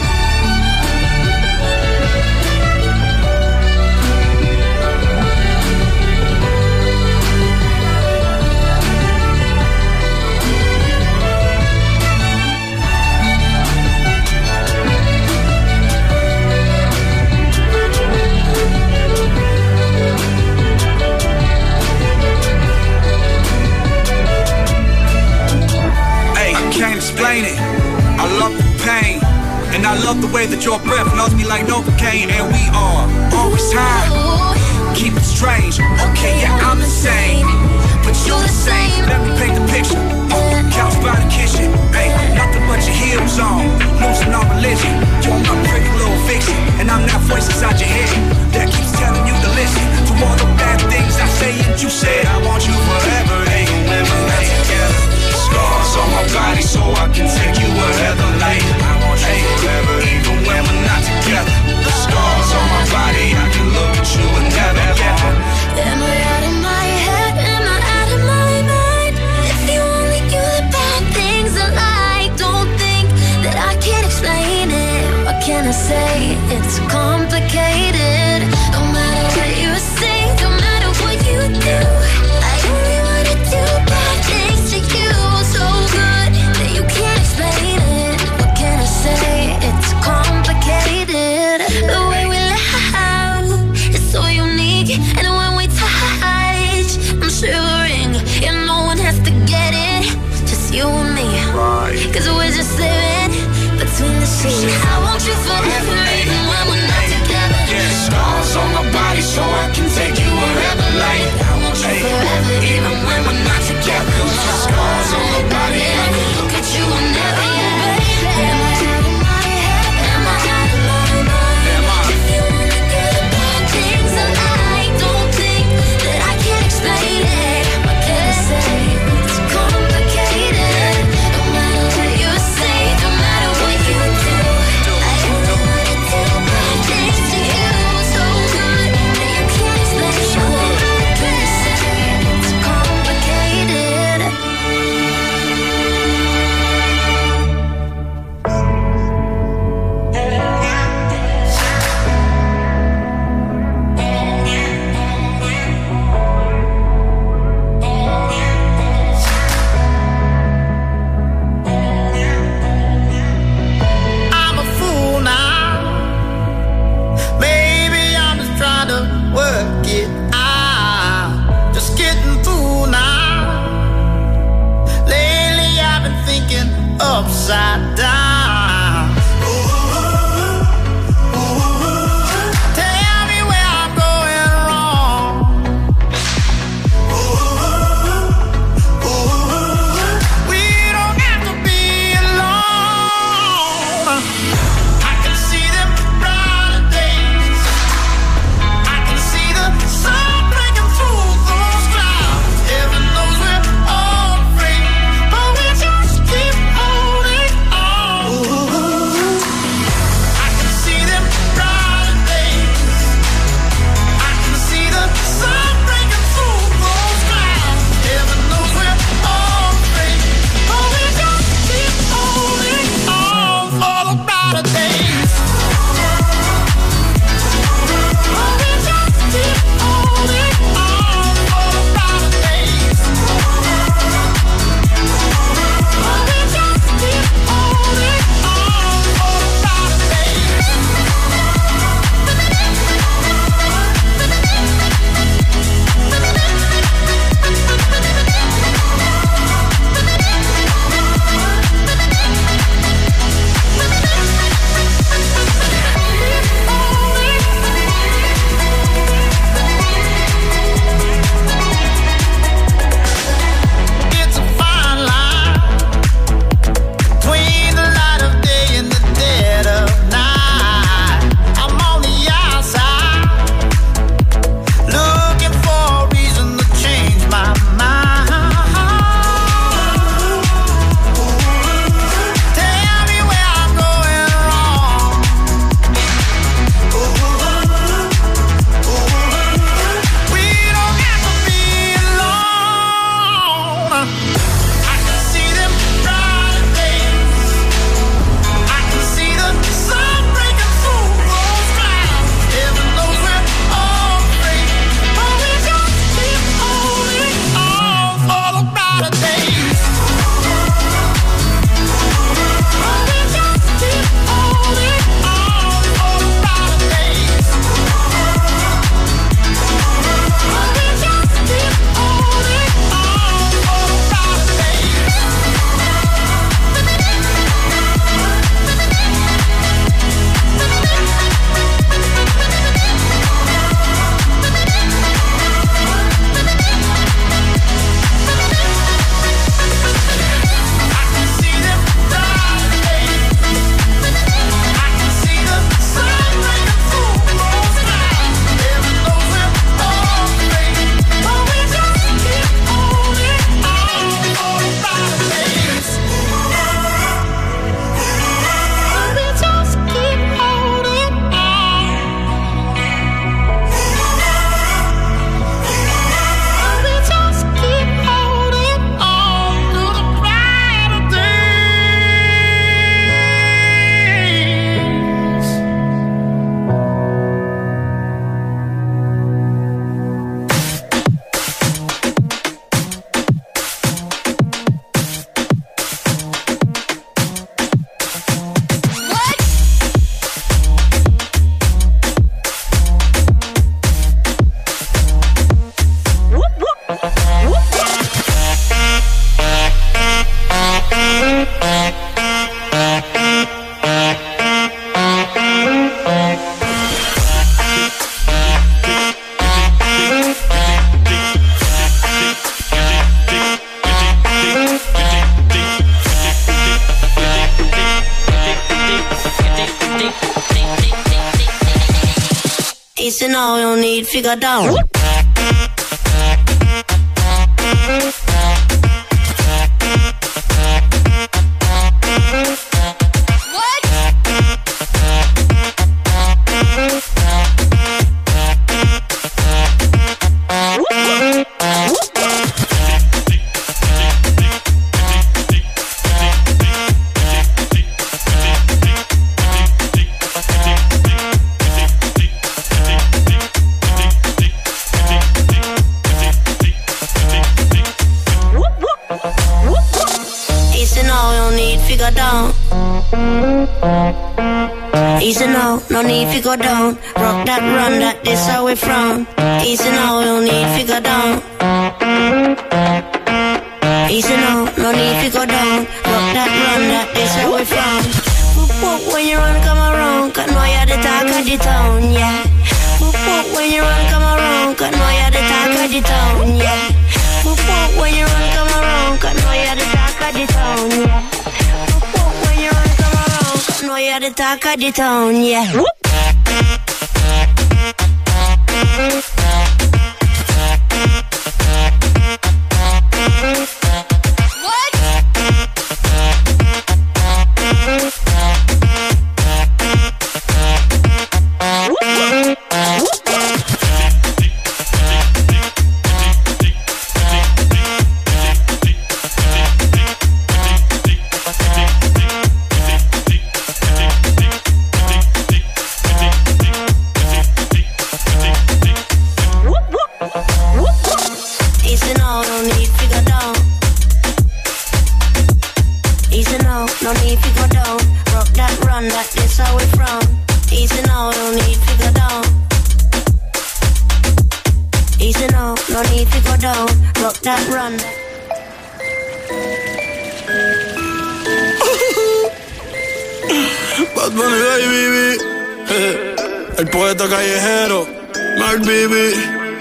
Can't explain it. I love the pain, and I love the way that your breath melts me like Novocaine. And we are always high. Keep it strange. Okay, yeah, I'm insane, but you're the same. Let me paint the picture. Couch by the kitchen. Hey, nothing but your heels on. Losing all religion. You're my pretty little fiction, and I'm that voice inside your head that keeps telling you to listen to all the bad things I say. And you said I want you forever. Hey, when we're not together. Scars on my body so I can take you wherever. Like I want you forever. Even when we're not together. Scars on my body, I can look at you 'cause we're just living between the sheets. I want you forever, even when we're not together. Scars on my body so I can take you wherever, like I want you forever, even when we're not together. Scars on my body, I can look at you and never, am I out of my head? Am I out of my mind? If you wanna get about things that I don't think that I can explain it, what can I say? It's complicated. No matter what you say, no matter what you do, I only wanna do bad things to you, so good that you can't explain. What can I say? It's complicated. I'm a fool now. Maybe I'm just trying to work it out. Just getting through now. Lately I've been thinking upside down. Tell me where I'm going wrong. We don't have to be alone. I can see them brighter days. I can see the sun breaking through those clouds. Heaven knows we're all afraid, but we just keep holding on. now, you don't need figure down. Easy now, no need to go down. Rock that, run that, this how we from. Easy now, no need to go down. Easy now, no need to go down. Rock that, run that, this how we from. Whoop, when you run, come around, cause now you're the talk of the town, yeah. Whoop, when you run, come around, cause now you're the talk of the town, yeah. Whoop, when you run, come around, cause now you're the talk of the town, yeah. No, you're the talk of the town, yeah. Bad Bunny, baby. El poeta callejero, Mark Baby.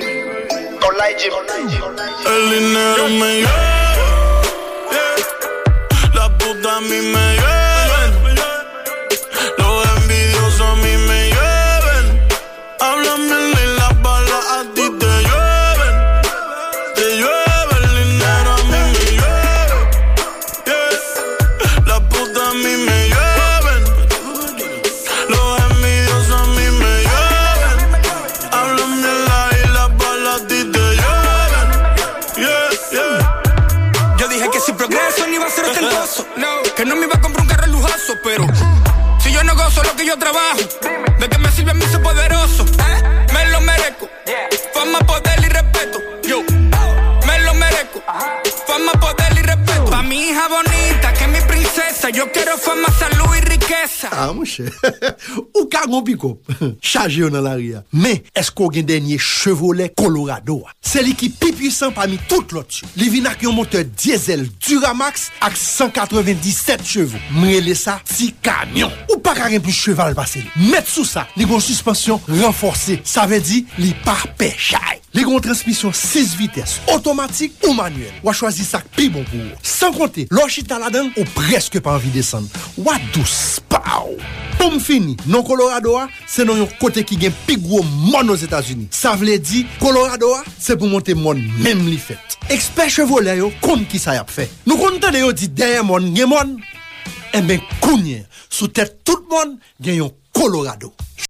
El dinero me lleva, la puta a mí me llevan, los envidiosos a mí me llevan. Hablan bien y las balas a ti te llueven. Te llueve el dinero a mí me lleva, la puta a mí me llevan, los envidiosos a mí me llevan. Hablan bien y las balas a ti te llueven. Yo dije que sin progreso ni iba a ser ostentoso, no, que no me iba a comprar un carro lujoso, pero si yo no gozo lo que yo trabajo, ¿de qué me sirve mi ser poderoso? Me lo merezco, fama, poder y respeto. Yo, me lo merezco, fama, poder y respeto. Pa' mi hija bonita, que es mi princesa, yo quiero fama, salud y riqueza. Ah, mon cher, ou ka gon piko, chargé dans la ria. Mais, est-ce qu'on a dernier Chevrolet Colorado? C'est lui qui plus puissant parmi toutes l'autre. Li vin ak yon moteur diesel Duramax ak 197 chevaux. M'rele ça, ti camion. Ou pas carré plus cheval passé. Mettre sous ça, li gon suspension renforcée. Ça veut dire li pas péchai. Li gon transmission 6 vitesses, automatique ou manuel. Ou choisi ça pi bon pour. Sans compter, l'orchita là-dedans ou presque pas envie descendre. Ou douce, pow. Pour fini, non Colorado, c'est non yon côté qui gen pi gros monde aux États-Unis. Ça veut dire Colorado, c'est pour monter monde même li fait. Expert Chevrolet yo comme qui ça y a fait. Nous comptons yo dit derrière monde gen monde. Eh ben kounye, sous tête tout monde gen yon Colorado.